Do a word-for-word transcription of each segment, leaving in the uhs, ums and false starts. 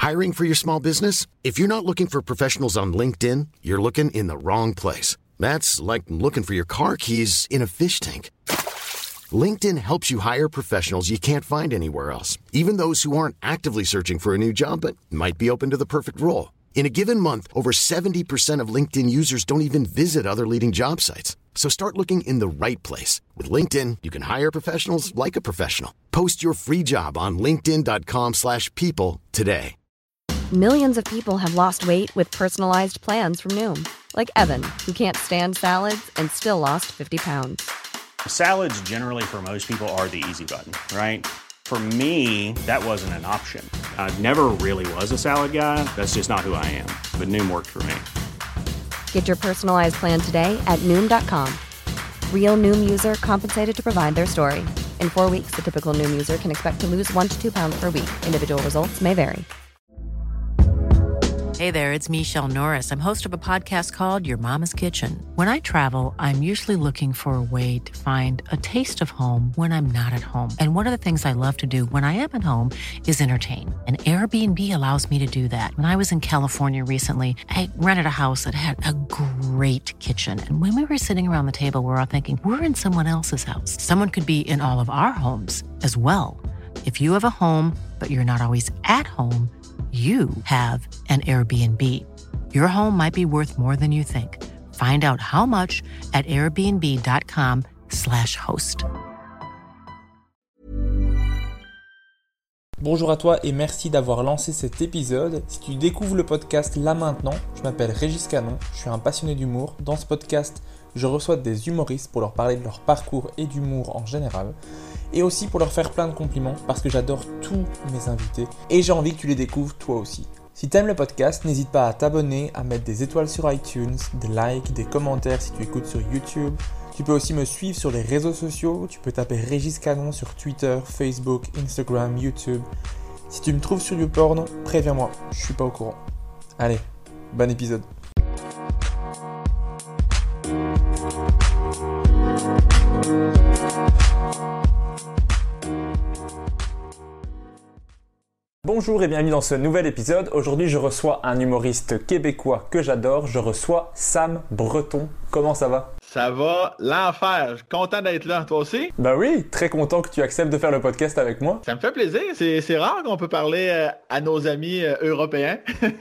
Hiring for your small business? If you're not looking for professionals on LinkedIn, you're looking in the wrong place. That's like looking for your car keys in a fish tank. LinkedIn helps you hire professionals you can't find anywhere else, even those who aren't actively searching for a new job but might be open to the perfect role. In a given month, over seventy percent of LinkedIn users don't even visit other leading job sites. So start looking in the right place. With LinkedIn, you can hire professionals like a professional. Post your free job on linkedin.com slash people today. Millions of people have lost weight with personalized plans from Noom. Like Evan, who can't stand salads and still lost fifty pounds. Salads generally for most people are the easy button, right? For me, that wasn't an option. I never really was a salad guy. That's just not who I am. But Noom worked for me. Get your personalized plan today at Noom dot com. Real Noom user compensated to provide their story. In four weeks, the typical Noom user can expect to lose one to two pounds per week. Individual results may vary. Hey there, it's Michelle Norris. I'm host of a podcast called Your Mama's Kitchen. When I travel, I'm usually looking for a way to find a taste of home when I'm not at home. And one of the things I love to do when I am at home is entertain. And Airbnb allows me to do that. When I was in California recently, I rented a house that had a great kitchen. And when we were sitting around the table, we were all thinking, we're in someone else's house. Someone could be in all of our homes as well. If you have a home, but you're not always at home, you have an Airbnb. Your home might be worth more than you think. Find out how much at airbnb.com slash host. Bonjour à toi et merci d'avoir lancé cet épisode. Si tu découvres le podcast là maintenant, je m'appelle Régis Canon, je suis un passionné d'humour. Dans ce podcast, je reçois des humoristes pour leur parler de leur parcours et d'humour en général. Et aussi pour leur faire plein de compliments parce que j'adore tous mes invités et j'ai envie que tu les découvres toi aussi. Si t'aimes le podcast, n'hésite pas à t'abonner, à mettre des étoiles sur iTunes, des likes, des commentaires si tu écoutes sur YouTube. Tu peux aussi me suivre sur les réseaux sociaux, tu peux taper Régis Canon sur Twitter, Facebook, Instagram, YouTube. Si tu me trouves sur YouPorn, préviens-moi, je suis pas au courant. Allez, bon épisode. Bonjour et bienvenue dans ce nouvel épisode. Aujourd'hui, je reçois un humoriste québécois que j'adore. Je reçois Sam Breton. Comment ça va? Ça va l'enfer. Je suis content d'être là. Toi aussi? Bah oui, très content que tu acceptes de faire le podcast avec moi. Ça me fait plaisir. C'est, c'est rare qu'on peut parler euh, à nos amis euh, européens.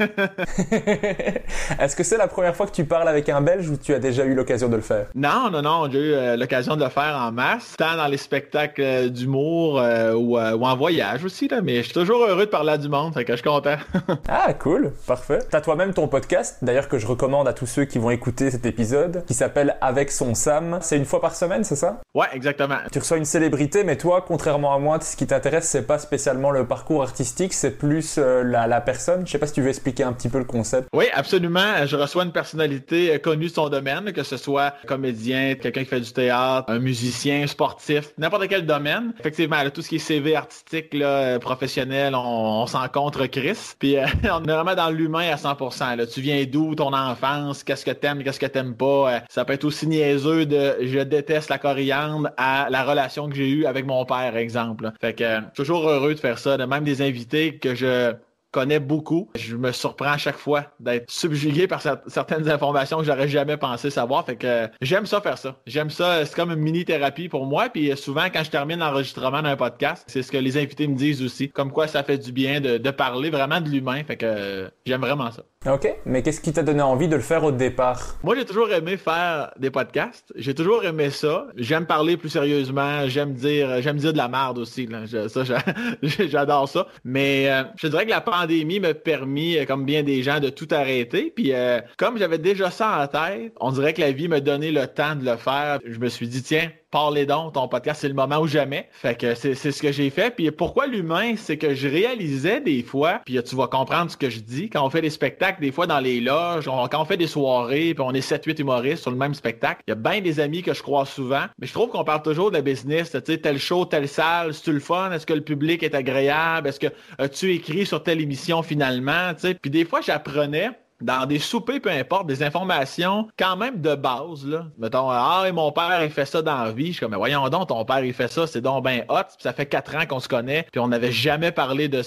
Est-ce que c'est la première fois que tu parles avec un Belge ou tu as déjà eu l'occasion de le faire? Non, non, non. J'ai eu euh, l'occasion de le faire en masse, tant dans les spectacles euh, d'humour euh, ou, euh, ou en voyage aussi. Là. Mais je suis toujours heureux de parler à du monde, fait que je suis content. Ah, cool. Parfait. T'as toi-même ton podcast, d'ailleurs que je recommande à tous ceux qui vont écouter cet épisode, qui s'appelle Avec son Sam. C'est une fois par semaine, c'est ça? Ouais, exactement. Tu reçois une célébrité, mais toi, contrairement à moi, ce qui t'intéresse, c'est pas spécialement le parcours artistique, c'est plus euh, la, la personne. Je sais pas si tu veux expliquer un petit peu le concept. Oui, absolument. Je reçois une personnalité connue de son domaine, que ce soit comédien, quelqu'un qui fait du théâtre, un musicien, sportif, n'importe quel domaine. Effectivement, là, tout ce qui est C V artistique, là, professionnel, on, on s'en contre Chris. Puis euh, on est vraiment dans l'humain à cent pour cent. Là. Tu viens d'où, ton enfance, qu'est-ce que t'aimes, qu'est-ce que t'aimes pas. Euh, ça peut être aussi niaiseux de je déteste la coriandre à la relation que j'ai eue avec mon père, exemple. Là. Fait que euh, toujours heureux de faire ça. De même des invités que je connais beaucoup. Je me surprends à chaque fois d'être subjugué par cer- certaines informations que j'aurais jamais pensé savoir. Fait que euh, j'aime ça faire ça. J'aime ça. C'est comme une mini-thérapie pour moi. Puis euh, souvent, quand je termine l'enregistrement d'un podcast, c'est ce que les invités me disent aussi. Comme quoi ça fait du bien de, de parler vraiment de l'humain. Fait que euh, j'aime vraiment ça. Ok, mais qu'est-ce qui t'a donné envie de le faire au départ? Moi, j'ai toujours aimé faire des podcasts. J'ai toujours aimé ça. J'aime parler plus sérieusement. J'aime dire j'aime dire de la merde aussi. Là. Je, ça, j'adore ça. Mais euh, je dirais que la pandémie m'a permis, comme bien des gens, de tout arrêter. Puis euh, comme j'avais déjà ça en tête, on dirait que la vie m'a donné le temps de le faire. Je me suis dit, tiens, parlez donc, ton podcast, c'est le moment ou jamais. Fait que c'est, c'est ce que j'ai fait. Puis pourquoi l'humain, c'est que je réalisais des fois, puis tu vas comprendre ce que je dis, quand on fait des spectacles, des fois dans les loges, on, quand on fait des soirées, puis on est sept huit humoristes sur le même spectacle, il y a bien des amis que je croise souvent, mais je trouve qu'on parle toujours de business, tu sais, tel show, telle salle, c'est-tu le fun? Est-ce que le public est agréable? Est-ce que as-tu écrit sur telle émission finalement? Tu sais, puis des fois, j'apprenais dans des soupers, peu importe, des informations quand même de base, là. Mettons, ah, et mon père, il fait ça dans la vie. Je suis comme, mais voyons donc, ton père, il fait ça, c'est donc ben hot. Puis ça fait quatre ans qu'on se connaît, puis on n'avait jamais parlé de ça.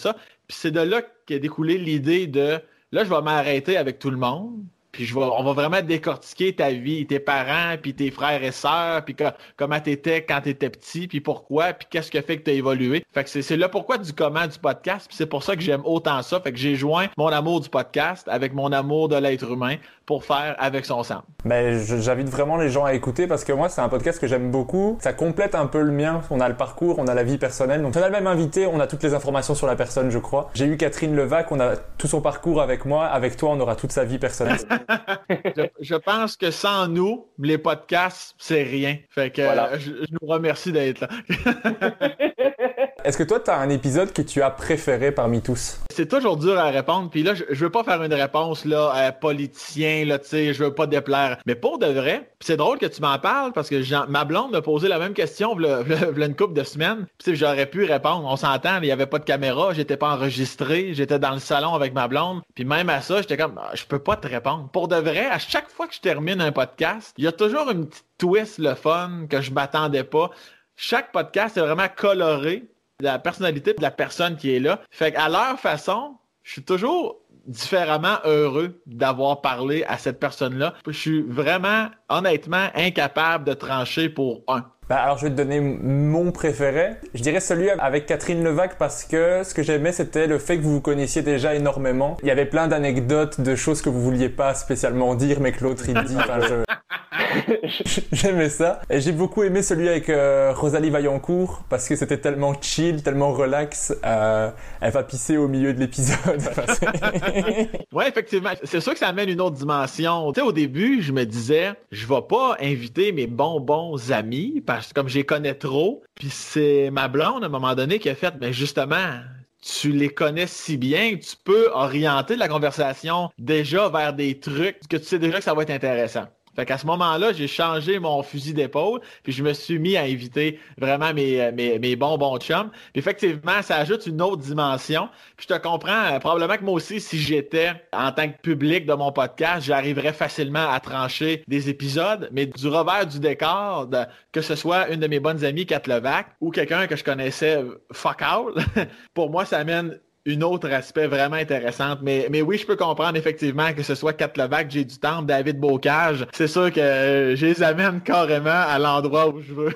Puis c'est de là qu'est découlée l'idée de, là, je vais m'arrêter avec tout le monde. Puis je vais, on va vraiment décortiquer ta vie, tes parents, puis tes frères et sœurs, puis que, comment t'étais quand t'étais petit, puis pourquoi, puis qu'est-ce qui fait que t'as évolué. Fait que c'est, c'est le pourquoi du comment du podcast, puis c'est pour ça que j'aime autant ça. Fait que j'ai joint mon amour du podcast avec mon amour de l'être humain pour faire avec son sang. Ben, je, j'invite vraiment les gens à écouter parce que moi, c'est un podcast que j'aime beaucoup. Ça complète un peu le mien. On a le parcours, on a la vie personnelle. Donc, on a le même invité, on a toutes les informations sur la personne, je crois. J'ai eu Catherine Levac, on a tout son parcours avec moi. Avec toi, on aura toute sa vie personnelle. je, je pense que sans nous, les podcasts, c'est rien. Fait que voilà. euh, je, je nous remercie d'être là. Est-ce que toi, tu as un épisode que tu as préféré parmi tous? C'est toujours dur à répondre. Puis là, je, je veux pas faire une réponse là, euh, politicien, là, tu sais, je veux pas déplaire. Mais pour de vrai, c'est drôle que tu m'en parles parce que Jean, ma blonde m'a posé la même question v'là, v'là, v'là une couple de semaines. Puis j'aurais pu répondre. On s'entend, il y avait pas de caméra, j'étais pas enregistré, j'étais dans le salon avec ma blonde. Puis même à ça, j'étais comme, je peux pas te répondre. Pour de vrai, à chaque fois que je termine un podcast, il y a toujours une petite twist, le fun, que je m'attendais pas. Chaque podcast est vraiment coloré de la personnalité de la personne qui est là. Fait qu'à leur façon, je suis toujours différemment heureux d'avoir parlé à cette personne-là. Je suis vraiment, honnêtement, incapable de trancher pour un. Bah alors je vais te donner mon préféré. Je dirais celui avec Catherine Levac parce que ce que j'aimais c'était le fait que vous vous connaissiez déjà énormément. Il y avait plein d'anecdotes, de choses que vous vouliez pas spécialement dire mais que l'autre il dit. Enfin, je... J'aimais ça. Et j'ai beaucoup aimé celui avec euh, Rosalie Vaillancourt parce que c'était tellement chill, tellement relax. Euh, elle va pisser au milieu de l'épisode. Ouais, effectivement. C'est sûr que ça amène une autre dimension. Tu sais, au début, je me disais, je vais pas inviter mes bons bons amis parce que comme je les connais trop. Puis c'est ma blonde à un moment donné qui a fait, mais justement, tu les connais si bien que tu peux orienter la conversation déjà vers des trucs que tu sais déjà que ça va être intéressant. Fait qu'à ce moment-là, j'ai changé mon fusil d'épaule, puis je me suis mis à inviter vraiment mes, mes, mes bons bons chums. Puis effectivement, ça ajoute une autre dimension. Puis je te comprends, euh, probablement que moi aussi, si j'étais en tant que public de mon podcast, j'arriverais facilement à trancher des épisodes, mais du revers du décor, de, que ce soit une de mes bonnes amies, Kat Levac, ou quelqu'un que je connaissais fuck all, pour moi, ça amène une autre aspect vraiment intéressante. Mais, mais oui, je peux comprendre effectivement que ce soit Kat Levac, J'ai du Temple, David Bocage. C'est sûr que euh, je les amène carrément à l'endroit où je veux.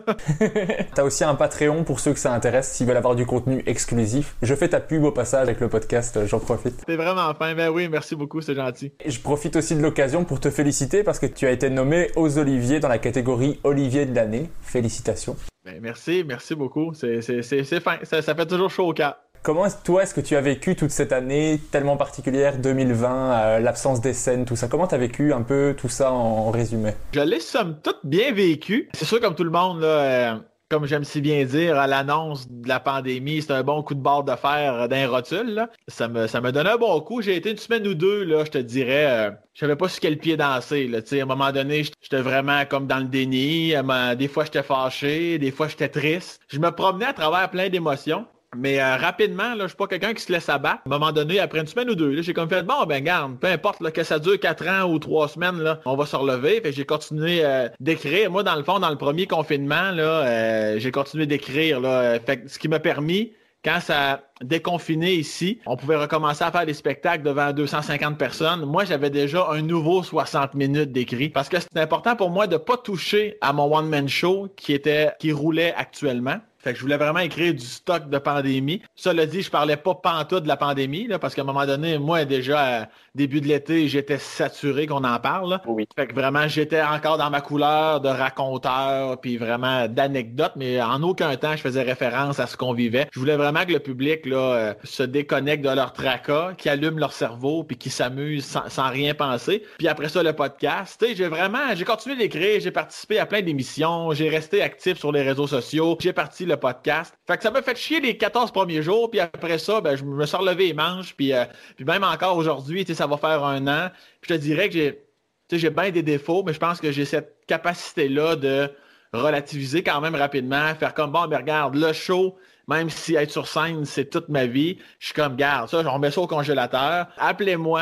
T'as aussi un Patreon pour ceux que ça intéresse, s'ils veulent avoir du contenu exclusif. Je fais ta pub au passage avec le podcast, j'en profite. C'est vraiment fin. Ben oui, merci beaucoup, c'est gentil. Et je profite aussi de l'occasion pour te féliciter parce que tu as été nommé aux Oliviers dans la catégorie Olivier de l'année. Félicitations. Ben merci, merci beaucoup. C'est, c'est, c'est, c'est fin. Ça, ça fait toujours chaud au cœur. Comment, toi, est-ce que tu as vécu toute cette année tellement particulière, deux mille vingt, euh, l'absence des scènes, tout ça? Comment tu as vécu un peu tout ça en, en résumé? Je l'ai somme toute bien vécu. C'est sûr, comme tout le monde, là, euh, comme j'aime si bien dire, à l'annonce de la pandémie, c'était un bon coup de barre de fer d'un rotule. Là. Ça me, ça me donnait un bon coup. J'ai été une semaine ou deux, là, je te dirais, euh, je savais pas sur quel pied danser. Là. À un moment donné, j'étais vraiment comme dans le déni. Des fois, j'étais fâché, des fois, j'étais triste. Je me promenais à travers plein d'émotions. Mais euh, rapidement, là, je suis pas quelqu'un qui se laisse abattre. À un moment donné, après une semaine ou deux, là, j'ai comme fait, bon, ben garde, peu importe là, que ça dure quatre ans ou trois semaines, là, on va se relever. Fait que j'ai continué euh, d'écrire. Moi, dans le fond, dans le premier confinement, là, euh, j'ai continué d'écrire. Là, fait que ce qui m'a permis, quand ça a déconfiné ici, on pouvait recommencer à faire des spectacles devant deux cent cinquante personnes. Moi, j'avais déjà un nouveau soixante minutes d'écrit parce que c'était important pour moi de pas toucher à mon one-man show qui était qui roulait actuellement. Fait que je voulais vraiment écrire du stock de pandémie. Cela dit, je parlais pas pantoute de la pandémie, là, parce qu'à un moment donné, moi, déjà, à début de l'été, j'étais saturé qu'on en parle. Là. Oui. Fait que vraiment, j'étais encore dans ma couleur de raconteur, puis vraiment d'anecdotes, mais en aucun temps, je faisais référence à ce qu'on vivait. Je voulais vraiment que le public là, euh, se déconnecte de leur tracas, qui allume leur cerveau, puis qui s'amuse sans, sans rien penser. Puis après ça, le podcast. Tu sais, j'ai vraiment, j'ai continué d'écrire, j'ai participé à plein d'émissions, j'ai resté actif sur les réseaux sociaux, j'ai parti le podcast. Fait que ça m'a fait chier les quatorze premiers jours, puis après ça, ben, je me suis relevé les manches, puis, euh, puis même encore aujourd'hui, tu sais, ça va faire un an. Puis je te dirais que j'ai, tu sais, j'ai bien des défauts, mais je pense que j'ai cette capacité-là de relativiser quand même rapidement, faire comme, bon, ben regarde, le show, même si être sur scène, c'est toute ma vie, je suis comme, garde, ça, on met ça au congélateur, appelez-moi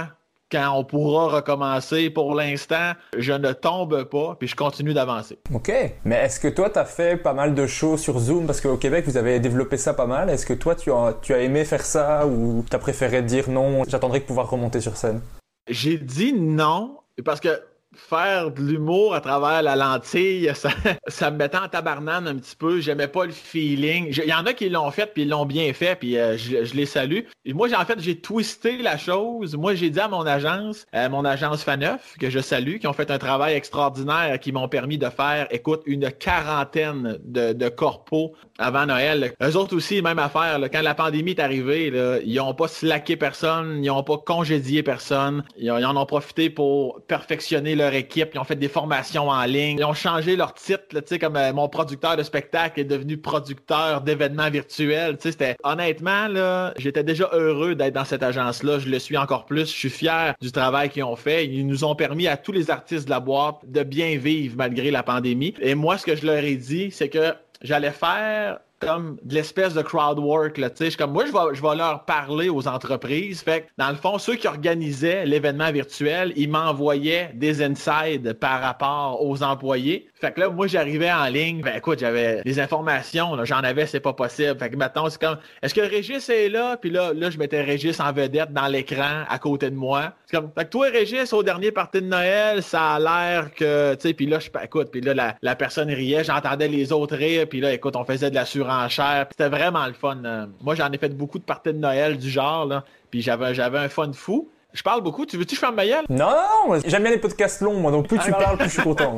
quand on pourra recommencer. Pour l'instant, je ne tombe pas, puis je continue d'avancer. OK. Mais est-ce que toi, tu as fait pas mal de shows sur Zoom? Parce qu'au Québec, vous avez développé ça pas mal. Est-ce que toi, tu as, tu as aimé faire ça ou tu as préféré dire non, j'attendrai de pouvoir remonter sur scène? J'ai dit non, parce que faire de l'humour à travers la lentille, ça, ça me mettait en tabarnane un petit peu. J'aimais pas le feeling. Il y en a qui l'ont fait, puis ils l'ont bien fait, puis euh, je, je les salue. Et moi, j'ai, en fait, j'ai twisté la chose. Moi, j'ai dit à mon agence, euh, mon agence Faneuf, que je salue, qui ont fait un travail extraordinaire, qui m'ont permis de faire, écoute, une quarantaine de, de corpos avant Noël. Eux autres aussi, même affaire. Là, quand la pandémie est arrivée, là, ils n'ont pas slacké personne, ils n'ont pas congédié personne. Ils, ils en ont profité pour perfectionner leur équipe, ils ont fait des formations en ligne, ils ont changé leur titre, tu sais, comme euh, mon producteur de spectacle est devenu producteur d'événements virtuels, tu sais, c'était, honnêtement, là, j'étais déjà heureux d'être dans cette agence-là, je le suis encore plus, je suis fier du travail qu'ils ont fait, ils nous ont permis à tous les artistes de la boîte de bien vivre malgré la pandémie, et moi, ce que je leur ai dit, c'est que j'allais faire comme de l'espèce de crowd work, là, tu sais, comme moi, je vais, je vais leur parler aux entreprises, fait que, dans le fond, ceux qui organisaient l'événement virtuel, ils m'envoyaient des insides par rapport aux employés, fait que là, moi, j'arrivais en ligne, ben écoute, j'avais des informations, là, j'en avais, c'est pas possible, fait que maintenant, c'est comme, est-ce que Régis est là? Puis là, là, je mettais Régis en vedette dans l'écran, à côté de moi, c'est comme, fait que toi, Régis, au dernier party de Noël, ça a l'air que, tu sais, puis là, je, écoute, puis là, la, la personne riait, j'entendais les autres rire, puis là, écoute, on faisait de la surenchère, puis c'était vraiment le fun. Moi, j'en ai fait beaucoup de parties de Noël du genre, là, puis j'avais, j'avais un fun fou. Je parle beaucoup. Tu veux-tu que je ferme ma gueule? Non, non, non, j'aime bien les podcasts longs, moi, donc plus tu parles, plus je suis content.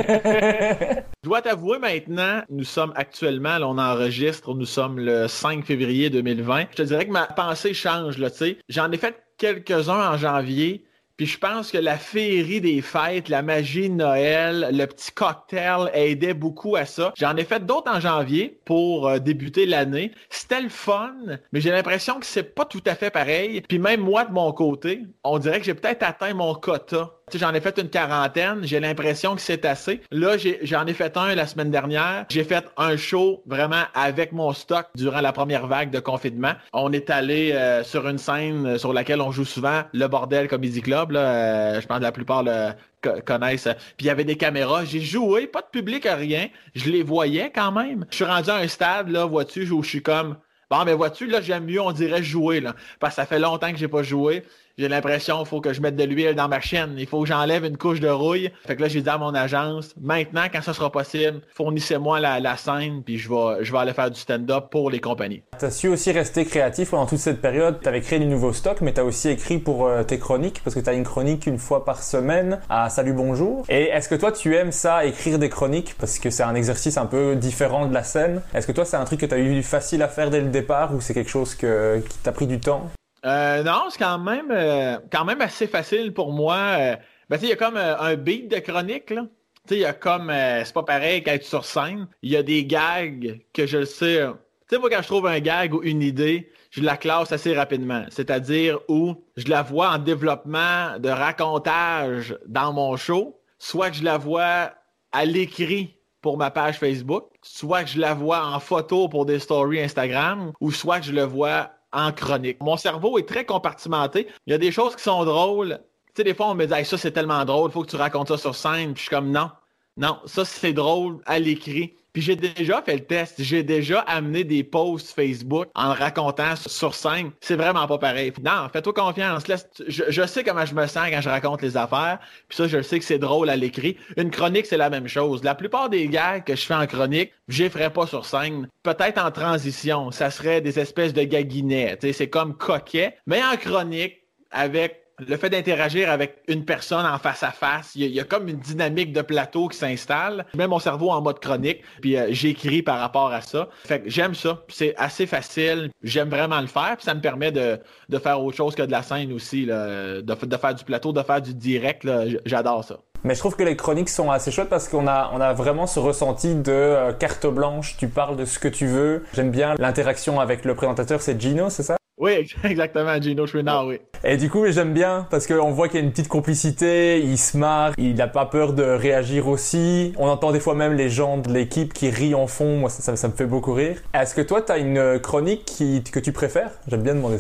Je dois t'avouer maintenant, nous sommes actuellement, là, on enregistre, nous sommes le cinq février deux mille vingt. Je te dirais que ma pensée change, là, tu sais. J'en ai fait quelques-uns en janvier, puis je pense que la féerie des fêtes, la magie de Noël, le petit cocktail aidait beaucoup à ça. J'en ai fait d'autres en janvier pour euh, débuter l'année. C'était le fun, mais j'ai l'impression que c'est pas tout à fait pareil. Puis même moi, de mon côté, on dirait que j'ai peut-être atteint mon quota. Tu sais, j'en ai fait une quarantaine, j'ai l'impression que c'est assez. Là, j'ai, j'en ai fait un la semaine dernière. J'ai fait un show vraiment avec mon stock durant la première vague de confinement. On est allé euh, sur une scène sur laquelle on joue souvent, le Bordel Comedy Club. Là, euh, je pense que la plupart le co- connaissent. Puis il y avait des caméras. J'ai joué, pas de public, rien. Je les voyais quand même. Je suis rendu à un stade, là, vois-tu, où je suis comme... Bon, mais vois-tu, là, j'aime mieux, on dirait, jouer, là. Parce que ça fait longtemps que j'ai pas joué. J'ai l'impression qu'il faut que je mette de l'huile dans ma chaîne. Il faut que j'enlève une couche de rouille. Fait que là, j'ai dit à mon agence, maintenant, quand ça sera possible, fournissez-moi la, la scène, puis je vais, je vais aller faire du stand-up pour les compagnies. Tu as su aussi rester créatif pendant toute cette période. Tu avais créé du nouveau stock, mais tu as aussi écrit pour euh, tes chroniques, parce que tu as une chronique une fois par semaine à Salut Bonjour. Et est-ce que toi, tu aimes ça, écrire des chroniques, parce que c'est un exercice un peu différent de la scène? Est-ce que toi, c'est un truc que tu as eu facile à faire dès le départ, ou c'est quelque chose que, qui t'a pris du temps? Euh, non, c'est quand même euh, quand même assez facile pour moi. Euh, ben, tu sais, il y a comme euh, un beat de chronique, là. Tu sais, il y a comme... Euh, c'est pas pareil qu'être sur scène. Il y a des gags que je le sais... Euh, tu sais, moi, quand je trouve un gag ou une idée, je la classe assez rapidement. C'est-à-dire où je la vois en développement de racontage dans mon show, soit que je la vois à l'écrit pour ma page Facebook, soit que je la vois en photo pour des stories Instagram, ou soit que je le vois en chronique. Mon cerveau est très compartimenté. Il y a des choses qui sont drôles. Tu sais, des fois, on me dit hey, « ça, c'est tellement drôle, il faut que tu racontes ça sur scène. » Puis je suis comme « Non, non, ça, c'est drôle à l'écrit. » Puis j'ai déjà fait le test. J'ai déjà amené des posts Facebook en racontant sur scène. C'est vraiment pas pareil. Non, fais-toi confiance. Laisse, je, je sais comment je me sens quand je raconte les affaires. Puis ça, je sais que c'est drôle à l'écrit. Une chronique, c'est la même chose. La plupart des gags que je fais en chronique, je les ferais pas sur scène. Peut-être en transition. Ça serait des espèces de gaguinets. Tu sais, c'est comme coquet. Mais en chronique, avec le fait d'interagir avec une personne en face à face, il y, y a comme une dynamique de plateau qui s'installe. Je mets mon cerveau en mode chronique, puis euh, j'écris par rapport à ça. Fait que j'aime ça. C'est assez facile. J'aime vraiment le faire. Puis ça me permet de, de faire autre chose que de la scène aussi, là, de, de faire du plateau, de faire du direct. Là. J'adore ça. Mais je trouve que les chroniques sont assez chouettes parce qu'on a, on a vraiment ce ressenti de euh, carte blanche. Tu parles de ce que tu veux. J'aime bien l'interaction avec le présentateur. C'est Gino, c'est ça? Oui, exactement, Gino Chouinard, oui. Et du coup, j'aime bien parce qu'on voit qu'il y a une petite complicité, il se marre, il n'a pas peur de réagir aussi. On entend des fois même les gens de l'équipe qui rient en fond, moi ça, ça, ça me fait beaucoup rire. Est-ce que toi, tu as une chronique qui, que tu préfères? J'aime bien demander ça.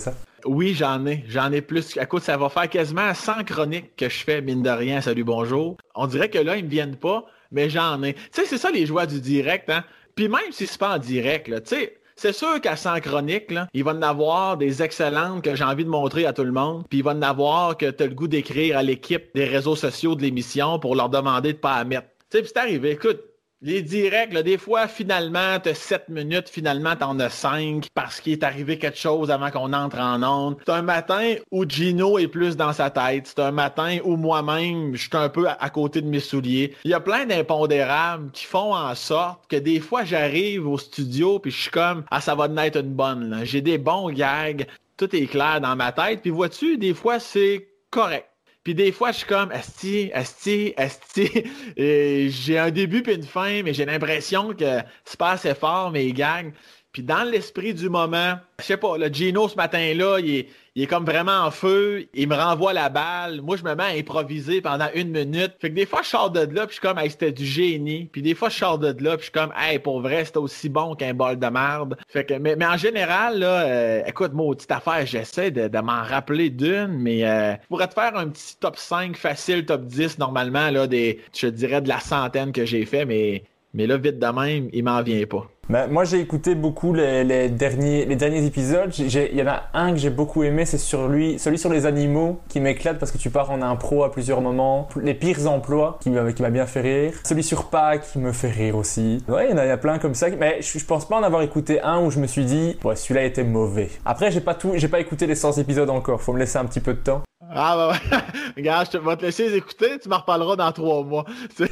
Oui, j'en ai. J'en ai plus. Écoute, ça va faire quasiment cent chroniques que je fais, mine de rien, Salut Bonjour. On dirait que là, ils me viennent pas, mais j'en ai. Tu sais, c'est ça les joies du direct, hein. Puis même si c'est pas en direct, là, tu sais, c'est sûr qu'à cent chroniques, là, il va en avoir des excellentes que j'ai envie de montrer à tout le monde. Puis il va en avoir que t'as le goût d'écrire à l'équipe des réseaux sociaux de l'émission pour leur demander de pas la mettre. Tu sais, puis c'est arrivé. Écoute, les directs, là, des fois, finalement, t'as sept minutes, finalement, t'en as cinq parce qu'il est arrivé quelque chose avant qu'on entre en onde. C'est un matin où Gino est plus dans sa tête. C'est un matin où moi-même, je suis un peu à, à côté de mes souliers. Il y a plein d'impondérables qui font en sorte que des fois, j'arrive au studio puis je suis comme « Ah, ça va naître une bonne. Là. » J'ai des bons gags. Tout est clair dans ma tête. Puis vois-tu, des fois, c'est correct. Puis des fois, je suis comme, asti, asti, asti. Et j'ai un début puis une fin, mais j'ai l'impression que c'est pas assez fort, mes gags. Puis dans l'esprit du moment, je sais pas, le Gino, ce matin-là, il est, il est comme vraiment en feu. Il me renvoie la balle. Moi, je me mets à improviser pendant une minute. Fait que des fois, je sors de là, puis je suis comme, hey, c'était du génie. Puis des fois, je sors de là, puis je suis comme, hey, pour vrai, c'était aussi bon qu'un bol de merde. Fait que, mais, mais en général, là, euh, écoute, maudite affaire, j'essaie de, de m'en rappeler d'une, mais euh, je pourrais te faire un petit top cinq facile, top dix, normalement, là, des, je dirais de la centaine que j'ai fait, mais, mais là, vite de même, il m'en vient pas. Ben, moi, j'ai écouté beaucoup les, les derniers les derniers épisodes. Il y en a un que j'ai beaucoup aimé, c'est sur lui, celui sur les animaux qui m'éclate parce que tu pars en impro à plusieurs moments. Les pires emplois qui m'a qui m'a bien fait rire. Celui sur Pâques qui me fait rire aussi. Ouais, il y en a, il y a plein comme ça. Mais je, je pense pas en avoir écouté un où je me suis dit, ouais, celui-là était mauvais. Après, j'ai pas tout, j'ai pas écouté les cent épisodes encore. Faut me laisser un petit peu de temps. Ah bah ouais, regarde, je te, vais te laisser les écouter, tu m'en reparleras dans trois mois.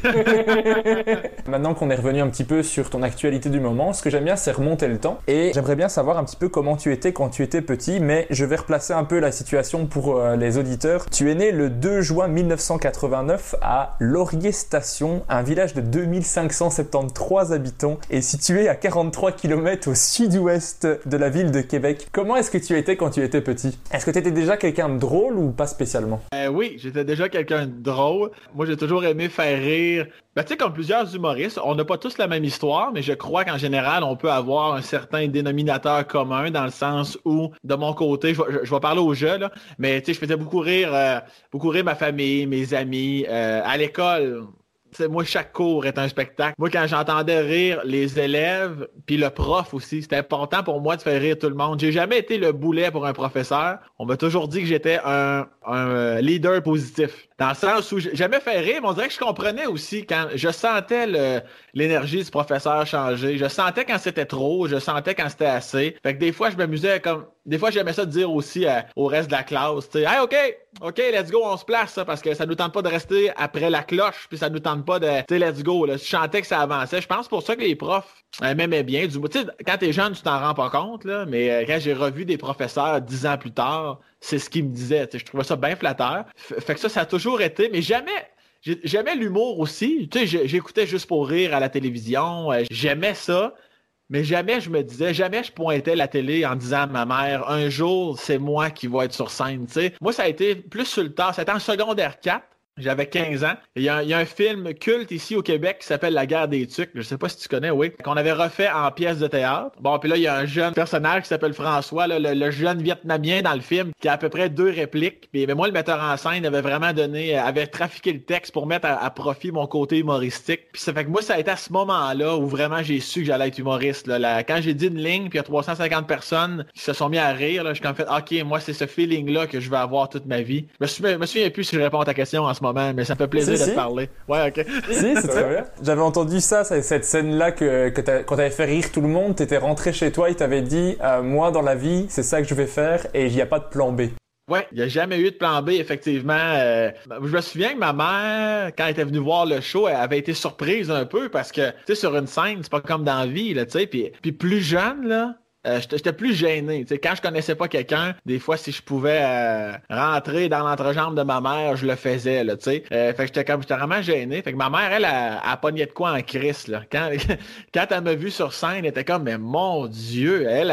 Maintenant qu'on est revenu un petit peu sur ton actualité du moment, ce que j'aime bien c'est remonter le temps et j'aimerais bien savoir un petit peu comment tu étais quand tu étais petit, mais je vais replacer un peu la situation pour euh, les auditeurs. Tu es né le deux juin mille neuf cent quatre-vingt-neuf à Laurier Station, un village de deux mille cinq cent soixante-treize habitants et situé à quarante-trois kilomètres au sud-ouest de la ville de Québec. Comment est-ce que tu étais quand tu étais petit? Est-ce que tu étais déjà quelqu'un de drôle ou pas spécialement? Euh, oui, j'étais déjà quelqu'un de drôle. Moi, j'ai toujours aimé faire rire. Ben, tu sais, comme plusieurs humoristes, on n'a pas tous la même histoire, mais je crois qu'en général, on peut avoir un certain dénominateur commun dans le sens où, de mon côté, je vais, je vais parler au jeu, là, mais tu sais, je faisais beaucoup rire, euh, beaucoup rire ma famille, mes amis. Euh, à l'école, t'sais, moi, chaque cours est un spectacle. Moi, quand j'entendais rire les élèves, puis le prof aussi, c'était important pour moi de faire rire tout le monde. J'ai jamais été le boulet pour un professeur. On m'a toujours dit que j'étais un, un leader positif. Dans le sens où j'ai jamais fait rire, mais on dirait que je comprenais aussi quand je sentais le, l'énergie du professeur changer. Je sentais quand c'était trop, je sentais quand c'était assez. Fait que des fois, je m'amusais comme... Des fois, j'aimais ça de dire aussi à, au reste de la classe, tu sais, hey, OK, OK, let's go, on se place, ça, parce que ça nous tente pas de rester après la cloche, puis ça nous tente pas de, tu sais, let's go, là. Je chantais que ça avançait. Je pense pour ça que les profs euh, m'aimaient bien. Du tu sais, quand t'es jeune, tu t'en rends pas compte, là, mais euh, quand j'ai revu des professeurs dix ans plus tard, c'est ce qu'ils me disaient. Tu sais, je trouvais ça bien flatteur. F- fait que ça, ça a toujours été, mais jamais... J'aimais l'humour aussi. Tu sais, j'écoutais Juste pour rire à la télévision. Euh, j'aimais ça. Mais jamais je me disais, jamais je pointais la télé en disant à ma mère, un jour, c'est moi qui vais être sur scène, tu sais. Moi, ça a été plus sur le tard. C'était en secondaire quatre. J'avais quinze ans. Il y, a un, il y a un film culte ici au Québec qui s'appelle La guerre des tucs. Je sais pas si tu connais, oui. Qu'on avait refait en pièce de théâtre. Bon, puis là, il y a un jeune personnage qui s'appelle François, là, le, le jeune Vietnamien dans le film, qui a à peu près deux répliques. Puis mais moi, le metteur en scène avait vraiment donné, avait trafiqué le texte pour mettre à, à profit mon côté humoristique. Puis ça fait que moi, ça a été à ce moment-là où vraiment j'ai su que j'allais être humoriste. Là. La, quand j'ai dit une ligne, puis il y a trois cent cinquante personnes qui se sont mis à rire, là, j'ai comme fait, OK, moi, c'est ce feeling-là que je vais avoir toute ma vie. Je me, suis, je me souviens plus si je réponds à ta question en ce moment, mais ça me fait plaisir si, de si. te parler. Ouais, ok. Si, c'est très bien. J'avais entendu ça, cette scène-là que, que t'as, quand t'avais fait rire tout le monde, t'étais rentré chez toi et t'avais dit euh, moi, dans la vie, c'est ça que je vais faire et il n'y a pas de plan B. Ouais, il n'y a jamais eu de plan B, effectivement. Euh, je me souviens que ma mère, quand elle était venue voir le show, elle avait été surprise un peu parce que, tu sais, sur une scène, c'est pas comme dans la vie, là, tu sais. Puis, puis plus jeune, là, Euh, j'étais, j'étais plus gêné. T'sais, quand je connaissais pas quelqu'un, des fois, si je pouvais euh, rentrer dans l'entrejambe de ma mère, je le faisais. Là, t'sais. Euh, fait que j'étais comme j'étais vraiment gêné. Fait que ma mère, elle, a, a pogné de quoi en crise. Là. Quand, quand elle m'a vu sur scène, elle était comme, mais mon Dieu, elle a.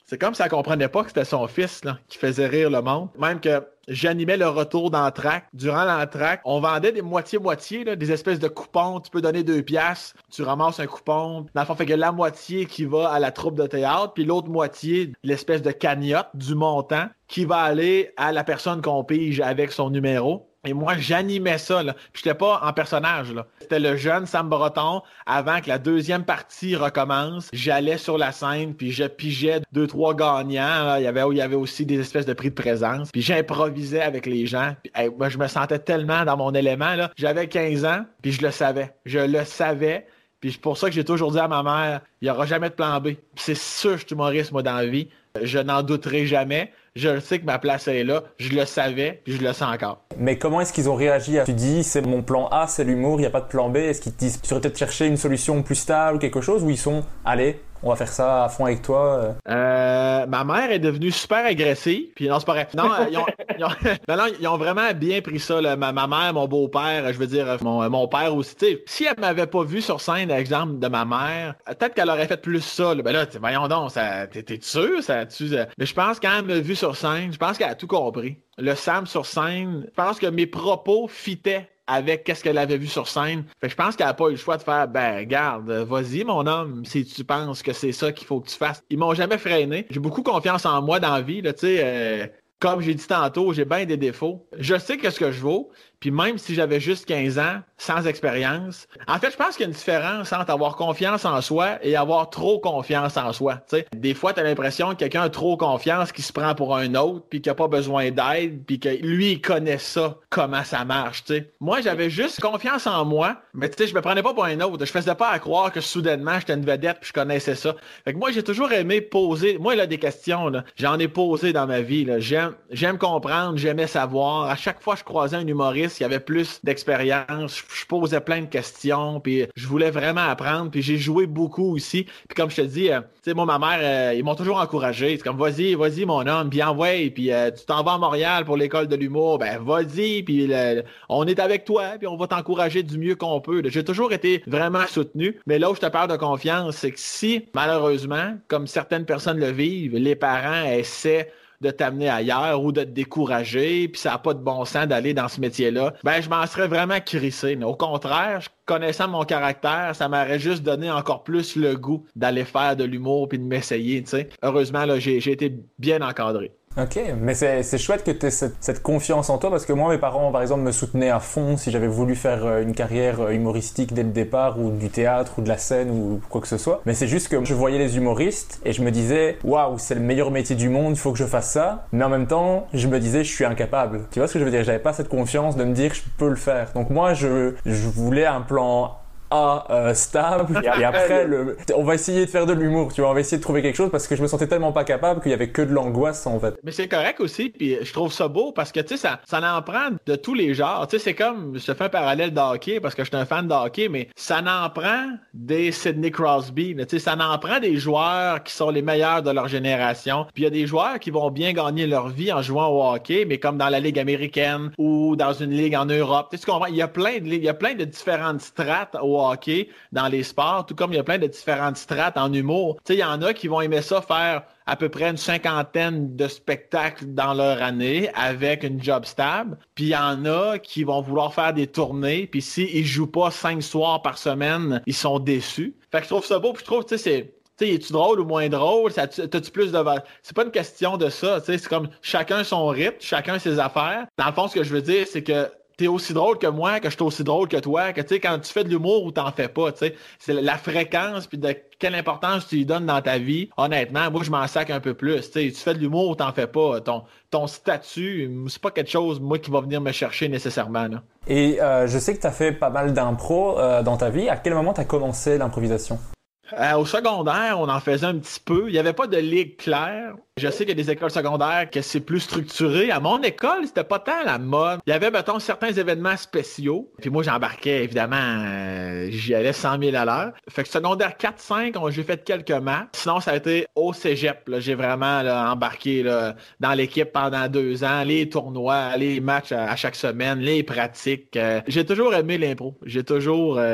C'est comme si elle comprenait pas que c'était son fils là, qui faisait rire le monde. Même que j'animais le retour d'entraque. Durant l'entraque, on vendait des moitiés-moitiés, là, des espèces de coupons. Tu peux donner deux piastres, tu ramasses un coupon. Dans le fond, fait que la moitié qui va à la troupe de théâtre, puis l'autre moitié, l'espèce de cagnotte du montant qui va aller à la personne qu'on pige avec son numéro. Et moi, j'animais ça, là. Puis j'étais pas en personnage, là. C'était le jeune Sam Breton. Avant que la deuxième partie recommence, j'allais sur la scène, puis je pigeais deux, trois gagnants. Là. Il y avait, il y avait aussi des espèces de prix de présence. Puis j'improvisais avec les gens. Puis, hey, moi, je me sentais tellement dans mon élément, là. J'avais quinze ans, puis je le savais. Je le savais. Puis c'est pour ça que j'ai toujours dit à ma mère, il n'y aura jamais de plan B. Puis c'est sûr que je suis humoriste, moi, dans la vie. Je n'en douterai jamais. Je sais que ma place est là. Je le savais, puis je le sens encore. Mais comment est-ce qu'ils ont réagi à... Tu dis, c'est mon plan A, c'est l'humour, il n'y a pas de plan B. Est-ce qu'ils te disent, tu aurais peut-être cherché une solution plus stable, quelque chose, ou ils sont, allez, on va faire ça à fond avec toi? Euh, ma mère est devenue super agressive. Puis non, c'est pas vrai. Non, ils ont, ils ont, non, non, ils ont vraiment bien pris ça. Là. Ma, ma mère, mon beau-père, je veux dire, mon, mon père aussi. T'sais, si elle m'avait pas vu sur scène, exemple, de ma mère, peut-être qu'elle aurait fait plus ça. Là. Ben là, voyons donc, ça, t'es, t'es sûr? Ça, tu, mais je pense qu'elle m'a vu sur scène, je pense qu'elle a tout compris. Le Sam sur scène, je pense que mes propos fitaient avec qu'est-ce qu'elle avait vu sur scène. Fait que je pense qu'elle n'a pas eu le choix de faire, ben, garde, vas-y, mon homme, si tu penses que c'est ça qu'il faut que tu fasses. Ils m'ont jamais freiné. J'ai beaucoup confiance en moi dans la vie, là, tu sais, euh, comme j'ai dit tantôt, j'ai bien des défauts. Je sais qu'est-ce que je vaux. Puis même si j'avais juste quinze ans, sans expérience, en fait, je pense qu'il y a une différence entre avoir confiance en soi et avoir trop confiance en soi. T'sais, des fois, tu as l'impression que quelqu'un a trop confiance, qu'il se prend pour un autre, puis qu'il n'a pas besoin d'aide, puis que lui, il connaît ça, comment ça marche. T'sais. Moi, j'avais juste confiance en moi, mais je me prenais pas pour un autre. Je faisais pas à croire que soudainement, j'étais une vedette, puis je connaissais ça. Fait que moi, j'ai toujours aimé poser. Moi, là, des questions, là, j'en ai posé dans ma vie. Là. J'aime, j'aime comprendre, j'aimais savoir. À chaque fois que je croisais un humoriste, il y avait plus d'expérience, je posais plein de questions, puis je voulais vraiment apprendre, puis j'ai joué beaucoup aussi. Puis comme je te dis, euh, tu sais, moi, ma mère, euh, ils m'ont toujours encouragé. C'est comme, vas-y, vas-y, mon homme, puis envoie, puis euh, tu t'en vas à Montréal pour l'école de l'humour, ben vas-y, puis le, on est avec toi, puis on va t'encourager du mieux qu'on peut. J'ai toujours été vraiment soutenu, mais là où je te parle de confiance, c'est que si, malheureusement, comme certaines personnes le vivent, les parents essaient de t'amener ailleurs ou de te décourager, puis ça n'a pas de bon sens d'aller dans ce métier-là, ben je m'en serais vraiment crissé. Mais au contraire, connaissant mon caractère, ça m'aurait juste donné encore plus le goût d'aller faire de l'humour puis de m'essayer, tu sais. Heureusement, là, j'ai, j'ai été bien encadré. Ok, mais c'est, c'est chouette que tu aies cette, cette confiance en toi, parce que moi, mes parents, par exemple, me soutenaient à fond si j'avais voulu faire une carrière humoristique dès le départ, ou du théâtre, ou de la scène, ou quoi que ce soit. Mais c'est juste que je voyais les humoristes et je me disais, waouh, c'est le meilleur métier du monde, il faut que je fasse ça. Mais en même temps, je me disais, je suis incapable. Tu vois ce que je veux dire? J'avais pas cette confiance de me dire, je peux le faire. Donc moi, je, je voulais un plan A euh, stable, et après le... on va essayer de faire de l'humour, tu vois, on va essayer de trouver quelque chose, parce que je me sentais tellement pas capable qu'il y avait que de l'angoisse en fait. Mais c'est correct aussi, puis je trouve ça beau parce que tu sais, ça, ça en prend de tous les genres. Tu sais, c'est comme, je fais un parallèle de hockey parce que je suis un fan de hockey, mais ça en prend des Sidney Crosby, tu sais, ça en prend des joueurs qui sont les meilleurs de leur génération. Puis il y a des joueurs qui vont bien gagner leur vie en jouant au hockey, mais comme dans la ligue américaine ou dans une ligue en Europe. Tu sais, tu comprends? Il y a plein de il y a plein de différentes strates au hockey dans les sports, tout comme il y a plein de différentes strates en humour. Tu sais, il y en a qui vont aimer ça faire à peu près une cinquantaine de spectacles dans leur année avec une job stable. Puis il y en a qui vont vouloir faire des tournées, puis s'ils jouent pas cinq soirs par semaine, ils sont déçus. Fait que je trouve ça beau, puis je trouve, tu sais, c'est... Tu sais, es-tu drôle ou moins drôle? Ça, t'as-tu plus de... C'est pas une question de ça, tu sais, c'est comme chacun son rythme, chacun ses affaires. Dans le fond, ce que je veux dire, c'est que t'es aussi drôle que moi, que je suis aussi drôle que toi, que tu sais, quand tu fais de l'humour ou t'en fais pas, tu sais, c'est la fréquence puis de quelle importance tu lui donnes dans ta vie. Honnêtement, moi, je m'en sac un peu plus, tu sais, tu fais de l'humour ou t'en fais pas. Ton, ton statut, c'est pas quelque chose, moi, qui va venir me chercher nécessairement, là. Et euh, je sais que t'as fait pas mal d'impro euh, dans ta vie. À quel moment t'as commencé l'improvisation? Euh, au secondaire, on en faisait un petit peu. Il n'y avait pas de ligue claire. Je sais qu'il y a des écoles secondaires que c'est plus structuré. À mon école, c'était pas tant la mode. Il y avait, mettons, certains événements spéciaux. Puis moi, j'embarquais, évidemment, euh, j'y allais cent mille à l'heure. Fait que secondaire quatre cinq, j'ai fait quelques matchs. Sinon, ça a été au cégep. Là. J'ai vraiment là, embarqué là, dans l'équipe pendant deux ans. Les tournois, les matchs à, à chaque semaine, les pratiques. Euh, j'ai toujours aimé l'impro. J'ai toujours... Euh,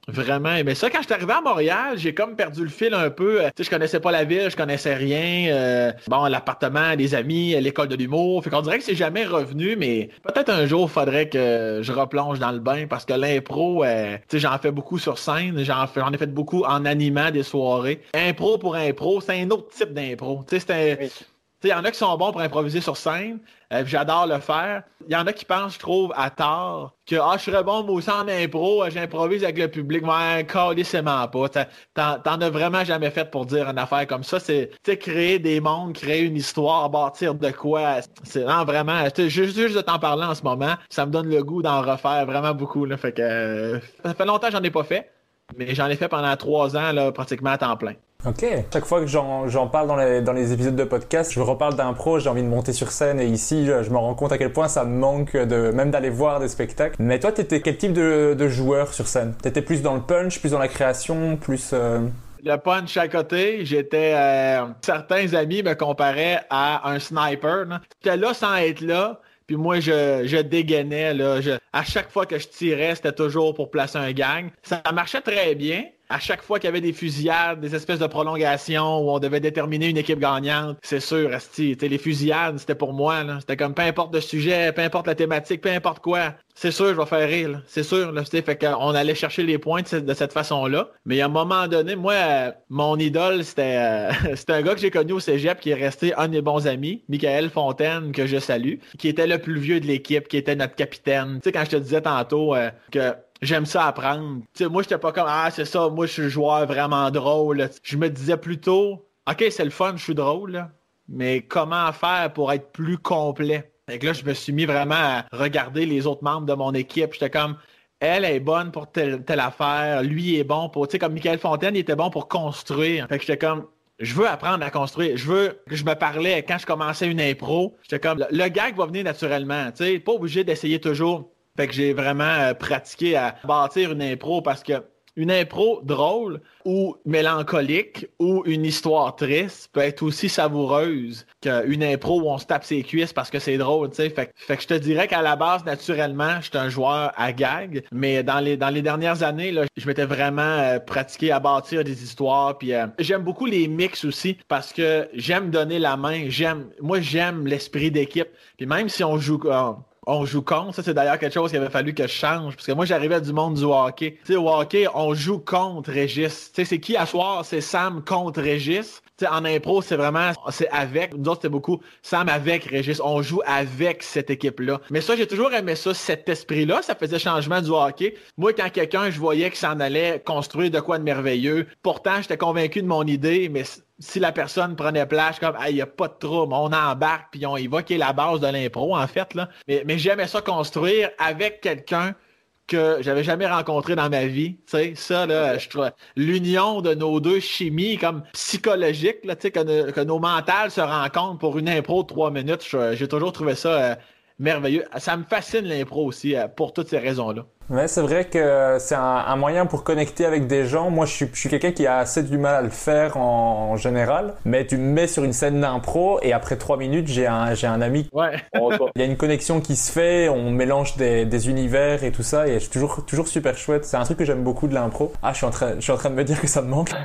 Vraiment aimé ça. Quand je suis arrivé à Montréal, j'ai comme perdu le fil un peu. Tu sais, je connaissais pas la ville, je connaissais rien. Euh, bon, l'appartement, les amis, l'école de l'humour. Fait qu'on dirait que c'est jamais revenu, mais peut-être un jour, il faudrait que je replonge dans le bain parce que l'impro, euh, tu sais, j'en fais beaucoup sur scène. J'en, fais, j'en ai fait beaucoup en animant des soirées. Impro pour impro, c'est un autre type d'impro. Tu sais, c'est un... Oui. Il y en a qui sont bons pour improviser sur scène, euh, j'adore le faire. Il y en a qui pensent, je trouve, à tort, que ah, je serais bon moi aussi en impro, euh, j'improvise avec le public. Ouais, câlissement pas. T'en, t'en as vraiment jamais fait pour dire une affaire comme ça. C'est créer des mondes, créer une histoire, bâtir de quoi. C'est non, vraiment, juste, juste de t'en parler en ce moment, ça me donne le goût d'en refaire vraiment beaucoup. Là, fait que, euh, ça fait longtemps que j'en ai pas fait, mais j'en ai fait pendant trois ans, là, pratiquement à temps plein. Ok. Chaque fois que j'en, j'en parle dans les, dans les épisodes de podcast, je reparle d'impro, j'ai envie de monter sur scène et ici, je, je me rends compte à quel point ça me manque de, même d'aller voir des spectacles. Mais toi, t'étais quel type de, de joueur sur scène? T'étais plus dans le punch, plus dans la création, plus... Euh... Le punch à côté, j'étais... Euh, certains amis me comparaient à un sniper. Là. J'étais là sans être là. Puis moi, je, je dégainais. Là, je, à chaque fois que je tirais, c'était toujours pour placer un gang. Ça marchait très bien. À chaque fois qu'il y avait des fusillades, des espèces de prolongations où on devait déterminer une équipe gagnante, c'est sûr, asti, les fusillades, c'était pour moi. Là. C'était comme peu importe le sujet, peu importe la thématique, peu importe quoi. C'est sûr, je vais faire rire. Là. C'est sûr. Là, fait qu'on allait chercher les points de cette, de cette façon-là. Mais à un moment donné, moi, euh, mon idole, c'était, euh, c'était un gars que j'ai connu au cégep qui est resté un de mes bons amis, Michael Fontaine, que je salue, qui était le plus vieux de l'équipe, qui était notre capitaine. Tu sais, quand je te disais tantôt euh, que j'aime ça apprendre. Tu sais, moi, j'étais pas comme « Ah, c'est ça, moi, je suis joueur vraiment drôle. » Je me disais plutôt « Ok, c'est le fun, je suis drôle, là, mais comment faire pour être plus complet? » Et que là, je me suis mis vraiment à regarder les autres membres de mon équipe. J'étais comme « Elle est bonne pour telle, telle affaire. Lui est bon pour... » Tu sais, comme Michael Fontaine, il était bon pour construire. Fait que j'étais comme... Je veux apprendre à construire. Je veux que je me parlais quand je commençais une impro. J'étais comme... Le, le gag va venir naturellement. Tu sais, pas obligé d'essayer toujours... Fait que j'ai vraiment euh, pratiqué à bâtir une impro parce que une impro drôle ou mélancolique ou une histoire triste peut être aussi savoureuse qu'une impro où on se tape ses cuisses parce que c'est drôle, tu sais. Fait, fait que je te dirais qu'à la base, naturellement, j'étais un joueur à gag, mais dans les dans les dernières années, là, je m'étais vraiment euh, pratiqué à bâtir des histoires. Puis euh, j'aime beaucoup les mix aussi parce que j'aime donner la main. J'aime, moi, j'aime l'esprit d'équipe. Puis même si on joue... Euh, on joue contre, ça c'est d'ailleurs quelque chose qu'il avait fallu que je change, parce que moi j'arrivais du monde du hockey. Tu sais, au hockey, on joue contre Régis. Tu sais, c'est qui à soir? C'est Sam contre Régis. Tu sais, en impro, c'est vraiment, c'est avec. Nous autres, c'était beaucoup Sam avec Régis. On joue avec cette équipe-là. Mais ça, j'ai toujours aimé ça, cet esprit-là. Ça faisait changement du hockey. Moi, quand quelqu'un, je voyais qu'il s'en allait construire de quoi de merveilleux, pourtant, j'étais convaincu de mon idée, mais si la personne prenait place, comme, il hey, n'y a pas de trouble, on embarque, puis on y va, qui est la base de l'impro, en fait, là. Mais, mais j'aimais ça construire avec quelqu'un que j'avais jamais rencontré dans ma vie. Tu sais, ça, là, je trouve l'union de nos deux chimies comme psychologiques, là, tu sais, que, que nos mentales se rencontrent pour une impro de trois minutes. Je, j'ai toujours trouvé ça euh, merveilleux. Ça me fascine l'impro aussi, euh, pour toutes ces raisons-là. Ouais, c'est vrai que c'est un, un moyen pour connecter avec des gens. Moi, je suis, je suis quelqu'un qui a assez du mal à le faire en, en général. Mais tu me mets sur une scène d'impro et après trois minutes, j'ai un, j'ai un ami. Ouais. Il y a une connexion qui se fait, on mélange des, des univers et tout ça et c'est toujours, toujours super chouette. C'est un truc que j'aime beaucoup de l'impro. Ah, je suis en train, je suis en train de me dire que ça me manque.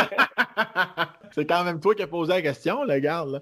C'est quand même toi qui as posé la question, le gars, là.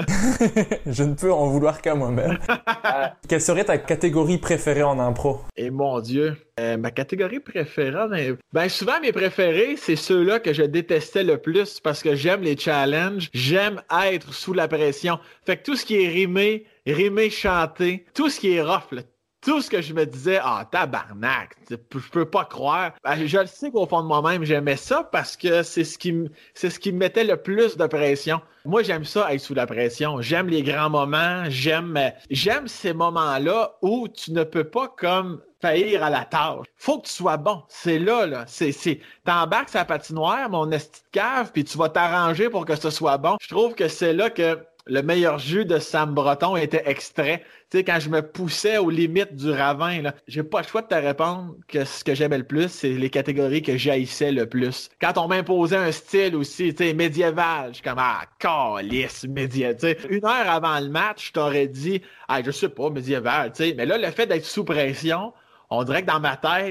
Je ne peux en vouloir qu'à moi-même. Quelle serait ta catégorie préférée en impro? Et mon Dieu, euh, ma catégorie préférée, ben souvent mes préférés, c'est ceux-là que je détestais le plus parce que j'aime les challenges, j'aime être sous la pression. Fait que tout ce qui est rimé, rimé, chanté, tout ce qui est rough, là, tout ce que je me disais, ah, tabarnak, je peux pas croire. Ben, je le sais qu'au fond de moi-même, j'aimais ça parce que c'est ce qui me, c'est ce qui me mettait le plus de pression. Moi, j'aime ça, être sous la pression. J'aime les grands moments. J'aime, j'aime ces moments-là où tu ne peux pas comme faillir à la tâche. Faut que tu sois bon. C'est là, là. C'est, c'est, t'embarques sa patinoire, mon esti de cave, puis tu vas t'arranger pour que ce soit bon. Je trouve que c'est là que le meilleur jus de Sam Breton était extrait. Tu sais, quand je me poussais aux limites du ravin, là, j'ai pas le choix de te répondre que ce que j'aimais le plus, c'est les catégories que j'haïssais le plus. Quand on m'imposait un style aussi, tu sais, médiéval, je suis comme, ah, calice, médiéval. Tu sais, une heure avant le match, je t'aurais dit, ah, je sais pas, médiéval, tu sais. Mais là, le fait d'être sous pression, on dirait que dans ma tête,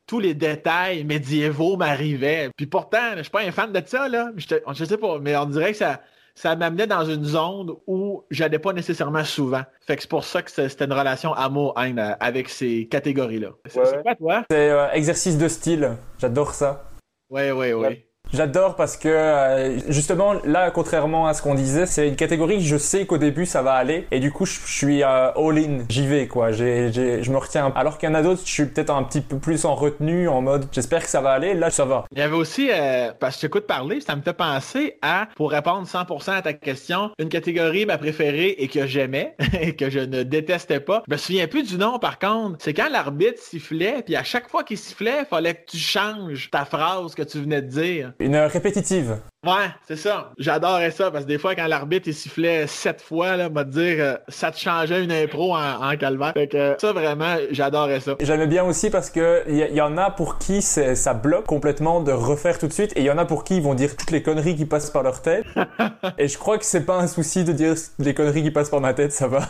tous les détails médiévaux m'arrivaient. Puis pourtant, je suis pas un fan de ça, là. Je, te, je sais pas, mais on dirait que ça, ça m'amenait dans une zone où j'allais pas nécessairement souvent. Fait que c'est pour ça que c'était une relation amour-haine avec ces catégories-là. C'est, ouais. c'est quoi, toi? C'est euh, exercice de style. J'adore ça. Oui, oui, oui. J'adore parce que euh, justement là, contrairement à ce qu'on disait, c'est une catégorie que je sais qu'au début ça va aller et du coup je, je suis euh, all-in, j'y vais quoi. J'ai, j'ai, je me retiens. Alors qu'il y en a d'autres, je suis peut-être un petit peu plus en retenue, en mode j'espère que ça va aller. Là ça va. Il y avait aussi, euh, parce que je t'écoute parler, ça me fait penser à, pour répondre cent pour cent à ta question, une catégorie ma préférée et que j'aimais et que je ne détestais pas. Je me souviens plus du nom par contre. C'est quand l'arbitre sifflait, puis à chaque fois qu'il sifflait, il fallait que tu changes ta phrase que tu venais de dire. Une répétitive. Ouais, c'est ça. J'adorais ça parce que des fois, quand l'arbitre il sifflait sept fois, là, m'a dire euh, ça te changeait une impro en, en calvaire. Fait que euh, ça, vraiment, j'adorais ça. J'aimais bien aussi parce que il y, y en a pour qui c'est, ça bloque complètement de refaire tout de suite et il y en a pour qui ils vont dire toutes les conneries qui passent par leur tête. Et je crois que c'est pas un souci de dire les conneries qui passent par ma tête, ça va.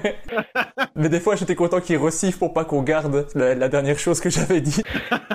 Mais des fois, j'étais content qu'ils resifflent pour pas qu'on garde la, la dernière chose que j'avais dit.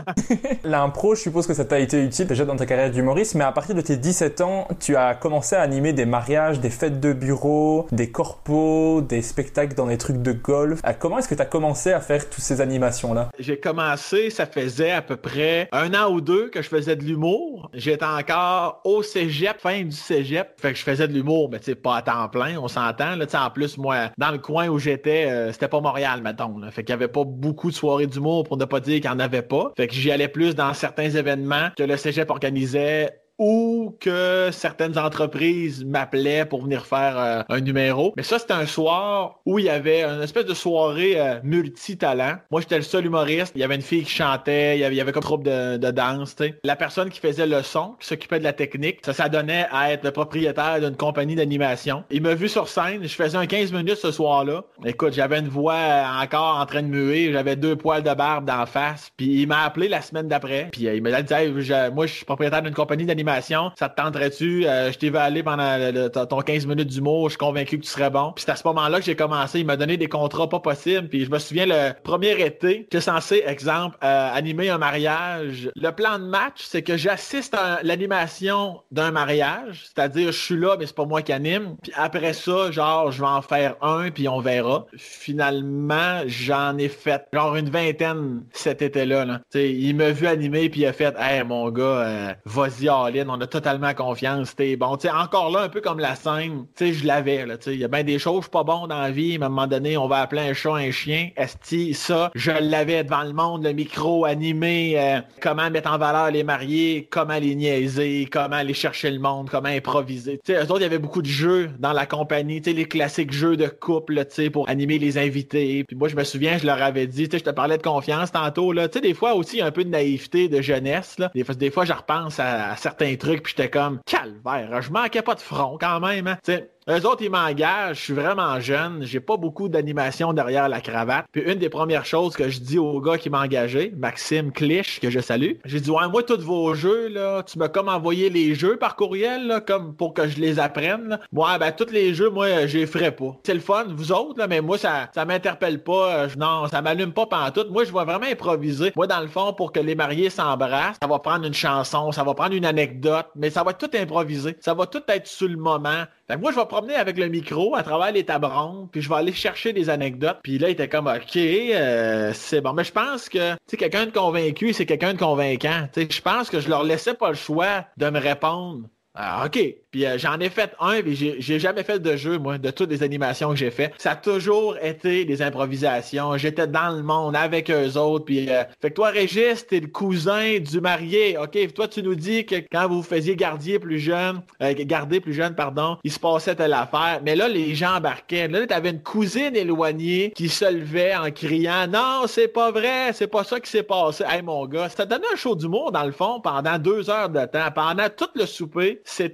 L'impro, je suppose que ça t'a été utile déjà dans ta carrière d'humoriste, mais à partir de tes dix-sept ans, tu as commencé à animer des mariages, des fêtes de bureau, des corpos, des spectacles dans des trucs de golf. Comment est-ce que tu as commencé à faire toutes ces animations-là? J'ai commencé, ça faisait à peu près un an ou deux que je faisais de l'humour. J'étais encore au cégep, fin du cégep. Fait que je faisais de l'humour, mais tu sais, pas à temps plein, on s'entend. Là, tu sais, en plus, moi, dans le coin où j'étais, euh, c'était pas Montréal, mettons. Là. Fait qu'il y avait pas beaucoup de soirées d'humour pour ne pas dire qu'il y en avait pas. Fait que j'y allais plus dans certains événements que le cégep organisait ou que certaines entreprises m'appelaient pour venir faire euh, un numéro. Mais ça, c'était un soir où il y avait une espèce de soirée euh, multi-talent. Moi, j'étais le seul humoriste. Il y avait une fille qui chantait, il y avait, il y avait comme troupe de, de danse, tu sais. La personne qui faisait le son, qui s'occupait de la technique, ça s'adonnait à être le propriétaire d'une compagnie d'animation. Il m'a vu sur scène, je faisais un quinze minutes ce soir-là. Écoute, j'avais une voix encore en train de muer, j'avais deux poils de barbe d'en face, puis il m'a appelé la semaine d'après, puis euh, il m'a dit hey, je, moi, je suis propriétaire d'une compagnie d'animation. Ça te tenterait-tu? Euh, je t'ai vu aller pendant le, le, ton quinze minutes d'humour, je suis convaincu que tu serais bon. Puis c'est à ce moment-là que j'ai commencé. Il m'a donné des contrats pas possibles. Puis je me souviens, le premier été, j'étais censé, exemple, euh, animer un mariage. Le plan de match, c'est que j'assiste à l'animation d'un mariage. C'est-à-dire, je suis là, mais c'est pas moi qui anime. Puis après ça, genre, je vais en faire un, puis on verra. Finalement, j'en ai fait genre une vingtaine cet été-là. Là. Il m'a vu animer, puis il a fait « Hey, mon gars, euh, vas-y, all-in. On a totalement confiance, t'es bon. T'sais, encore là, un peu comme la scène, t'sais, je l'avais. Il y a bien des choses, je suis pas bon dans la vie, mais à un moment donné, on va appeler un chat un chien. Esti, ça, je l'avais devant le monde, le micro animé, euh, comment mettre en valeur les mariés, comment les niaiser, comment aller chercher le monde, comment improviser. T'sais, eux autres, il y avait beaucoup de jeux dans la compagnie, t'sais, les classiques jeux de couple t'sais, pour animer les invités. Puis moi, je me souviens, je leur avais dit, je te parlais de confiance tantôt, là. T'sais, des fois aussi, il y a un peu de naïveté, de jeunesse. Là. Des fois, des fois je repense à, à certains trucs, puis j'étais comme calvaire, je manquais pas de front quand même, hein. T'sais, eux autres, ils m'engagent, je suis vraiment jeune, j'ai pas beaucoup d'animation derrière la cravate. Puis une des premières choses que je dis au gars qui m'a engagé, Maxime Clich, que je salue, j'ai dit, ouais, moi, tous vos jeux, là, tu m'as comme envoyé les jeux par courriel, là, comme pour que je les apprenne, là. Ouais, ben, tous les jeux, moi, je les ferais pas. C'est le fun, vous autres, là, mais moi, ça, ça m'interpelle pas, non, ça m'allume pas pantoute. Moi, je vais vraiment improviser. Moi, dans le fond, pour que les mariés s'embrassent, ça va prendre une chanson, ça va prendre une anecdote, mais ça va tout improviser. Ça va tout être sur le moment. Fait que moi, je vais promener avec le micro à travers les tables rondes, puis je vais aller chercher des anecdotes. Puis là, il était comme, OK, euh, c'est bon. Mais je pense que, tu sais, quelqu'un de convaincu, c'est quelqu'un de convaincant. Tu sais, je pense que je leur laissais pas le choix de me répondre. Ah, OK. Puis euh, j'en ai fait un, puis j'ai, j'ai jamais fait de jeu, moi, de toutes les animations que j'ai fait. Ça a toujours été des improvisations. J'étais dans le monde avec eux autres. Puis, euh, fait que toi, Régis, t'es le cousin du marié. OK, toi, tu nous dis que quand vous faisiez gardier plus jeune, euh, garder plus jeune, pardon, il se passait telle affaire. Mais là, les gens embarquaient. Là, t'avais une cousine éloignée qui se levait en criant « Non, c'est pas vrai, c'est pas ça qui s'est passé. » Hey, mon gars, ça donnait un show d'humour, dans le fond, pendant deux heures de temps. Pendant tout le souper, c'était un show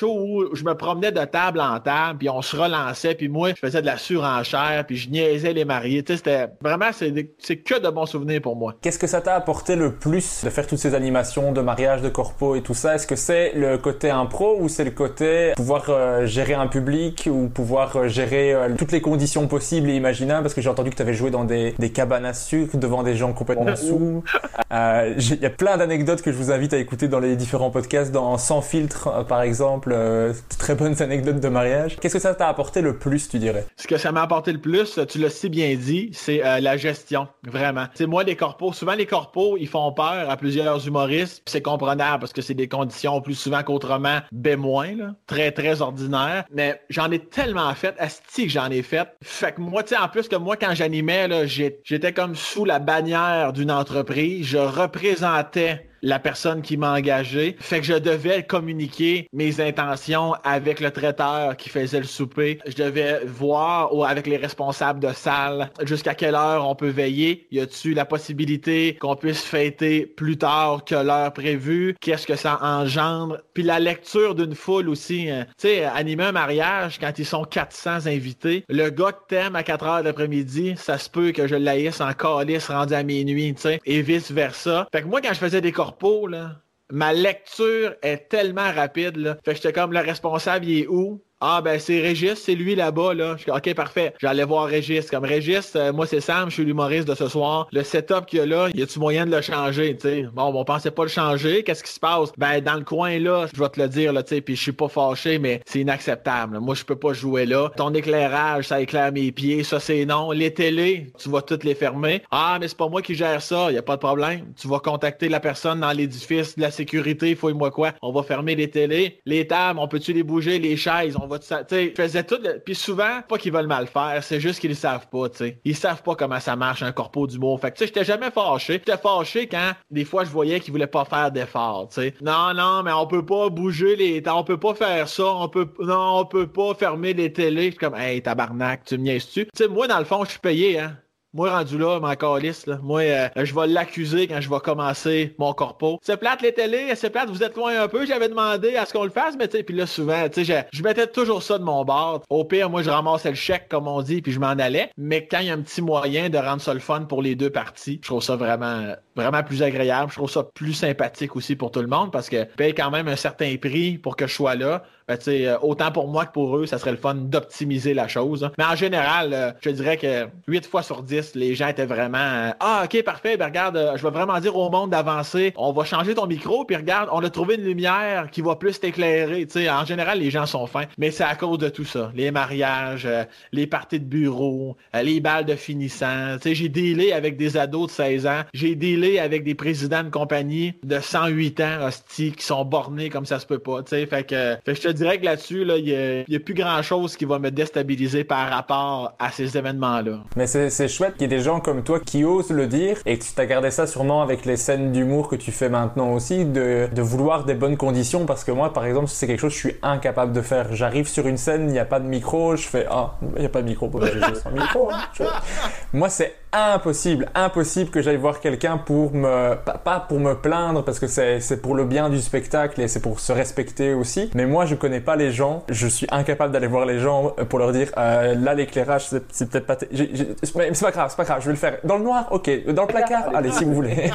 shows où je me promenais de table en table, puis on se relançait, puis moi, je faisais de la surenchère, puis je niaisais les mariés. Tu sais, c'était vraiment, c'est, des, c'est que de bons souvenirs pour moi. Qu'est-ce que ça t'a apporté le plus de faire toutes ces animations de mariage, de corpo et tout ça? Est-ce que c'est le côté impro ou c'est le côté pouvoir euh, gérer un public ou pouvoir euh, gérer euh, toutes les conditions possibles et imaginables? Parce que j'ai entendu que tu avais joué dans des, des cabanes à sucre devant des gens complètement sous. Euh, il y a plein d'anecdotes que je vous invite à écouter dans les différents podcasts, dans Sans filtre euh, par exemple, euh, très bonnes anecdotes de mariage. Qu'est-ce que ça t'a apporté le plus, tu dirais? Ce que ça m'a apporté le plus, tu l'as si bien dit, c'est euh, la gestion, vraiment. Tu sais, moi, les corpos, souvent les corpos, ils font peur à plusieurs humoristes, c'est comprenable parce que c'est des conditions plus souvent qu'autrement, ben moins, là, très, très ordinaires, mais j'en ai tellement fait, asti que j'en ai fait. Fait que moi, tu sais, en plus que moi, quand j'animais, là, j'ai, j'étais comme sous la bannière d'une entreprise, je représentais la personne qui m'a engagé. Fait que je devais communiquer mes intentions avec le traiteur qui faisait le souper. Je devais voir ou avec les responsables de salle jusqu'à quelle heure on peut veiller. Y a-tu la possibilité qu'on puisse fêter plus tard que l'heure prévue? Qu'est-ce que ça engendre? Puis la lecture d'une foule aussi. Hein. Tu sais, animer un mariage quand ils sont quatre cents invités. Le gars que t'aimes à quatre heures l'après-midi, ça se peut que je l'haïsse en calice rendu à minuit, tu sais, et vice-versa. Fait que moi, quand je faisais des corpos, là, ma lecture est tellement rapide, là. Fait que j'étais comme, le responsable, il est où? Ah, ben, c'est Régis, c'est lui là-bas, là. Je dis, OK, parfait. J'allais voir Régis. Comme Régis, euh, moi, c'est Sam, je suis l'humoriste de ce soir. Le setup qu'il y a là, y a-tu moyen de le changer, tu sais? Bon, on pensait pas le changer. Qu'est-ce qui se passe? Ben, dans le coin, là, je vais te le dire, là, tu sais, puis je suis pas fâché, mais c'est inacceptable. Moi, je peux pas jouer là. Ton éclairage, ça éclaire mes pieds. Ça, c'est non. Les télés, tu vas toutes les fermer. Ah, mais c'est pas moi qui gère ça. Y a pas de problème. Tu vas contacter la personne dans l'édifice de la sécurité, fouille-moi quoi. On va fermer les télés. Les tables, on peut-tu les bouger? Les chaises, on va, tu sais, je faisais tout, le... puis souvent, pas qu'ils veulent mal faire, c'est juste qu'ils le savent pas, tu sais. Ils savent pas comment ça marche un corpo d'humour. Fait que, tu sais, j'étais jamais fâché. J'étais fâché quand, des fois, je voyais qu'ils voulaient pas faire d'efforts, tu sais. Non, non, mais on peut pas bouger les, on peut pas faire ça, on peut, non, on peut pas fermer les télés. Je suis comme, hey, tabarnak, tu me niaises-tu? Tu sais, moi, dans le fond, je suis payé, hein. Moi, rendu là, mon calisse, là. Moi, euh, je vais l'accuser quand je vais commencer mon corpo. C'est plate les télés, c'est plate, vous êtes loin un peu. J'avais demandé à ce qu'on le fasse, mais tu sais, puis là, souvent, tu sais, je, je mettais toujours ça de mon bord. Au pire, moi, je ramassais le chèque, comme on dit, puis je m'en allais. Mais quand il y a un petit moyen de rendre ça le fun pour les deux parties, je trouve ça vraiment, vraiment plus agréable. Je trouve ça plus sympathique aussi pour tout le monde parce que je paye quand même un certain prix pour que je sois là. Ben, tu sais, euh, autant pour moi que pour eux, ça serait le fun d'optimiser la chose. Hein. Mais en général, euh, je dirais que huit fois sur dix, les gens étaient vraiment euh, ah, ok, parfait, ben regarde, euh, je vais vraiment dire au monde d'avancer. On va changer ton micro, puis regarde, on a trouvé une lumière qui va plus t'éclairer. Tu sais, en général, les gens sont fins. Mais c'est à cause de tout ça. Les mariages, euh, les parties de bureau, euh, les balles de finissants. Tu sais, j'ai dealé avec des ados de seize ans. J'ai dealé avec des présidents de compagnie de cent huit ans, hostie, qui sont bornés comme ça se peut pas. Tu sais, fait que, fait que je te dirais que là-dessus, là, il n'y a, a plus grand-chose qui va me déstabiliser par rapport à ces événements-là. Mais c'est, c'est chouette qu'il y ait des gens comme toi qui osent le dire et que tu t'as gardé ça sûrement avec les scènes d'humour que tu fais maintenant aussi, de, de vouloir des bonnes conditions parce que moi, par exemple, c'est quelque chose que je suis incapable de faire. J'arrive sur une scène, il n'y a pas de micro, je fais « Ah, il n'y a pas de micro, j'ai juste un micro. Hein. » Moi, c'est impossible, impossible que j'aille voir quelqu'un pour me, pas pour me plaindre parce que c'est, c'est pour le bien du spectacle et c'est pour se respecter aussi. Mais moi, je connais pas les gens, je suis incapable d'aller voir les gens pour leur dire euh, là l'éclairage c'est, c'est peut-être pas, t- j'ai, j'ai, mais c'est pas grave, c'est pas grave, je vais le faire dans le noir, ok, dans le placard, allez si vous voulez.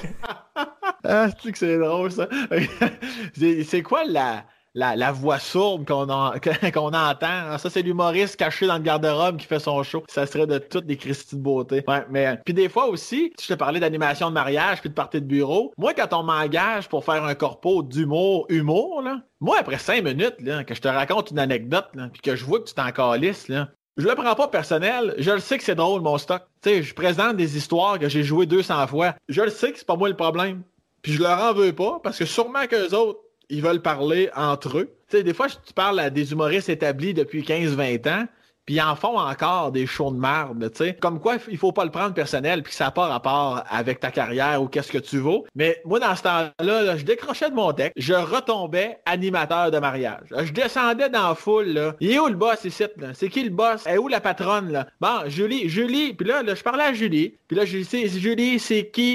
Ah, c'est que c'est drôle ça. c'est, c'est quoi la La, la voix sourde qu'on, a, qu'on entend. Ça, c'est l'humoriste caché dans le garde-robe qui fait son show. Ça serait de toutes des Christy de beauté. Ouais, mais puis des fois aussi, je te parlais d'animation de mariage puis de partie de bureau. Moi, quand on m'engage pour faire un corpo d'humour, humour, là, moi, après cinq minutes, là, que je te raconte une anecdote, là, puis que je vois que tu t'en calisses, là, je le prends pas personnel. Je le sais que c'est drôle, mon stock. Tu sais, je présente des histoires que j'ai jouées deux cents fois. Je le sais que c'est pas moi le problème. Puis je leur en veux pas parce que sûrement qu'eux autres, ils veulent parler entre eux. Tu sais, des fois, tu parles à des humoristes établis depuis quinze vingt ans, puis ils en font encore des shows de merde, tu sais. Comme quoi, il faut pas le prendre personnel, puis que ça n'a pas rapport avec ta carrière ou qu'est-ce que tu vaux. Mais moi, dans ce temps-là, là, je décrochais de mon deck, je retombais animateur de mariage. Je descendais dans la foule, là. Il est où le boss ici, là? C'est qui le boss? Et où la patronne, là? Bon, Julie, Julie, puis là, là, je parlais à Julie, puis là, je dis, Julie, c'est qui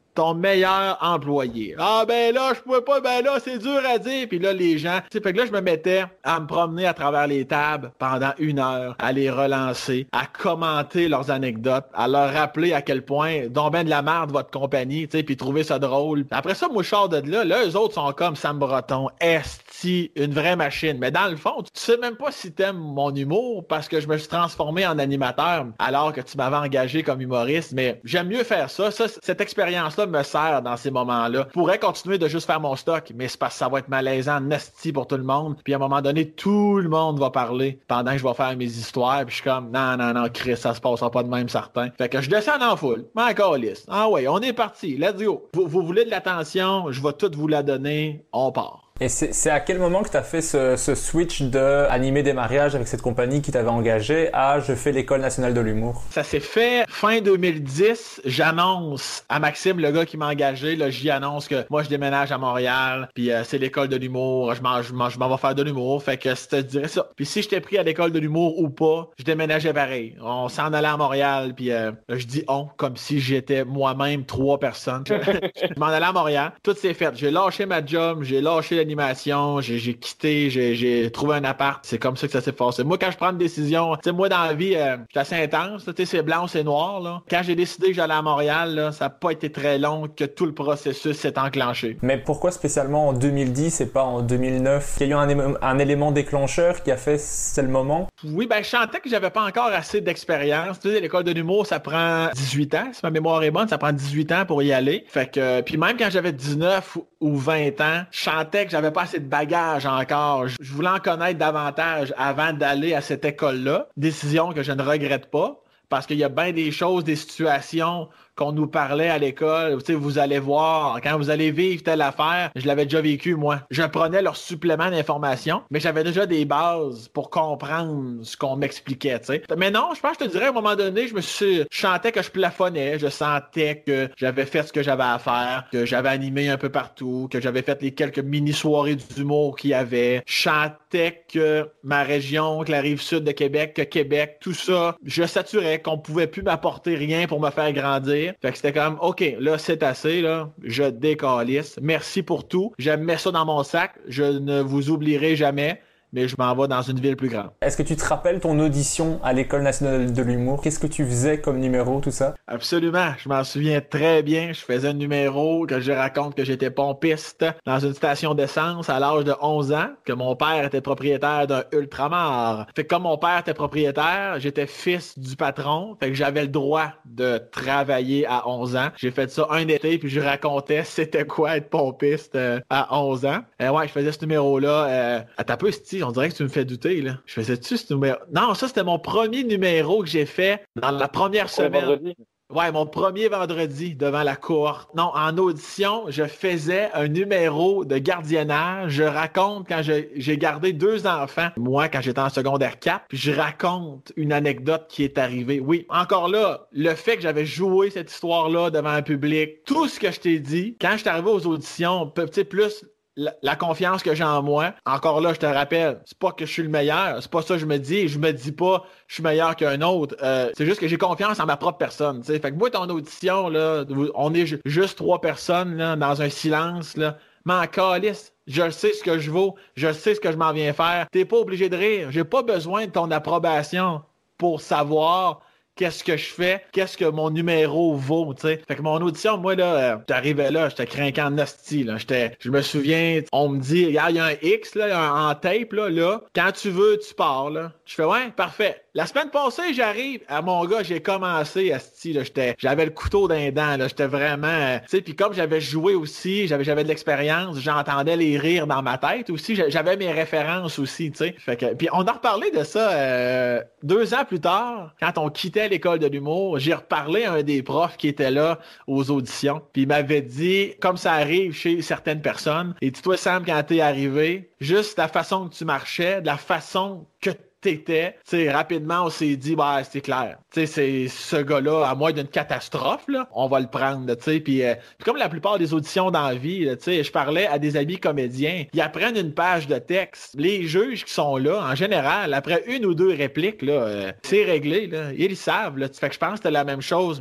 ton meilleur employé. Ah ben là, je pouvais pas, ben là, c'est dur à dire. Puis là, les gens, tu sais, fait que là, je me mettais à me promener à travers les tables pendant une heure, à les relancer, à commenter leurs anecdotes, à leur rappeler à quel point, donc ben de la merde, votre compagnie, tu sais, puis trouver ça drôle. Après ça, moi, je sors de là, là, eux autres sont comme Sam Breton, esti, une vraie machine. Mais dans le fond, tu sais même pas si t'aimes mon humour parce que je me suis transformé en animateur alors que tu m'avais engagé comme humoriste. Mais j'aime mieux faire ça. Ça, cette expérience-là me sert dans ces moments-là. Je pourrais continuer de juste faire mon stock, mais c'est parce que ça va être malaisant, nasty pour tout le monde. Puis à un moment donné, tout le monde va parler pendant que je vais faire mes histoires. Puis je suis comme, non, non, non, Chris, ça se passera pas de même, certain. Fait que je descends en foule. Encore liste. Ah ouais, on est parti. Let's go. Vous, vous voulez de l'attention? Je vais tout vous la donner. On part. Et c'est, c'est à quel moment que tu as fait ce, ce switch de animer des mariages avec cette compagnie qui t'avait engagé à je fais l'École nationale de l'humour? Ça s'est fait fin deux mille dix. J'annonce à Maxime, le gars qui m'a engagé, là, j'y annonce que moi je déménage à Montréal, puis euh, c'est l'École de l'humour, je m'en, je m'en, je m'en vais faire de l'humour, fait que je te dirais ça. Puis si j'étais pris à l'École de l'humour ou pas, je déménageais pareil. On s'en allait à Montréal, puis euh, je dis on, comme si j'étais moi-même trois personnes. Je m'en allais à Montréal, tout s'est fait. J'ai lâché ma job, j'ai lâché l'animation, j'ai, j'ai quitté, j'ai, j'ai trouvé un appart. C'est comme ça que ça s'est passé. Moi, quand je prends une décision, tu sais, moi, dans la vie, euh, je suis assez intense, tu sais, c'est blanc ou c'est noir, là. Quand j'ai décidé que j'allais à Montréal, là, ça n'a pas été très long que tout le processus s'est enclenché. Mais pourquoi spécialement en deux mille dix et pas en deux mille neuf? Il y a eu un, é- un élément déclencheur qui a fait c'est le moment? Oui, ben, je sentais que j'avais pas encore assez d'expérience. Tu sais, l'école de l'humour, ça prend dix-huit ans. Si ma mémoire est bonne, ça prend dix-huit ans pour y aller. Fait que, euh, puis même quand j'avais dix-neuf ou vingt ans, je sentais que j'avais pas assez de bagages encore. Je voulais en connaître davantage avant d'aller à cette école-là. Décision que je ne regrette pas. Parce qu'il y a bien des choses, des situations qu'on nous parlait à l'école. Tu sais, vous allez voir, quand vous allez vivre telle affaire, je l'avais déjà vécu, moi. Je prenais leur supplément d'informations, mais j'avais déjà des bases pour comprendre ce qu'on m'expliquait, tu sais. Mais non, je pense que je te dirais, à un moment donné, je me suis, je sentais que je plafonnais, je sentais que j'avais fait ce que j'avais à faire, que j'avais animé un peu partout, que j'avais fait les quelques mini-soirées d'humour qu'il y avait. Je sentais que ma région, que la rive sud de Québec, que Québec, tout ça, je saturais, qu'on pouvait plus m'apporter rien pour me faire grandir. Fait que c'était comme, OK, là, c'est assez, là. Je décalisse. Merci pour tout. Je mets ça dans mon sac. Je ne vous oublierai jamais. Mais je m'en vais dans une ville plus grande. Est-ce que tu te rappelles ton audition à l'École nationale de l'humour? Qu'est-ce que tu faisais comme numéro, tout ça? Absolument. Je m'en souviens très bien. Je faisais un numéro que je raconte que j'étais pompiste dans une station d'essence à l'âge de onze ans, que mon père était propriétaire d'un Ultramar. Fait que comme mon père était propriétaire, j'étais fils du patron. Fait que j'avais le droit de travailler à onze ans. J'ai fait ça un été, puis je racontais c'était quoi être pompiste euh, à onze ans. Et ouais, je faisais ce numéro-là. Euh, à ta peu, Steve, on dirait que tu me fais douter, là. Je faisais-tu ce numéro? Non, ça, c'était mon premier numéro que j'ai fait dans la première semaine. Vendredi. Ouais, mon premier vendredi devant la cohorte. Non, en audition, je faisais un numéro de gardiennage. Je raconte quand je, j'ai gardé deux enfants, moi, quand j'étais en secondaire quatre, puis je raconte une anecdote qui est arrivée. Oui, encore là, le fait que j'avais joué cette histoire-là devant un public, tout ce que je t'ai dit, quand je suis arrivé aux auditions, peut-être plus... La, la confiance que j'ai en moi, encore là, je te rappelle, c'est pas que je suis le meilleur, c'est pas ça que je me dis, je me dis pas je suis meilleur qu'un autre, euh, c'est juste que j'ai confiance en ma propre personne, tu sais. Fait que moi, ton audition, là, on est ju- juste trois personnes, là, dans un silence, là, mais en calice, je sais ce que je vaux, je sais ce que je m'en viens faire, t'es pas obligé de rire, j'ai pas besoin de ton approbation pour savoir qu'est-ce que je fais, qu'est-ce que mon numéro vaut, tu sais. Fait que mon audition, moi, là, euh, j'arrivais là, j'étais craquant de hostie, là. J'étais, je me souviens, on me dit, regarde, il y a un X, là, un, en tape, là, là. Quand tu veux, tu pars, là. Je fais, ouais, parfait. La semaine passée, j'arrive, à mon gars, j'ai commencé, hostie, là, j'étais, j'avais le couteau dans les dents, là. J'étais vraiment, euh, tu sais, puis comme j'avais joué aussi, j'avais, j'avais de l'expérience, j'entendais les rires dans ma tête aussi, j'avais mes références aussi, tu sais. Fait que, puis on a reparlé de ça, euh, deux ans plus tard, quand on quittait l'école de l'humour, j'ai reparlé à un des profs qui était là aux auditions, puis il m'avait dit, comme ça arrive chez certaines personnes, et dis-toi, Sam, quand t'es arrivé, juste la façon que tu marchais, de la façon que t'étais, tu sais, rapidement, on s'est dit, bah, c'est clair. Tu sais, c'est ce gars-là, à moins d'une catastrophe, là, on va le prendre, tu sais. Puis, euh, comme la plupart des auditions dans la vie, tu sais, je parlais à des amis comédiens, ils apprennent une page de texte. Les juges qui sont là, en général, après une ou deux répliques, là, euh, c'est réglé, là. Ils le savent, là. Fait que je pense que c'était la même chose, mais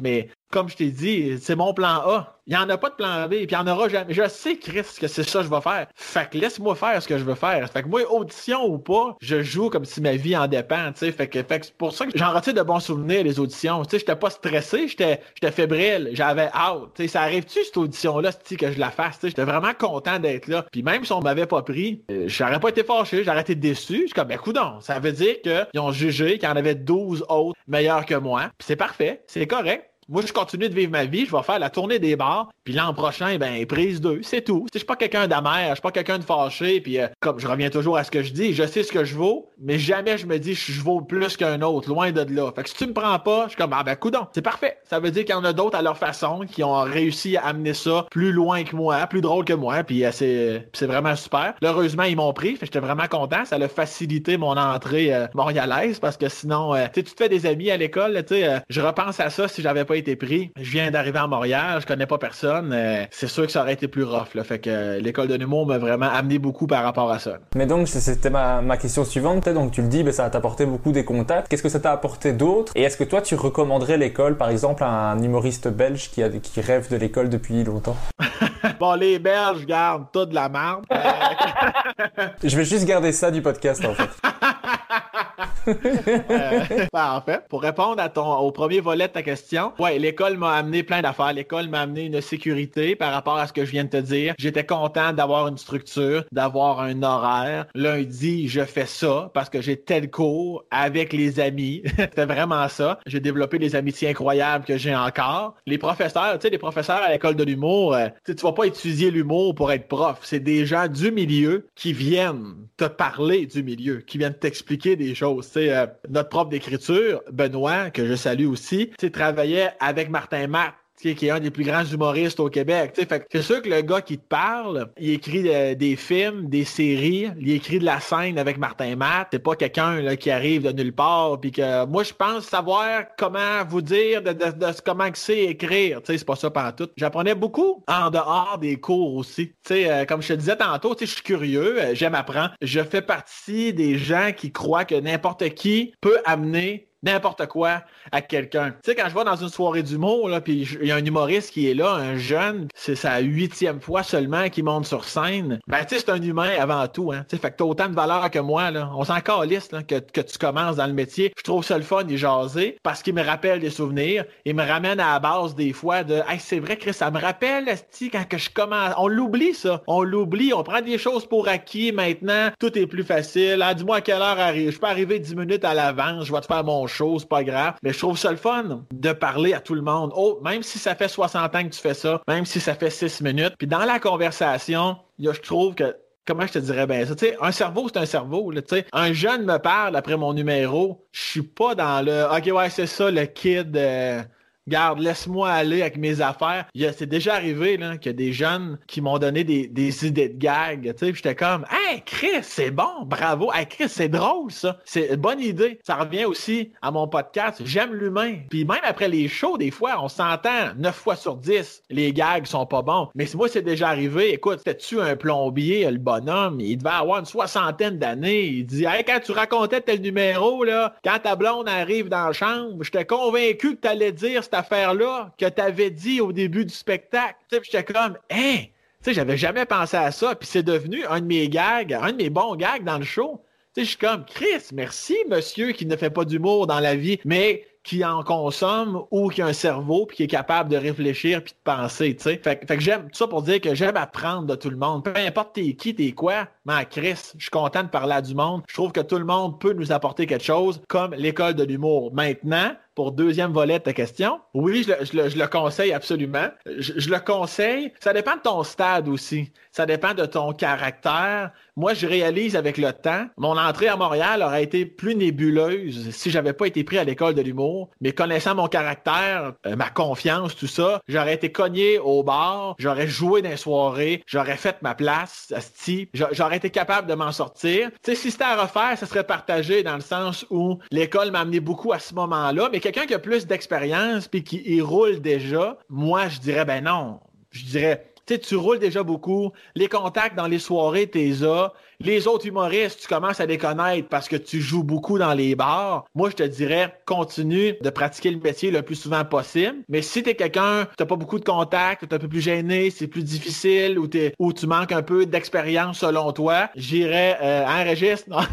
comme je t'ai dit, c'est mon plan A. Il n'y en a pas de plan B, puis il n'y en aura jamais. Je sais, Chris, que c'est ça que je vais faire. Fait que laisse-moi faire ce que je veux faire. Fait que moi, audition ou pas, je joue comme si ma vie en dépend, tu sais. Fait que, fait que c'est pour ça que j'en retire de bons souvenirs, les auditions. Tu sais, j'étais pas stressé, j'étais, j'étais fébrile, j'avais hâte. Tu sais, ça arrive-tu, cette audition-là, que je la fasse, tu sais. J'étais vraiment content d'être là. Puis même si on m'avait pas pris, euh, j'aurais pas été fâché, j'aurais été déçu. Je suis comme, ben, coudonc, ça veut dire qu'ils ont jugé qu'il y en avait douze autres meilleurs que moi. Puis c'est parfait, c'est correct. Moi, je continue de vivre ma vie, je vais faire la tournée des bars, puis l'an prochain, ben, prise deux, c'est tout. Je suis pas quelqu'un d'amer, je suis pas quelqu'un de fâché, puis euh, comme je reviens toujours à ce que je dis, je sais ce que je vaux, mais jamais je me dis je vaux plus qu'un autre, loin de là. Fait que si tu me prends pas, je suis comme, ah ben, coudonc, c'est parfait. Ça veut dire qu'il y en a d'autres à leur façon, qui ont réussi à amener ça plus loin que moi, plus drôle que moi, puis euh, c'est, c'est vraiment super. Heureusement, ils m'ont pris, fait que j'étais vraiment content, ça a facilité mon entrée euh, montréalaise, parce que sinon, euh, tu sais, tu te fais des amis à l'école, tu sais, euh, je repense à ça si j'avais pas été pris. Je viens d'arriver à Montréal, je connais pas personne. Euh, c'est sûr que ça aurait été plus rough. Là. Fait que euh, l'école de l'humour m'a vraiment amené beaucoup par rapport à ça. Mais donc, c'était ma, ma question suivante. Donc, tu le dis, ben, ça t'a apporté beaucoup des contacts. Qu'est-ce que ça t'a apporté d'autre? Et est-ce que toi, tu recommanderais l'école, par exemple, à un humoriste belge qui, a, qui rêve de l'école depuis longtemps? Bon, les Belges gardent tout de la merde. Euh... Je vais juste garder ça du podcast, en fait. euh, ben, en fait, pour répondre à ton, au premier volet de ta question, ouais, l'école m'a amené plein d'affaires. L'école m'a amené une sécurité par rapport à ce que je viens de te dire. J'étais content d'avoir une structure, d'avoir un horaire. Lundi, je fais ça parce que j'ai tel cours avec les amis. C'était vraiment ça. J'ai développé des amitiés incroyables que j'ai encore. Les professeurs, tu sais, les professeurs à l'école de l'humour, euh, tu vas pas étudier l'humour pour être prof. C'est des gens du milieu qui viennent te parler du milieu, qui viennent t'expliquer des choses. Tu sais, euh, notre prof d'écriture, Benoît, que je salue aussi, tu sais, travaillait avec Martin Matt, qui est un des plus grands humoristes au Québec. Fait que c'est sûr que le gars qui te parle, il écrit euh, des films, des séries, il écrit de la scène avec Martin Matt. C'est pas quelqu'un là, qui arrive de nulle part. Puis que moi, je pense savoir comment vous dire, de, de, de, de comment que c'est écrire. T'sais, c'est pas ça pantoute. J'apprenais beaucoup en dehors des cours aussi. T'sais, euh, comme je te disais tantôt, je suis curieux, euh, j'aime apprendre. Je fais partie des gens qui croient que n'importe qui peut amener n'importe quoi à quelqu'un. Tu sais, quand je vais dans une soirée d'humour, là, puis il y a un humoriste qui est là, un jeune, c'est sa huitième fois seulement qu'il monte sur scène, ben tu sais, c'est un humain avant tout, hein. Tu sais, fait que t'as autant de valeur que moi, là. On s'en calisse, là, que, que tu commences dans le métier. Je trouve ça le fun, y jaser, parce qu'il me rappelle des souvenirs, il me ramène à la base des fois de, hey, c'est vrai, Chris, ça me rappelle, esti, quand que je commence. On l'oublie, ça. On l'oublie, on prend des choses pour acquis maintenant, tout est plus facile. Ah, dis-moi à quelle heure arrive. Je peux arriver dix minutes à l'avance, je vais te faire mon chose, pas grave. Mais je trouve ça le fun de parler à tout le monde. Oh, même si ça fait soixante ans que tu fais ça, même si ça fait six minutes. Puis dans la conversation, je trouve que, comment je te dirais bien ça? Tu sais, un cerveau, c'est un cerveau. Là, tu sais. Un jeune me parle après mon numéro. Je suis pas dans le OK, ouais, c'est ça, le kid. Euh... Garde, laisse-moi aller avec mes affaires. Il y a, c'est déjà arrivé là, qu'il y a des jeunes qui m'ont donné des, des idées de gag. Tu sais, j'étais comme, hey, Chris, c'est bon, bravo. Hey, Chris, c'est drôle, ça. C'est une bonne idée. Ça revient aussi à mon podcast. J'aime l'humain. Puis même après les shows, des fois, on s'entend neuf fois sur dix. Les gags sont pas bons. Mais moi, c'est déjà arrivé. Écoute, c'était-tu un plombier, le bonhomme? Il devait avoir une soixantaine d'années. Il dit, hey, quand tu racontais tel numéro, là, quand ta blonde arrive dans la chambre, j'étais convaincu que t'allais dire cette affaire-là que t'avais dit au début du spectacle. Tu sais, j'étais comme, hein, tu sais, j'avais jamais pensé à ça. Puis c'est devenu un de mes gags, un de mes bons gags dans le show. Tu sais, je suis comme, Chris, merci, monsieur qui ne fait pas d'humour dans la vie, mais qui en consomme ou qui a un cerveau puis qui est capable de réfléchir puis de penser, tu sais. Fait, fait que j'aime tout ça pour dire que j'aime apprendre de tout le monde. Peu importe t'es qui, t'es quoi, mais Chris, je suis content de parler à du monde. Je trouve que tout le monde peut nous apporter quelque chose comme l'école de l'humour. Maintenant, pour deuxième volet de ta question, oui, je le, je le, je le conseille absolument. Je, je le conseille. Ça dépend de ton stade aussi. Ça dépend de ton caractère. Moi, je réalise avec le temps, mon entrée à Montréal aurait été plus nébuleuse si j'avais pas été pris à l'école de l'humour. Mais connaissant mon caractère, euh, ma confiance, tout ça, j'aurais été cogné au bar, j'aurais joué dans les soirées, j'aurais fait ma place, asti, j'aurais été capable de m'en sortir. Tu sais, si c'était à refaire, ça serait partagé dans le sens où l'école m'a amené beaucoup à ce moment-là, mais quelqu'un qui a plus d'expérience puis qui y roule déjà, moi, je dirais, ben non, je dirais... Tu sais, tu roules déjà beaucoup. Les contacts dans les soirées, t'es là. les autres humoristes, tu commences à les connaître parce que tu joues beaucoup dans les bars. Moi, je te dirais, continue de pratiquer le métier le plus souvent possible. Mais si t'es quelqu'un, t'as pas beaucoup de contacts, t'es un peu plus gêné, c'est plus difficile, ou, t'es, ou tu manques un peu d'expérience selon toi, j'irais euh, un registre. Non.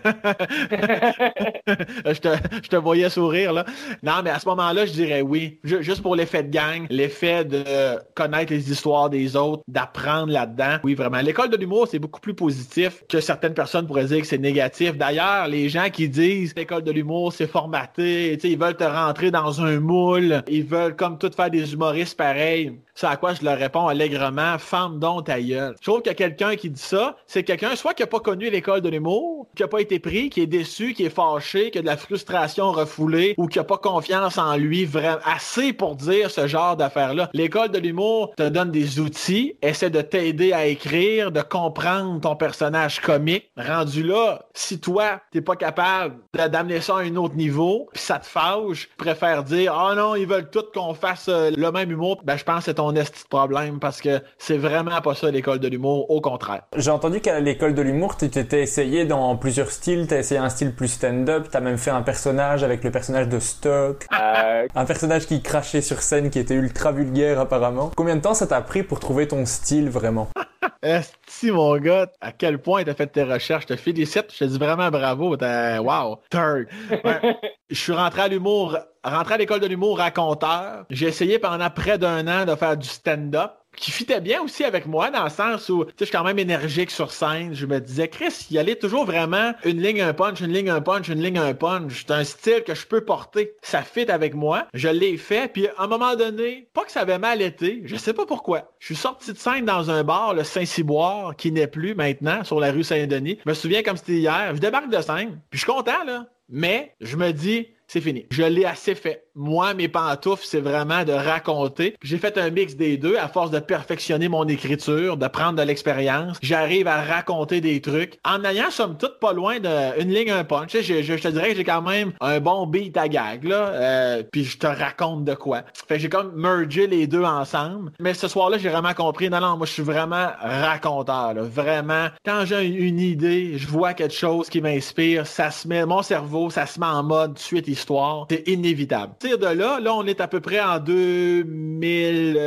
je, te, je te voyais sourire, là. Non, mais à ce moment-là, je dirais oui. Je, juste pour l'effet de gang, l'effet de connaître les histoires des autres, d'apprendre là-dedans. Oui, vraiment. L'école de l'humour, c'est beaucoup plus positif que certaines personnes pourraient dire que c'est négatif. D'ailleurs, les gens qui disent l'école de l'humour, c'est formaté, ils veulent te rentrer dans un moule, ils veulent comme tout faire des humoristes pareils. C'est à quoi je leur réponds allègrement, ferme donc ta gueule. Je trouve que quelqu'un qui dit ça, c'est quelqu'un soit qui n'a pas connu l'école de l'humour, qui n'a pas été pris, qui est déçu, qui est fâché, qui a de la frustration refoulée ou qui n'a pas confiance en lui vraiment assez pour dire ce genre d'affaires-là. L'école de l'humour te donne des outils, essaie de t'aider à écrire, de comprendre ton personnage comique. Rendu là, si toi, t'es pas capable d'amener ça à un autre niveau, puis ça te fâche, tu préfères dire « Ah oh non, ils veulent tous qu'on fasse euh, le même humour », ben je pense que c'est ton esti de problème parce que c'est vraiment pas ça l'école de l'humour, au contraire. J'ai entendu qu'à l'école de l'humour, tu t'étais essayé dans plusieurs styles, t'as essayé un style plus stand-up, t'as même fait un personnage avec le personnage de Stock, euh, un personnage qui crachait sur scène qui était ultra vulgaire apparemment. Combien de temps ça t'a pris pour trouver ton style vraiment? Esti, mon gars, à quel point t'as fait tes recherches, je te félicite, je te dis vraiment bravo, t'as... wow, third. Ouais. Je suis rentré à l'humour, rentré à l'école de l'humour raconteur. J'ai essayé pendant près d'un an de faire du stand-up, qui fitait bien aussi avec moi, dans le sens où, tu sais, je suis quand même énergique sur scène. Je me disais, Chris, il allait toujours vraiment une ligne, un punch, une ligne, un punch, une ligne, un punch. C'est un style que je peux porter. Ça fit avec moi. Je l'ai fait, puis à un moment donné, pas que ça avait mal été, je sais pas pourquoi. Je suis sorti de scène dans un bar, le Saint-Cyboire, qui n'est plus maintenant, sur la rue Saint-Denis. Je me souviens comme c'était hier. Je débarque de scène, puis je suis content, là. Mais je me dis, c'est fini. Je l'ai assez fait. Moi, mes pantoufles, c'est vraiment de raconter. J'ai fait un mix des deux à force de perfectionner mon écriture, de prendre de l'expérience. J'arrive à raconter des trucs en ayant, somme toute, pas loin d'une ligne, un punch. Je, je, je te dirais que j'ai quand même un bon beat à gag, là. Euh, puis je te raconte de quoi. Fait que j'ai comme mergé les deux ensemble. Mais ce soir-là, j'ai vraiment compris. Non, non, moi, je suis vraiment raconteur, là. Vraiment. Quand j'ai une idée, je vois quelque chose qui m'inspire, ça se met, mon cerveau, ça se met en mode suite histoire. C'est inévitable. De là, là, on est à peu près en deux mille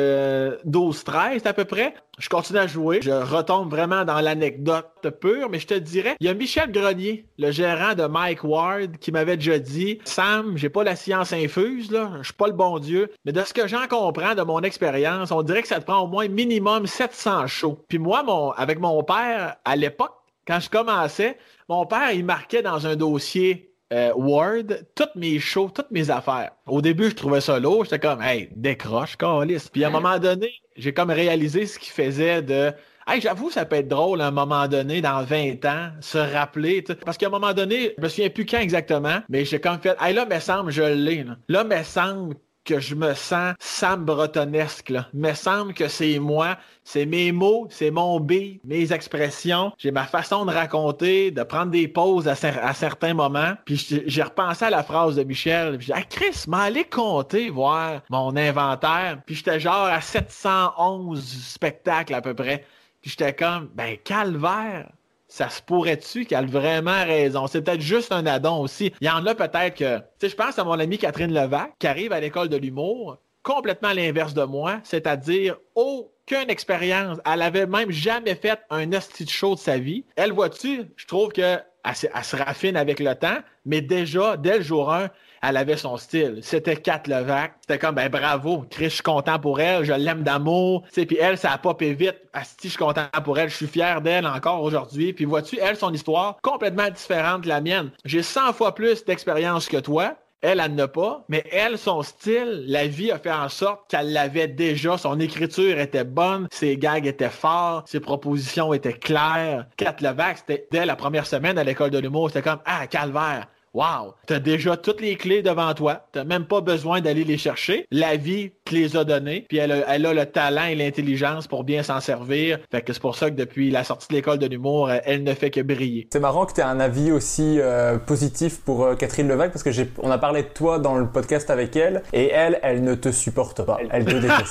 douze treize à peu près. Je continue à jouer. Je retombe vraiment dans l'anecdote pure, mais je te dirais, il y a Michel Grenier, le gérant de Mike Ward, qui m'avait déjà dit, Sam, j'ai pas la science infuse, là, je suis pas le bon Dieu, mais de ce que j'en comprends de mon expérience, on dirait que ça te prend au moins minimum sept cents shows. Puis moi, mon, avec mon père, à l'époque, quand je commençais, mon père, il marquait dans un dossier Euh, Word, toutes mes shows, toutes mes affaires. Au début, je trouvais ça lourd. J'étais comme, hey, décroche, câlisse. Puis à un moment donné, j'ai comme réalisé ce qu'il faisait de... Hey, j'avoue, ça peut être drôle à un moment donné, dans vingt ans, se rappeler. T'sais. Parce qu'à un moment donné, je me souviens plus quand exactement, mais j'ai comme fait, hey, là, me semble, je l'ai. Là, là me semble que je me sens Sam Bretonesque, là. Me semble que c'est moi, c'est mes mots, c'est mon beat, mes expressions, j'ai ma façon de raconter, de prendre des pauses à, cer- à certains moments. Puis j'ai repensé à la phrase de Michel, puis j'ai dit, hey, Chris, m'allez compter, voir mon inventaire. Puis j'étais genre à sept cent onze spectacles à peu près. Puis j'étais comme, ben calvaire, ça se pourrait-tu qu'elle a vraiment raison? C'est peut-être juste un addon aussi. Il y en a peut-être que... Tu sais, je pense à mon amie Catherine Levac, qui arrive à l'école de l'humour, complètement à l'inverse de moi, c'est-à-dire aucune expérience. Elle avait même jamais fait un hostie de show de sa vie. Elle, vois-tu, je trouve que elle, elle se raffine avec le temps, mais déjà, dès le jour un, elle avait son style. C'était Cat Levac. C'était comme, ben bravo, Chris, je suis content pour elle, je l'aime d'amour. Tu sais, puis elle, ça a popé vite. Asti, je suis content pour elle, je suis fier d'elle encore aujourd'hui. Puis vois-tu, elle, son histoire, complètement différente de la mienne. J'ai cent fois plus d'expérience que toi. Elle, elle n'a pas, mais elle, son style, la vie a fait en sorte qu'elle l'avait déjà. Son écriture était bonne, ses gags étaient forts, ses propositions étaient claires. Cat Levac, c'était dès la première semaine à l'école de l'humour, c'était comme, ah, calvaire. Wow! T'as déjà toutes les clés devant toi. T'as même pas besoin d'aller les chercher. La vie te les a données. Puis elle a, elle a le talent et l'intelligence pour bien s'en servir. Fait que c'est pour ça que depuis la sortie de l'école de l'humour, elle ne fait que briller. C'est marrant que tu aies un avis aussi euh, positif pour euh, Catherine Levac parce que j'ai, on a parlé de toi dans le podcast avec elle et elle, elle ne te supporte pas. Elle te déteste.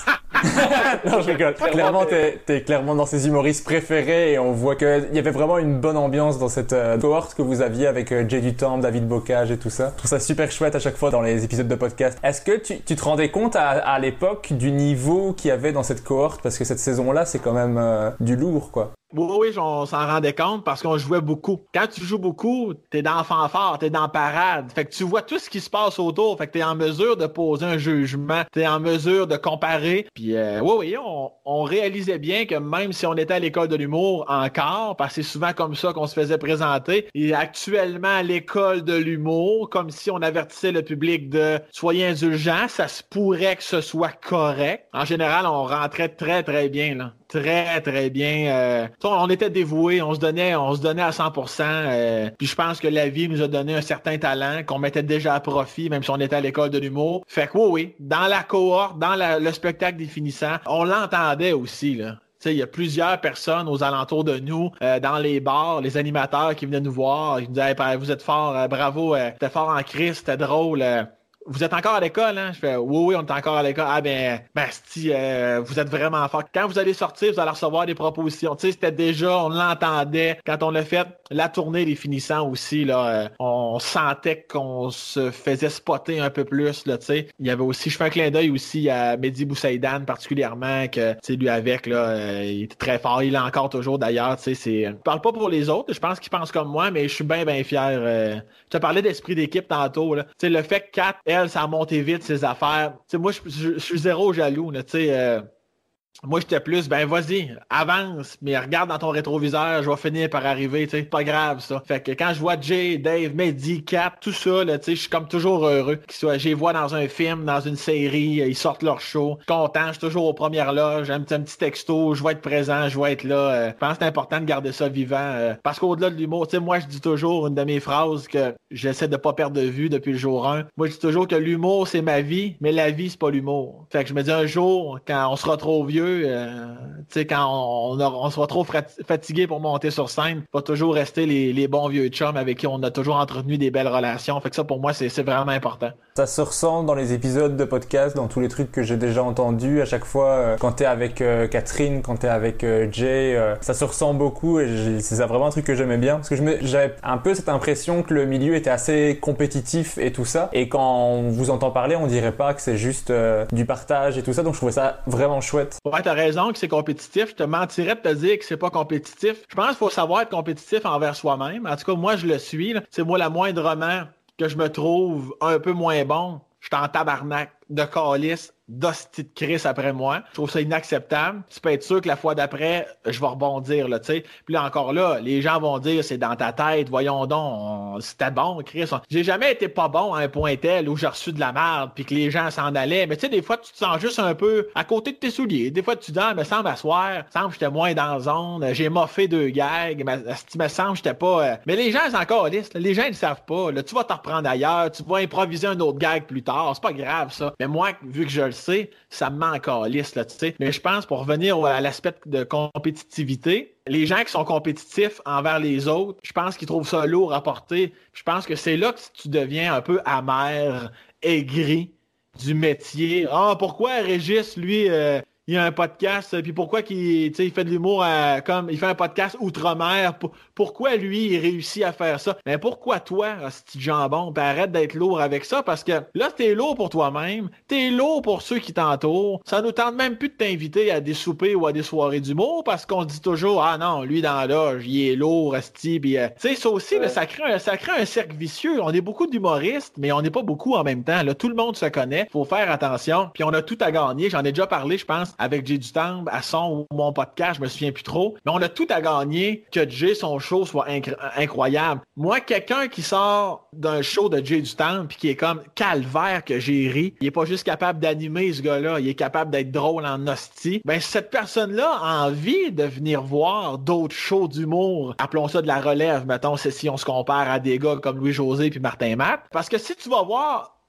Non, je rigole. Clairement, t'es, t'es clairement dans ses humoristes préférés et on voit qu'il y avait vraiment une bonne ambiance dans cette euh, cohorte que vous aviez avec euh, Jay Dutemps, David Bocage et tout ça. Je trouve ça super chouette à chaque fois dans les épisodes de podcast. Est-ce que tu, tu te rendais compte à, à l'époque du niveau qu'il y avait dans cette cohorte? Parce que cette saison-là, c'est quand même euh, du lourd, quoi. Oui, oui, on s'en rendait compte parce qu'on jouait beaucoup. Quand tu joues beaucoup, t'es dans fanfare, t'es dans parade. Fait que tu vois tout ce qui se passe autour. Fait que t'es en mesure de poser un jugement. T'es en mesure de comparer. Puis euh, oui, oui, on, on réalisait bien que même si on était à l'école de l'humour encore, parce que c'est souvent comme ça qu'on se faisait présenter, et actuellement à l'école de l'humour, comme si on avertissait le public de « soyez indulgents », ça se pourrait que ce soit correct. En général, on rentrait très, très bien, là. Très, très bien. Euh, on était dévoués, on se donnait, on se donnait à cent pour cent. Euh, puis je pense que la vie nous a donné un certain talent qu'on mettait déjà à profit, même si on était à l'école de l'humour. Fait que oui, oui, dans la cohorte, dans la, le spectacle des finissants, on l'entendait aussi, là. Il y a plusieurs personnes aux alentours de nous, euh, dans les bars, les animateurs qui venaient nous voir, ils nous disaient hey, « Vous êtes fort, euh, bravo, euh, t'es fort en crise, c'était drôle. Euh, » Vous êtes encore à l'école, hein? Je fais, oui, oui, on est encore à l'école. Ah, ben, ben, si, euh, vous êtes vraiment fort. Quand vous allez sortir, vous allez recevoir des propositions. Tu sais, c'était déjà, on l'entendait. Quand on a fait la tournée des finissants aussi, là, euh, on sentait qu'on se faisait spotter un peu plus, là, tu sais. Il y avait aussi, je fais un clin d'œil aussi à Mehdi Boussaïdan, particulièrement, que, tu sais, lui avec, là, euh, il était très fort. Il l'a encore toujours, d'ailleurs, tu sais, c'est... Je parle pas pour les autres, je pense qu'ils pensent comme moi, mais je suis bien, bien fier. Euh... Je te parlais d'esprit d'équipe tantôt, là. Tu sais, le fait que Kat, elle, ça a monté vite ses affaires. Tu sais, moi, je, je, je suis zéro jaloux, là, tu sais. Euh, moi, j'étais plus, ben vas-y, avance, mais regarde dans ton rétroviseur, je vais finir par arriver, tu sais, pas grave, ça. Fait que quand je vois Jay, Dave, Mehdi, Kat, tout ça, là, tu sais, je suis comme toujours heureux. Qu'ils soient, je les vois dans un film, dans une série, ils sortent leur show. Content, je suis toujours aux premières loges, un petit, un petit texto, je vais être présent, je vais être là. Euh, je pense que c'est important de garder ça vivant. Euh, parce qu'au-delà de l'humour, tu sais, moi, je dis toujours une de mes phrases que j'essaie de pas perdre de vue depuis le jour un. Moi, je dis toujours que l'humour, c'est ma vie, mais la vie, c'est pas l'humour. Fait que je me dis un jour, quand on sera trop vieux, Euh, tu sais, quand on, on, a, on sera trop fatigué pour monter sur scène, il va toujours rester les, les bons vieux chums avec qui on a toujours entretenu des belles relations. Fait que ça, pour moi, c'est, c'est vraiment important. Ça se ressent dans les épisodes de podcast, dans tous les trucs que j'ai déjà entendus. À chaque fois, euh, quand t'es avec euh, Catherine, quand t'es avec euh, Jay, euh, ça se ressent beaucoup et j'ai, c'est ça vraiment un truc que j'aimais bien. Parce que je me, j'avais un peu cette impression que le milieu était assez compétitif et tout ça. Et quand on vous entend parler, on dirait pas que c'est juste euh, du partage et tout ça. Donc je trouvais ça vraiment chouette. Ouais, t'as raison que c'est compétitif. Je te mentirais de te dire que c'est pas compétitif. Je pense qu'il faut savoir être compétitif envers soi-même. En tout cas, moi, je le suis. Là. C'est moi, la moindrement que je me trouve un peu moins bon, je suis en tabarnak de calice, d'hostie de Chris après moi. Je trouve ça inacceptable. Tu peux être sûr que la fois d'après, je vais rebondir, là, tu sais. Puis là, encore là, les gens vont dire, c'est dans ta tête, voyons donc, on... c'était bon, Chris. On... J'ai jamais été pas bon à un point tel où j'ai reçu de la merde puis que les gens s'en allaient. Mais tu sais, des fois, tu te sens juste un peu à côté de tes souliers. Des fois, tu dis, ah, me semble asseoir, me semble que j'étais moins dans la zone, j'ai moffé deux gags, mais me semble que j'étais pas... Euh... Mais les gens, c'est encore liste. Les gens, ils le savent pas. Là, tu vas te reprendre ailleurs, tu vas improviser un autre gag plus tard. C'est pas grave, ça. Mais moi, vu que je le sais, ça me met encore lisse, là, tu sais. Mais je pense, pour revenir à l'aspect de compétitivité, les gens qui sont compétitifs envers les autres, je pense qu'ils trouvent ça lourd à porter. Je pense que c'est là que tu deviens un peu amer, aigri du métier. Ah, oh, pourquoi Régis, lui... Euh, il a un podcast, puis pourquoi qu'il, tu sais, il fait de l'humour à, comme il fait un podcast outre-mer, pour, pourquoi lui il réussit à faire ça? Mais pourquoi toi, hostie de jambon, puis arrête d'être lourd avec ça, parce que là t'es lourd pour toi-même, t'es lourd pour ceux qui t'entourent, ça nous tente même plus de t'inviter à des soupers ou à des soirées d'humour, parce qu'on dit toujours, ah non, lui dans la loge, il est lourd, hostie, puis euh, tu sais, ça aussi, ouais. là, ça, crée un, ça crée un cercle vicieux, on est beaucoup d'humoristes, mais on n'est pas beaucoup en même temps, là, tout le monde se connaît, faut faire attention, puis on a tout à gagner, j'en ai déjà parlé, je pense, avec Jay Dutemps, à son ou mon podcast, je me souviens plus trop, mais on a tout à gagner que Jay, son show soit inc- incroyable. Moi, quelqu'un qui sort d'un show de Jay Dutemps puis qui est comme calvaire que j'ai ri, il est pas juste capable d'animer ce gars-là, il est capable d'être drôle en hostie, ben cette personne-là a envie de venir voir d'autres shows d'humour, appelons ça de la relève, mettons, c'est si on se compare à des gars comme Louis-José puis Martin Matt, parce que si tu vas voir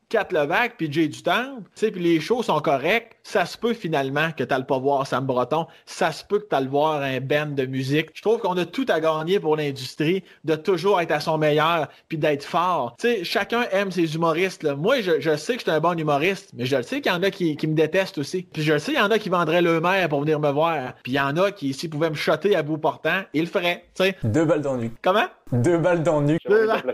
Kat Levac puis Jay du Temple, tu sais, puis les shows sont corrects, ça se peut finalement que t'ailles pas voir Sam Breton, ça se peut que t'ailles voir un band de musique. Je trouve qu'on a tout à gagner pour l'industrie, de toujours être à son meilleur puis d'être fort. Tu sais, chacun aime ses humoristes, là. Moi, je, je sais que je suis un bon humoriste, mais je le sais qu'il y en a qui, qui me détestent aussi. Puis je le sais, il y en a qui vendraient le maire pour venir me voir. Puis il y en a qui, s'ils pouvaient me shotter à bout portant, ils le feraient, tu sais. Deux balles dans le nuque. Comment? Deux balles dans le nuque. Deux balles.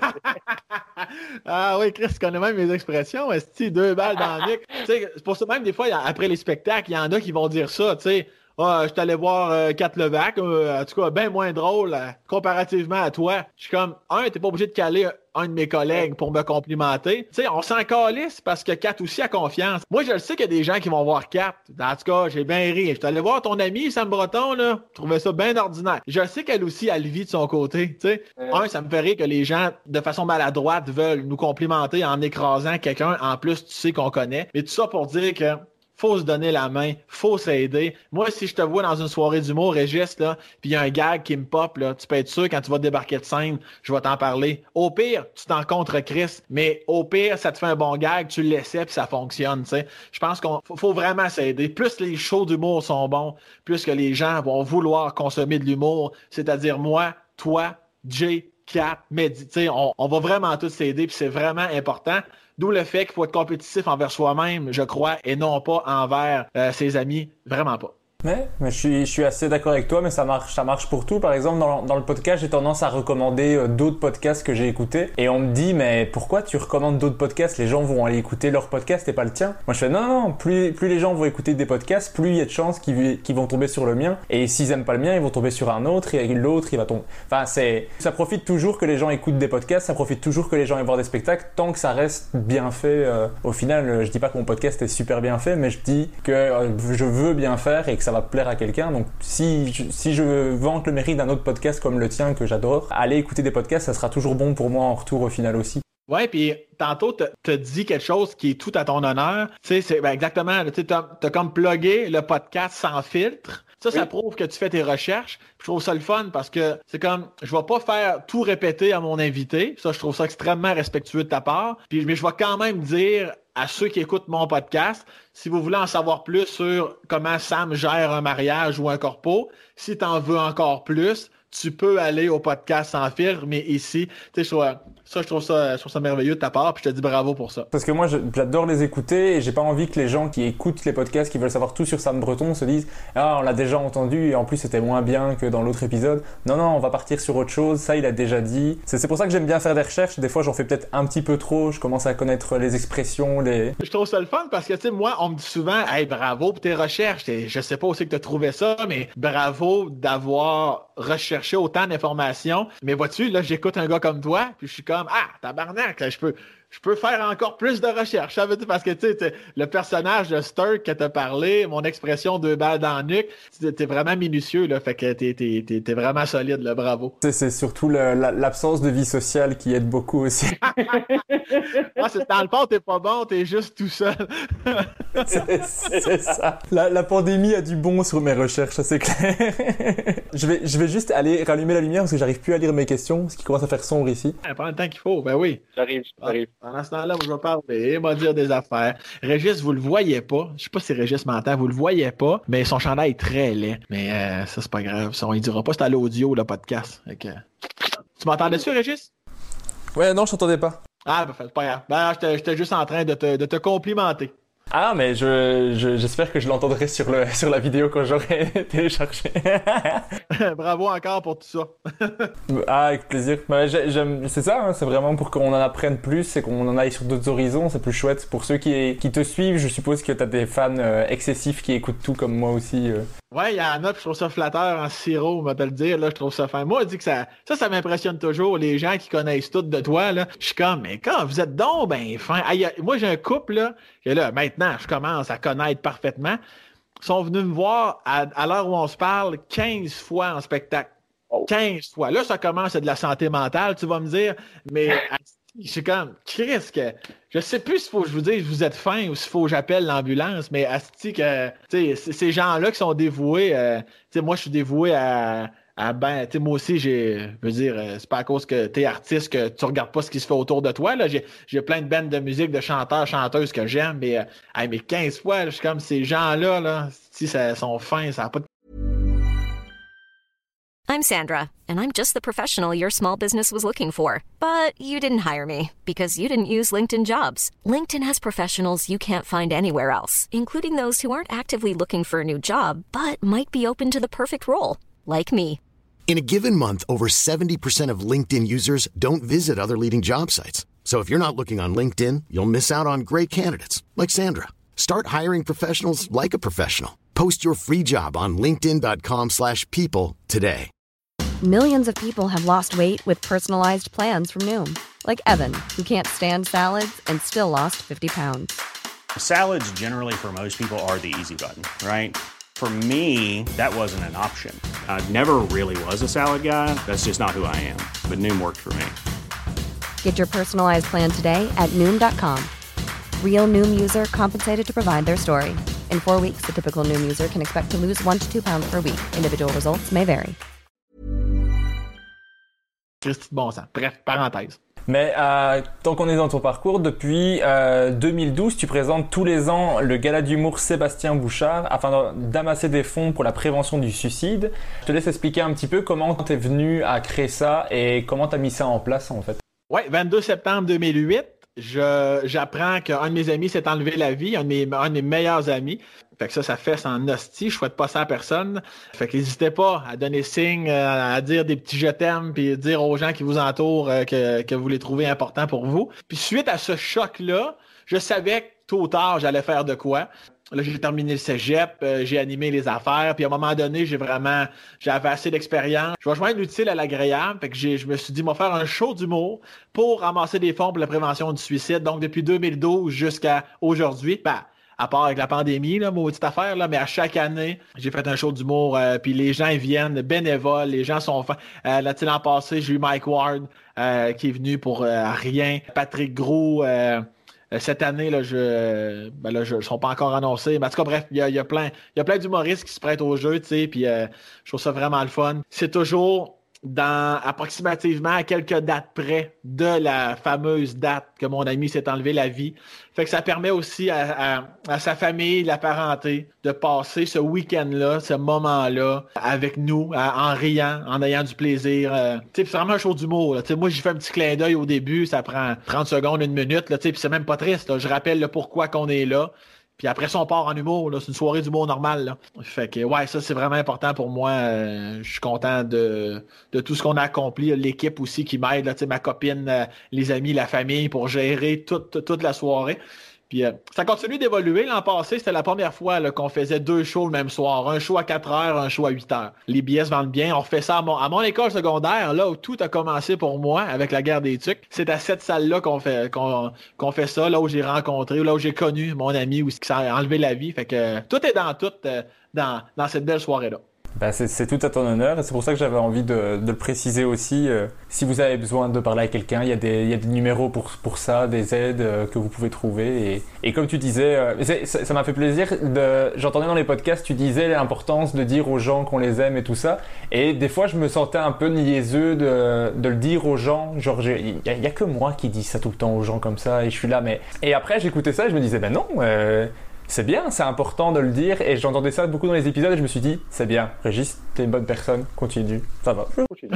Ah oui, Chris, tu connais même mes expressions. Est-ce deux balles dans le nuque? C'est pour ça même, des fois, après les spectacles, il y en a qui vont dire ça, tu sais. Ah, je suis allé voir euh, Kat Levac, euh, en tout cas, bien moins drôle euh, comparativement à toi. Je suis comme, un, t'es pas obligé de caler un de mes collègues pour me complimenter. Tu sais, on s'en calisse parce que Kat aussi a confiance. Moi, je le sais qu'il y a des gens qui vont voir Kat. En tout cas, j'ai bien ri. Je suis allé voir ton ami, Sam Breton, là. Je trouvais ça bien ordinaire. Je sais qu'elle aussi, elle vit de son côté. Tu sais, ouais. Un, ça me fait rire que les gens, de façon maladroite, veulent nous complimenter en écrasant quelqu'un. En plus, tu sais qu'on connaît. Mais tout ça pour dire que faut se donner la main, faut s'aider. Moi, si je te vois dans une soirée d'humour, Régis, là, puis il y a un gag qui me pop, là, tu peux être sûr, quand tu vas débarquer de scène, je vais t'en parler. Au pire, tu t'en contre Chris, mais au pire, ça te fait un bon gag, tu le laissais, puis ça fonctionne, tu sais. Je pense qu'on faut, faut vraiment s'aider. Plus les shows d'humour sont bons, plus que les gens vont vouloir consommer de l'humour, c'est-à-dire moi, toi, Jay, Kat, Mehdi, tu sais, on, on va vraiment tous s'aider, puis c'est vraiment important. D'où le fait qu'il faut être compétitif envers soi-même, je crois, et non pas envers euh, ses amis. Vraiment pas. Mais, mais je suis, je suis assez d'accord avec toi, mais ça marche, ça marche pour tout. Par exemple, dans, dans le podcast, j'ai tendance à recommander euh, d'autres podcasts que j'ai écoutés. Et on me dit, mais pourquoi tu recommandes d'autres podcasts? Les gens vont aller écouter leur podcast et pas le tien. Moi, je fais, non, non, non. Plus, plus les gens vont écouter des podcasts, plus il y a de chances qu'ils, qu'ils vont tomber sur le mien. Et s'ils aiment pas le mien, ils vont tomber sur un autre, et l'autre, il va tomber. Enfin, c'est, ça profite toujours que les gens écoutent des podcasts, ça profite toujours que les gens aillent voir des spectacles, tant que ça reste bien fait. Euh, au final, je dis pas que mon podcast est super bien fait, mais je dis que euh, je veux bien faire et que ça va plaire à quelqu'un. Donc si je, si je vante le mérite d'un autre podcast comme le tien que j'adore, aller écouter des podcasts, ça sera toujours bon pour moi en retour au final aussi. Ouais, puis tantôt, tu as dit quelque chose qui est tout à ton honneur. Tu sais, c'est ben exactement, tu as, t'as comme plugué le podcast sans filtre. Ça, oui. Ça prouve que tu fais tes recherches. Je trouve ça le fun parce que c'est comme, je vais pas faire tout répéter à mon invité. Ça, je trouve ça extrêmement respectueux de ta part. Puis, mais je vais quand même dire à ceux qui écoutent mon podcast, si vous voulez en savoir plus sur comment Sam gère un mariage ou un corpo, si tu en veux encore plus, tu peux aller au podcast sans filtre, mais ici, tu sais, je ça, je trouve ça, je trouve ça merveilleux de ta part, puis je te dis bravo pour ça. Parce que moi, je, j'adore les écouter et j'ai pas envie que les gens qui écoutent les podcasts, qui veulent savoir tout sur Sam Breton, se disent « Ah, on l'a déjà entendu et en plus c'était moins bien que dans l'autre épisode. » Non, non, on va partir sur autre chose, ça il a déjà dit. C'est, c'est pour ça que j'aime bien faire des recherches, des fois j'en fais peut-être un petit peu trop, je commence à connaître les expressions, les... Je trouve ça le fun parce que, tu sais, moi, on me dit souvent « Hey, bravo pour tes recherches, je sais pas aussi que t'as trouvé ça, mais bravo d'avoir recherché autant d'informations. » Mais vois-tu, là, j'écoute un gars comme toi, puis je suis comme ah, tabarnak, là, je peux, je peux faire encore plus de recherches. Ça veut dire parce que tu sais, le personnage de Sturk que t'as parlé, mon expression deux balles dans le nuque, t'es vraiment minutieux, là, fait que t'es, t'es, t'es, t'es vraiment solide, là, bravo. C'est, c'est surtout le, la, l'absence de vie sociale qui aide beaucoup aussi. Ah, c'est dans le fond, t'es pas bon, t'es juste tout seul. c'est, c'est ça. La, la pandémie a du bon sur mes recherches, ça c'est clair. je vais, je vais juste aller rallumer la lumière parce que j'arrive plus à lire mes questions, ce qui commence à faire sombre ici. Ah, prends le temps qu'il faut, ben oui. J'arrive, j'arrive. Pendant ce temps-là, je vais parler, il va dire des affaires. Régis, vous le voyez pas. Je sais pas si Régis m'entend, vous le voyez pas, mais son chandail est très laid. Mais euh, ça, c'est pas grave. Ça, on ne dira pas, c'est à l'audio, le podcast. Que... Tu m'entendais-tu, Régis? Ouais, non, je t'entendais pas. Ah, ben, c'est pas grave. Ben, j'étais, j'étais juste en train de te, de te complimenter. Ah, mais je, je, j'espère que je l'entendrai sur, le, sur la vidéo quand j'aurai téléchargé. Bravo encore pour tout ça. Ah, avec plaisir. Mais j'aime, c'est ça, hein, c'est vraiment pour qu'on en apprenne plus et qu'on en aille sur d'autres horizons, c'est plus chouette. Pour ceux qui, qui te suivent, je suppose que tu as des fans euh, excessifs qui écoutent tout comme moi aussi. Euh. Ouais, il y en a, puis je trouve ça flatteur en sirop, on va te le dire, là, je trouve ça fin. Moi, je dis que ça, ça, ça m'impressionne toujours, les gens qui connaissent tout de toi, là. Je suis comme, mais quand vous êtes donc ben fin. Ah, a, moi, j'ai un couple, là, et là, maintenant, je commence à connaître parfaitement. Ils sont venus me voir, à, à l'heure où on se parle, quinze fois en spectacle. quinze fois. Là, ça commence à de la santé mentale, tu vas me dire, mais... Je suis comme, Chris, que je sais plus s'il faut que je vous dise vous êtes fin ou s'il faut que j'appelle l'ambulance, mais asti que, tu sais, ces gens-là qui sont dévoués, euh, tu sais, moi, je suis dévoué à, Ah ben, tu sais, moi aussi, j'ai, je veux dire, euh, c'est pas à cause que t'es artiste que tu regardes pas ce qui se fait autour de toi. Là, j'ai, j'ai plein de bandes de musique, de chanteurs, chanteuses que j'aime, mais, euh, hey, mais quinze fois, là, je suis comme ces gens-là, là, si ça sont fins, ça n'a pas de... I'm Sandra, and I'm just the professional your small business was looking for. But you didn't hire me because you didn't use LinkedIn Jobs. LinkedIn has professionals you can't find anywhere else, including those who aren't actively looking for a new job, but might be open to the perfect role, like me. In a given month, over seventy percent of LinkedIn users don't visit other leading job sites. So if you're not looking on LinkedIn, you'll miss out on great candidates like Sandra. Start hiring professionals like a professional. Post your free job on linkedin.com slash people today. Millions of people have lost weight with personalized plans from Noom. Like Evan, who can't stand salads and still lost fifty pounds. Salads generally for most people are the easy button, right? For me, that wasn't an option. I never really was a salad guy. That's just not who I am. But Noom worked for me. Get your personalized plan today at Noom dot com. Real Noom user compensated to provide their story. In four weeks, the typical Noom user can expect to lose one to two pounds per week. Individual results may vary. Christy de bon sens. Bref, parenthèse. Mais euh, tant qu'on est dans ton parcours, depuis euh, deux mille douze, tu présentes tous les ans le gala d'humour Sébastien Bouchard afin d'amasser des fonds pour la prévention du suicide. Je te laisse expliquer un petit peu comment tu es venu à créer ça et comment tu as mis ça en place en fait. Oui, vingt-deux septembre deux mille huit, je, j'apprends qu'un de mes amis s'est enlevé la vie, un de mes, un de mes meilleurs amis. Fait que ça, ça fesse en hostie. Je souhaite pas ça à personne. Fait que n'hésitez pas à donner signe, à dire des petits je t'aime, puis dire aux gens qui vous entourent que, que vous les trouvez importants pour vous. Puis suite à ce choc-là, je savais que tôt ou tard, j'allais faire de quoi. Là, j'ai terminé le cégep, euh, j'ai animé les affaires, puis à un moment donné, j'ai vraiment, j'avais assez d'expérience. Je vais joindre l'utile à l'agréable, fait que j'ai, je me suis dit, moi, faire un show d'humour pour ramasser des fonds pour la prévention du suicide. Donc, depuis deux mille douze jusqu'à aujourd'hui, ben, à part avec la pandémie, là, maudite affaire, là, mais à chaque année, j'ai fait un show d'humour, euh, puis les gens ils viennent bénévoles, les gens sont fins. Euh, là, l'an passé, j'ai eu Mike Ward euh, qui est venu pour euh, rien. Patrick Gros, euh, cette année, là, je, ben là, je, ils sont pas encore annoncés. Mais en tout cas, bref, il y a, y a plein, il y a plein d'humoristes qui se prêtent au jeu, tu sais, puis euh, je trouve ça vraiment le fun. C'est toujours dans approximativement à quelques dates près de la fameuse date que mon ami s'est enlevé la vie. Fait que ça permet aussi à, à, à sa famille, la parenté, de passer ce week-end-là, ce moment-là, avec nous, à, en riant, en ayant du plaisir. Euh, c'est vraiment un show d'humour. Là. Moi, j'ai fait un petit clin d'œil au début, ça prend trente secondes, une minute, là, puis c'est même pas triste. Là. Je rappelle le pourquoi qu'on est là. Puis après ça, on part en humour. Là. C'est une soirée d'humour normale. Là. Fait que, ouais, ça, c'est vraiment important pour moi. Euh, je suis content de, de tout ce qu'on a accompli. L'équipe aussi qui m'aide, là, ma copine, euh, les amis, la famille, pour gérer toute, toute la soirée. Puis euh, ça continue d'évoluer. L'an passé, c'était la première fois là, qu'on faisait deux shows le même soir. Un show à quatre heures, un show à huit heures. Les billets se vendent bien. On refait ça à mon, à mon école secondaire, là où tout a commencé pour moi avec la guerre des Tucs. C'est à cette salle-là qu'on fait, qu'on, qu'on fait ça, là où j'ai rencontré, là où j'ai connu mon ami qui s'est enlevé la vie. Fait que euh, tout est dans tout euh, dans, dans cette belle soirée-là. Ben c'est, c'est tout à ton honneur et c'est pour ça que j'avais envie de, de le préciser aussi. Euh, si vous avez besoin de parler à quelqu'un, il y a des, il y a des numéros pour, pour ça, des aides euh, que vous pouvez trouver. Et, et comme tu disais, euh, c'est, ça, ça m'a fait plaisir. De, j'entendais dans les podcasts, tu disais l'importance de dire aux gens qu'on les aime et tout ça. Et des fois, je me sentais un peu niaiseux de, de le dire aux gens. Genre, il y, y a que moi qui dis ça tout le temps aux gens comme ça et je suis là. Mais et après, j'écoutais ça et je me disais, ben non. Euh, C'est bien, c'est important de le dire et j'entendais ça beaucoup dans les épisodes et je me suis dit, c'est bien, Régis, t'es une bonne personne, continue, ça va.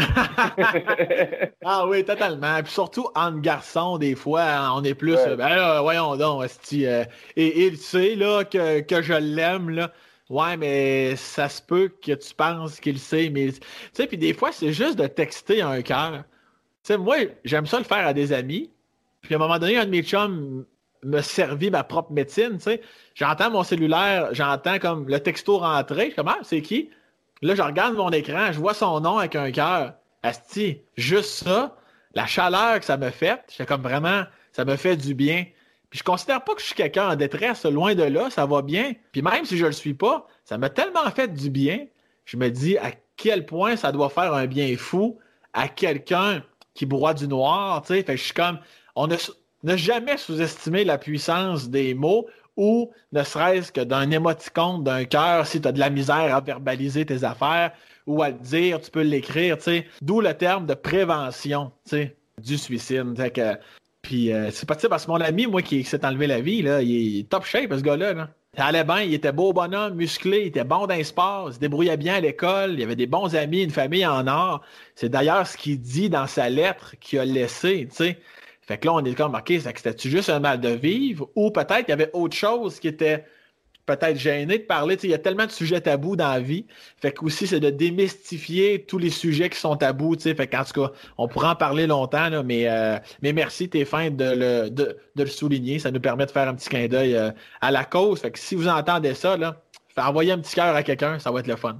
Ah oui, totalement. Puis surtout, entre garçons, des fois, on est plus, ouais. ben là, voyons donc, esti, euh, et, et il sait là, que, que je l'aime, là. Ouais, mais ça se peut que tu penses qu'il sait, mais tu sais, puis des fois, c'est juste de texter un cœur. Tu sais, moi, j'aime ça le faire à des amis, puis à un moment donné, un de mes chums me servit ma propre médecine, tu sais. J'entends mon cellulaire, j'entends comme le texto rentrer, je suis comme, ah, c'est qui? Là, je regarde mon écran, je vois son nom avec un cœur. Asti, juste ça, la chaleur que ça me fait, j'étais comme vraiment, ça me fait du bien. Puis je considère pas que je suis quelqu'un en détresse, loin de là, ça va bien. Puis même si je le suis pas, ça m'a tellement fait du bien, je me dis à quel point ça doit faire un bien fou à quelqu'un qui broie du noir, tu sais. Fait que je suis comme, on a... Ne jamais sous-estimer la puissance des mots ou ne serait-ce que d'un émoticône, d'un cœur, si tu as de la misère à verbaliser tes affaires ou à le dire, tu peux l'écrire, tu sais. D'où le terme de prévention, tu sais, du suicide. Que... Puis euh, c'est pas possible parce que mon ami, moi, qui s'est enlevé la vie, là, il est top shape, ce gars-là, là. Ça allait bien, il était beau bonhomme, musclé, il était bon dans les sports, il se débrouillait bien à l'école, il avait des bons amis, une famille en or. C'est d'ailleurs ce qu'il dit dans sa lettre qu'il a laissé, tu sais. Fait que là, on est comme, OK, c'était-tu juste un mal de vivre? Ou peut-être qu'il y avait autre chose qui était peut-être gêné de parler. Tu sais, il y a tellement de sujets tabous dans la vie. Fait que aussi, c'est de démystifier tous les sujets qui sont tabous. Tu sais. Fait qu'en tout cas, on pourra en parler longtemps, là, mais, euh, mais merci, t'es fin de le, de, de le souligner. Ça nous permet de faire un petit clin d'œil euh, à la cause. Fait que si vous entendez ça, là, envoyez un petit cœur à quelqu'un, ça va être le fun.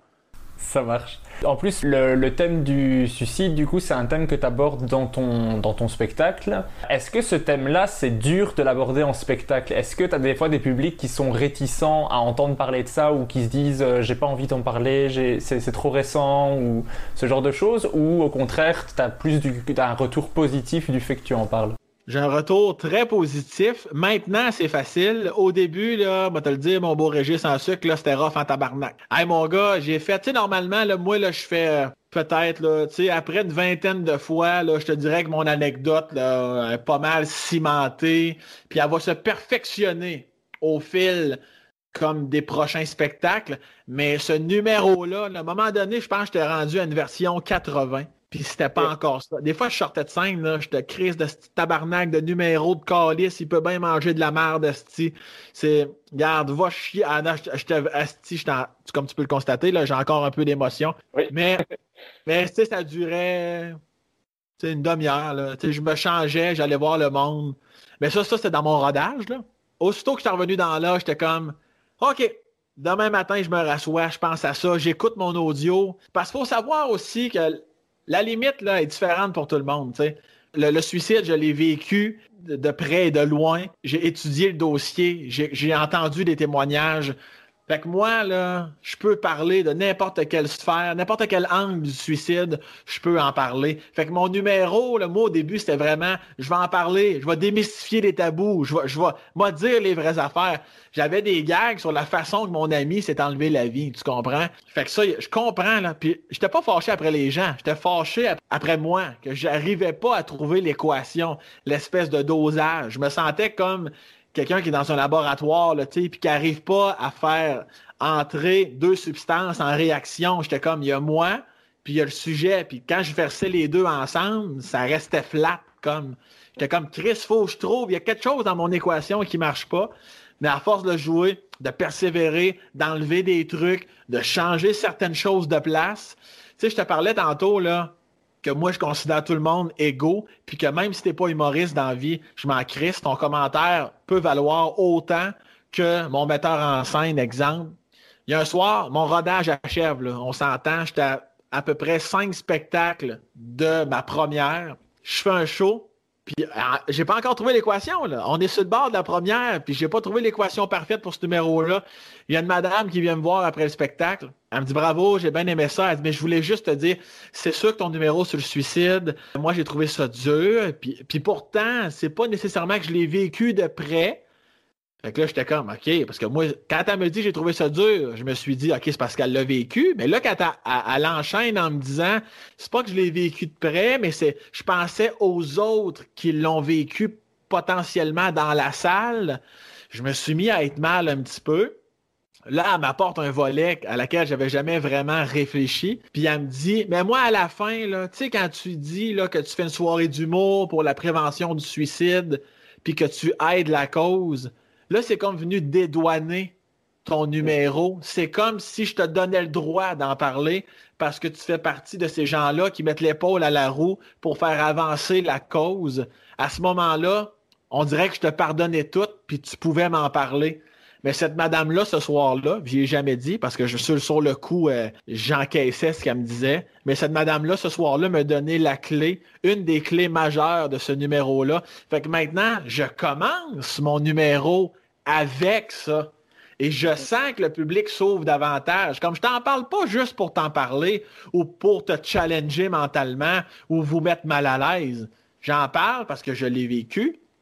Ça marche. En plus, le, le thème du suicide, du coup, c'est un thème que tu abordes dans ton, dans ton spectacle. Est-ce que ce thème-là, c'est dur de l'aborder en spectacle? Est-ce que tu as des fois des publics qui sont réticents à entendre parler de ça ou qui se disent euh, « j'ai pas envie d'en parler, j'ai, c'est, c'est trop récent » ou ce genre de choses? Ou au contraire, tu as plus du, t'as un retour positif du fait que tu en parles? J'ai un retour très positif. Maintenant, c'est facile. Au début, là, moi te le dire, mon beau Régis en sucre, là, c'était rough en tabarnak. Hey, mon gars, j'ai fait, tu sais, normalement, là, moi, là, je fais euh, peut-être, là, tu sais, après une vingtaine de fois, là, je te dirais que mon anecdote, là, est pas mal cimentée, puis elle va se perfectionner au fil comme des prochains spectacles. Mais ce numéro-là, là, à un moment donné, je pense que j'étais rendu à une version quatre-vingts. Puis c'était pas encore ça. Des fois, je sortais de scène, là, j'étais crise de ce tabarnak de numéro de calice, il peut bien manger de la merde, asti. C'est, regarde, va chier. Ah non, j'étais, asti, j'étais en... comme tu peux le constater, là, j'ai encore un peu d'émotion. Oui. Mais, mais tu sais, ça durait, tu sais, une demi-heure, là. Tu sais, je me changeais, j'allais voir le monde. Mais ça, ça, c'était dans mon rodage, là. Aussitôt que j'étais revenu dans là, j'étais comme, OK, demain matin, je me rassois, je pense à ça, j'écoute mon audio. Parce qu'il faut savoir aussi que la limite là, est différente pour tout le monde. Le, le suicide, je l'ai vécu de, de près et de loin. J'ai étudié le dossier, j'ai, j'ai entendu des témoignages. Fait que moi, là, je peux parler de n'importe quelle sphère, n'importe quel angle du suicide, je peux en parler. Fait que mon numéro, là, moi, au début, c'était vraiment, je vais en parler, je vais démystifier les tabous, je vais, je vais, moi, dire les vraies affaires. J'avais des gags sur la façon que mon ami s'est enlevé la vie, tu comprends? Fait que ça, je comprends, là. Puis, j'étais pas fâché après les gens, j'étais fâché après moi, que j'arrivais pas à trouver l'équation, l'espèce de dosage. Je me sentais comme quelqu'un qui est dans un laboratoire, là, tu sais, puis qui n'arrive pas à faire entrer deux substances en réaction. J'étais comme, il y a moi, puis il y a le sujet. Puis quand je versais les deux ensemble, ça restait flat, comme. J'étais comme, Chris, faut que je trouve, il y a quelque chose dans mon équation qui marche pas. Mais à force de jouer, de persévérer, d'enlever des trucs, de changer certaines choses de place. Tu sais, je te parlais tantôt, là, que moi, je considère tout le monde égaux, puis que même si t'es pas humoriste dans la vie, je m'en crisse, ton commentaire peut valoir autant que mon metteur en scène, exemple. Il y a un soir, mon rodage achève, là, on s'entend, j'étais à, à peu près cinq spectacles de ma première. Je fais un show, puis euh, j'ai pas encore trouvé l'équation, là. On est sur le bord de la première, puis j'ai pas trouvé l'équation parfaite pour ce numéro-là. Il y a une madame qui vient me voir après le spectacle. Elle me dit « Bravo, j'ai bien aimé ça. » Elle dit « Mais je voulais juste te dire, c'est sûr que ton numéro sur le suicide, moi, j'ai trouvé ça dur. Puis, puis pourtant, c'est pas nécessairement que je l'ai vécu de près. » Fait que là, j'étais comme « OK. » Parce que moi, quand elle me dit « J'ai trouvé ça dur », je me suis dit « OK, c'est parce qu'elle l'a vécu. » Mais là, quand elle, elle, elle enchaîne en me disant « C'est pas que je l'ai vécu de près, mais c'est je pensais aux autres qui l'ont vécu potentiellement dans la salle. » Je me suis mis à être mal un petit peu. Là, elle m'apporte un volet à laquelle j'avais jamais vraiment réfléchi. Puis elle me dit, mais moi, à la fin, là, tu sais, quand tu dis là, que tu fais une soirée d'humour pour la prévention du suicide, puis que tu aides la cause, là, c'est comme venu dédouaner ton numéro. C'est comme si je te donnais le droit d'en parler parce que tu fais partie de ces gens-là qui mettent l'épaule à la roue pour faire avancer la cause. À ce moment-là, on dirait que je te pardonnais tout, puis tu pouvais m'en parler. Mais cette madame-là, ce soir-là, je n'y ai jamais dit, parce que je suis sur le coup, euh, j'encaissais ce qu'elle me disait, mais cette madame-là, ce soir-là, me donnait la clé, une des clés majeures de ce numéro-là. Fait que maintenant, je commence mon numéro avec ça. Et je sens que le public s'ouvre davantage. Comme je t'en parle pas juste pour t'en parler, ou pour te challenger mentalement, ou vous mettre mal à l'aise. J'en parle parce que je l'ai vécu,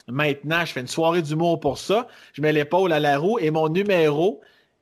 Maintenant, je fais une soirée d'humour pour ça. Je mets l'épaule à la roue et mon numéro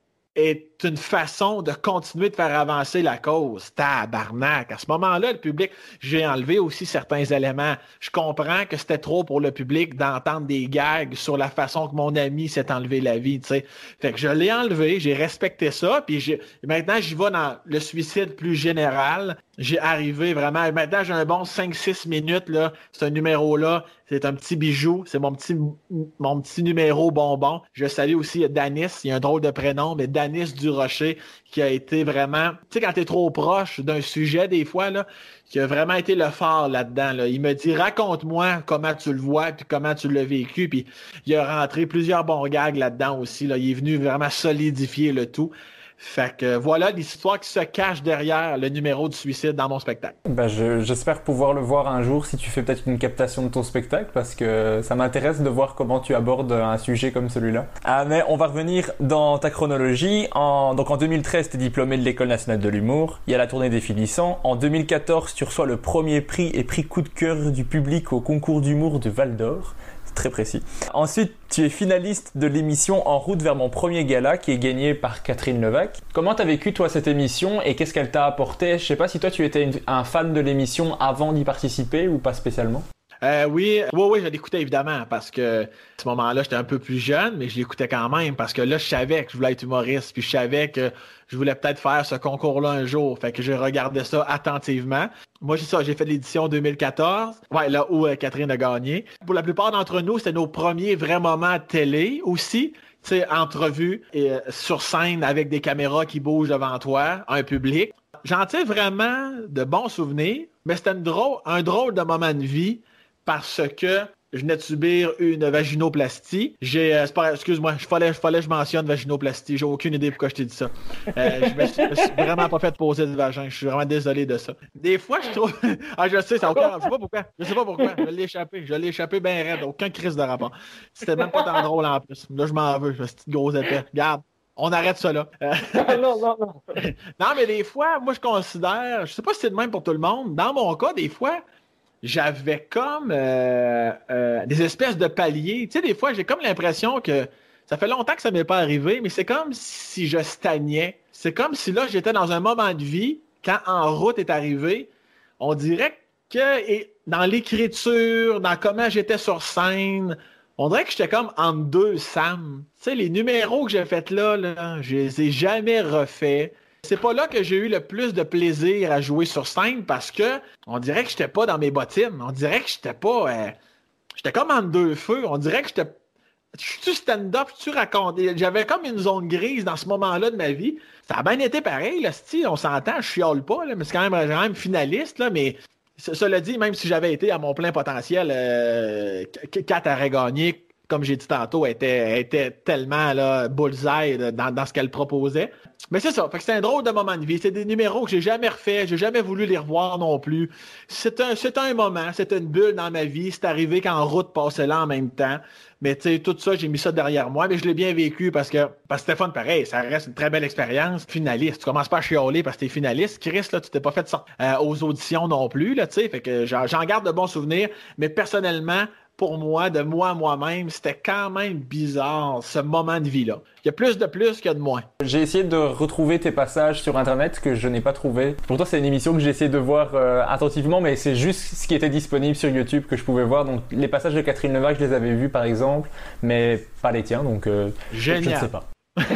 est une façon de continuer de faire avancer la cause. Tabarnak! À ce moment-là, le public, j'ai enlevé aussi certains éléments. Je comprends que c'était trop pour le public d'entendre des gags sur la façon que mon ami s'est enlevé la vie, tu sais. Fait que je l'ai enlevé, j'ai respecté ça, puis j'ai... maintenant, j'y vais dans le suicide plus général. J'ai arrivé vraiment... Maintenant, j'ai un bon cinq six minutes, là. Ce numéro-là, c'est un petit bijou. C'est mon petit, mon petit numéro bonbon. Je salue aussi Danis. Il y a un drôle de prénom, mais Danis Durocher, qui a été vraiment... Tu sais, quand t'es trop proche d'un sujet, des fois, là, qui a vraiment été le phare là-dedans. Là. Il me dit, raconte-moi comment tu le vois, puis comment tu l'as vécu. Puis il a rentré plusieurs bons gags là-dedans aussi. Là. Il est venu vraiment solidifier le tout. Fait que voilà l'histoire qui se cache derrière le numéro du suicide dans mon spectacle. Ben je, j'espère pouvoir le voir un jour si tu fais peut-être une captation de ton spectacle parce que ça m'intéresse de voir comment tu abordes un sujet comme celui-là. Ah, mais on va revenir dans ta chronologie. En, donc en deux mille treize, tu es diplômé de l'École nationale de l'humour. Il y a la tournée des finissants. En deux mille quatorze, tu reçois le premier prix et prix coup de cœur du public au concours d'humour de Val d'Or. Très précis. Ensuite, tu es finaliste de l'émission En route vers mon premier gala qui est gagné par Catherine Levac. Comment t'as vécu toi cette émission et qu'est-ce qu'elle t'a apporté? Je sais pas si toi tu étais une, un fan de l'émission avant d'y participer ou pas spécialement. Euh, oui, oui, oui, je l'écoutais évidemment parce que à ce moment-là, j'étais un peu plus jeune, mais je l'écoutais quand même parce que là, je savais que je voulais être humoriste, puis je savais que je voulais peut-être faire ce concours-là un jour. Fait que je regardais ça attentivement. Moi, j'ai ça, j'ai fait l'édition deux mille quatorze, ouais, là où euh, Catherine a gagné. Pour la plupart d'entre nous, c'était nos premiers vrais moments de télé aussi. Tu sais, entrevue et, euh, sur scène avec des caméras qui bougent devant toi, un public. J'en tire vraiment de bons souvenirs, mais c'était une drôle, un drôle de moment de vie. Parce que je venais de subir une vaginoplastie. J'ai, euh, c'est pas, excuse-moi, il fallait, fallait que je mentionne vaginoplastie. J'ai aucune idée pourquoi je t'ai dit ça. Euh, je me suis, me suis vraiment pas fait poser de vagin. Je suis vraiment désolé de ça. Des fois, je trouve... ah, je sais, ça aucun... Je sais pas pourquoi. Je sais pas pourquoi. Je l'ai échappé. Je l'ai échappé bien raide. Aucun crise de rapport. C'était même pas tant drôle en plus. Là, je m'en veux. Je suis petite grosse épée. Regarde. On arrête ça là. Euh... non, non, non. Non, mais des fois, moi, je considère... Je sais pas si c'est le même pour tout le monde. Dans mon cas, des fois... J'avais comme euh, euh, des espèces de paliers. Tu sais, des fois, j'ai comme l'impression que ça fait longtemps que ça m'est pas arrivé, mais c'est comme si je stagnais. C'est comme si là, j'étais dans un moment de vie, quand En route est arrivé, on dirait que et dans l'écriture, dans comment j'étais sur scène, on dirait que j'étais comme en deux Sam. Tu sais, les numéros que j'ai faits là, là, je les ai jamais refaits. C'est pas là que j'ai eu le plus de plaisir à jouer sur scène parce que on dirait que j'étais pas dans mes bottines. On dirait que j'étais pas... Euh, j'étais comme en deux feux. On dirait que j'étais... Je suis stand-up, tu racontes. J'avais comme une zone grise dans ce moment-là de ma vie. Ça a bien été pareil, là, style, on s'entend, je chiale pas, là, mais c'est quand même, quand même finaliste, là, mais cela dit, même si j'avais été à mon plein potentiel, euh, Kat aurait gagné, comme j'ai dit tantôt, elle était, elle était tellement là, bullseye dans, dans ce qu'elle proposait. Mais c'est ça, fait que c'est un drôle de moment de vie. C'est des numéros que j'ai jamais refait, j'ai jamais voulu les revoir non plus. C'est un, c'est un moment, c'est une bulle dans ma vie. C'est arrivé qu'en route passait là en même temps. Mais tu sais, tout ça, j'ai mis ça derrière moi, mais je l'ai bien vécu parce que, parce que c'était fun pareil, ça reste une très belle expérience. Finaliste, tu commences pas à chialer parce que t'es finaliste. Chris, là, tu t'es pas fait sortir euh, aux auditions non plus, là, tu sais. Fait que j'en, j'en garde de bons souvenirs, mais personnellement, pour moi, de moi à moi-même, c'était quand même bizarre, ce moment de vie-là. Il y a plus de plus que de moins. J'ai essayé de retrouver tes passages sur Internet que je n'ai pas trouvé. Pourtant, c'est une émission que j'ai essayé de voir euh, attentivement, mais c'est juste ce qui était disponible sur YouTube que je pouvais voir. Donc, les passages de Catherine Levac, je les avais vus, par exemple, mais pas les tiens, donc euh, Génial. Je ne sais pas.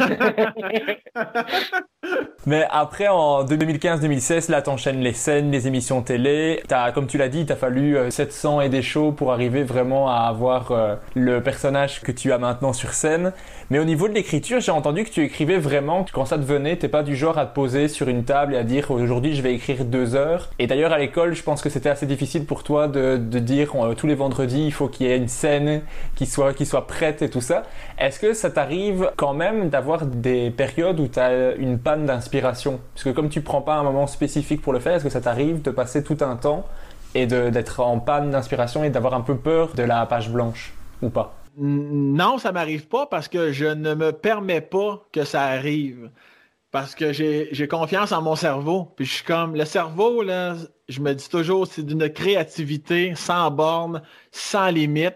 Mais après, en deux mille quinze deux mille seize, là, t'enchaînes les scènes, les émissions télé. T'as, comme tu l'as dit, t'as fallu euh, sept cents et des shows pour arriver vraiment à avoir euh, le personnage que tu as maintenant sur scène. Mais au niveau de l'écriture, j'ai entendu que tu écrivais vraiment, quand ça te venait, t'es pas du genre à te poser sur une table et à dire aujourd'hui je vais écrire deux heures. Et d'ailleurs, à l'école, je pense que c'était assez difficile pour toi de, de dire euh, tous les vendredis, il faut qu'il y ait une scène qui soit, qui soit prête et tout ça. Est-ce que ça t'arrive quand même d'avoir des périodes où t'as une panne d'inspiration? Parce que comme tu prends pas un moment spécifique pour le faire, est-ce que ça t'arrive de passer tout un temps et de, d'être en panne d'inspiration et d'avoir un peu peur de la page blanche ou pas? Non, ça m'arrive pas parce que je ne me permets pas que ça arrive. Parce que j'ai, j'ai confiance en mon cerveau. Puis je suis comme, le cerveau, là, je me dis toujours, c'est d'une créativité sans borne, sans limite.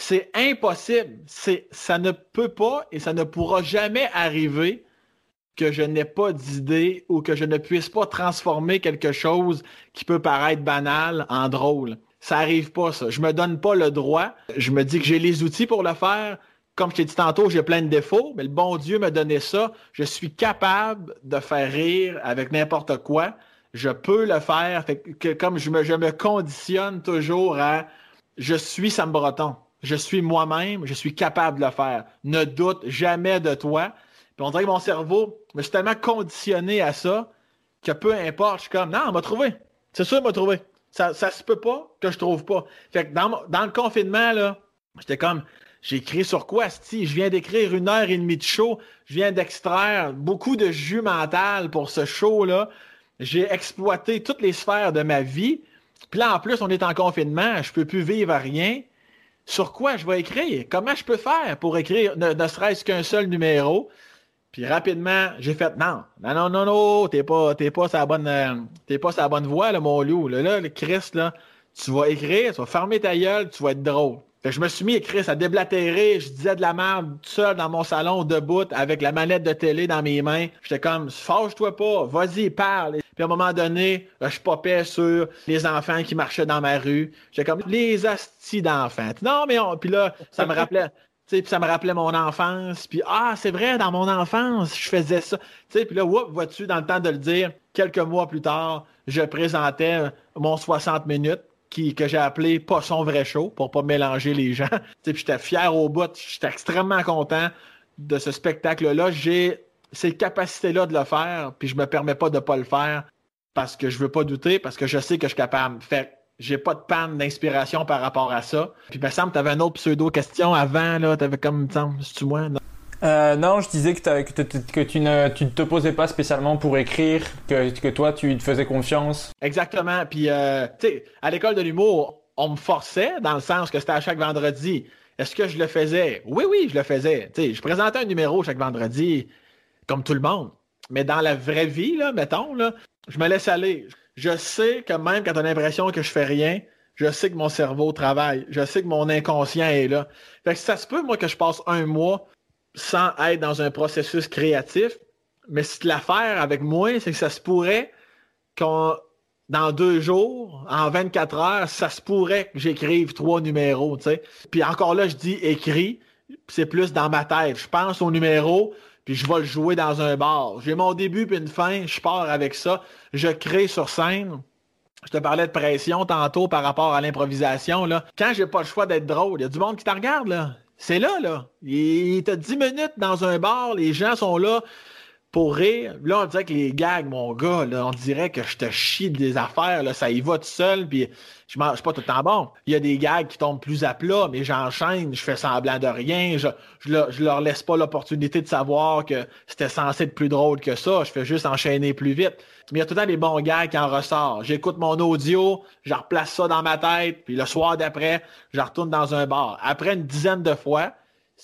C'est impossible. C'est, ça ne peut pas et ça ne pourra jamais arriver que je n'ai pas d'idée ou que je ne puisse pas transformer quelque chose qui peut paraître banal en drôle. Ça n'arrive pas, ça. Je me donne pas le droit. Je me dis que j'ai les outils pour le faire. Comme je t'ai dit tantôt, j'ai plein de défauts, mais le bon Dieu m'a donné ça. Je suis capable de faire rire avec n'importe quoi. Je peux le faire. Fait que comme je me, je me conditionne toujours à « je suis Sam Breton ». Je suis moi-même, je suis capable de le faire. Ne doute jamais de toi. Puis on dirait que mon cerveau, je suis tellement conditionné à ça que peu importe, je suis comme, non, on m'a trouvé. C'est sûr, il m'a trouvé. Ça, ça se peut pas que je trouve pas. Fait que dans, dans le confinement, là, j'étais comme, j'ai écrit sur quoi, sti? Je viens d'écrire une heure et demie de show. Je viens d'extraire beaucoup de jus mental pour ce show-là. J'ai exploité toutes les sphères de ma vie. Puis là, en plus, on est en confinement. Je peux plus vivre à rien. Sur quoi je vais écrire? Comment je peux faire pour écrire ne, ne serait-ce qu'un seul numéro? Puis rapidement, j'ai fait non, non, non, non, non, t'es pas, t'es pas sur la bonne, euh, t'es pas sur la bonne voie, là, mon loup. Là, là, le Christ, là, tu vas écrire, tu vas fermer ta gueule, tu vas être drôle. Fait que je me suis mis à écrire, à déblatérer, je disais de la merde tout seul dans mon salon, debout, avec la manette de télé dans mes mains. J'étais comme, fâche-toi pas, vas-y, parle. Puis à un moment donné, je popais sur les enfants qui marchaient dans ma rue. J'étais comme, les astis d'enfants. Non, mais on... Puis là, ça me rappelait... Puis ça me rappelait mon enfance. Puis, ah, c'est vrai, dans mon enfance, je faisais ça. Puis là, whoop, vois-tu, dans le temps de le dire, quelques mois plus tard, je présentais mon soixante minutes qui, que j'ai appelé « Pas son vrai show » pour pas mélanger les gens. Puis j'étais fier au bout. J'étais extrêmement content de ce spectacle-là. J'ai ces capacités-là de le faire, puis je me permets pas de pas le faire parce que je veux pas douter, parce que je sais que je suis capable. Fait j'ai pas de panne d'inspiration par rapport à ça. Puis il me semble que tu avais une autre pseudo-question avant, là. Tu avais comme, c'est-tu moi? Non, euh, non je disais que, que, que tu ne tu ne te posais pas spécialement pour écrire, que, que toi, tu te faisais confiance. Exactement. Puis, euh, tu sais, à l'école de l'humour, on me forçait, dans le sens que c'était à chaque vendredi. Est-ce que je le faisais? Oui, oui, je le faisais. Tu sais, je présentais un numéro chaque vendredi, comme tout le monde. Mais dans la vraie vie, là, mettons, là, je me laisse aller. Je sais que même quand tu as l'impression que je fais rien, je sais que mon cerveau travaille. Je sais que mon inconscient est là. Fait que ça se peut, moi, que je passe un mois sans être dans un processus créatif. Mais si l'affaire avec moi, c'est que ça se pourrait qu'on, dans deux jours, en vingt-quatre heures, ça se pourrait que j'écrive trois numéros, tu sais. Puis encore là, je dis écrit, c'est plus dans ma tête. Je pense au numéro, puis je vais le jouer dans un bar. J'ai mon début puis une fin, je pars avec ça. Je crée sur scène. Je te parlais de pression tantôt par rapport à l'improvisation, là. Quand j'ai pas le choix d'être drôle, il y a du monde qui te regarde, là. C'est là, là. Il t'a dix minutes dans un bar, les gens sont là pour rire. Là, on dirait que les gags, mon gars, là, on dirait que je te chie des affaires, là, ça y va tout seul, puis je mange pas tout le temps bon. Il y a des gags qui tombent plus à plat, mais j'enchaîne, je fais semblant de rien, je, je, leur, je leur laisse pas l'opportunité de savoir que c'était censé être plus drôle que ça, je fais juste enchaîner plus vite. Mais il y a tout le temps des bons gags qui en ressortent. J'écoute mon audio, je replace ça dans ma tête, puis le soir d'après, je retourne dans un bar. Après une dizaine de fois,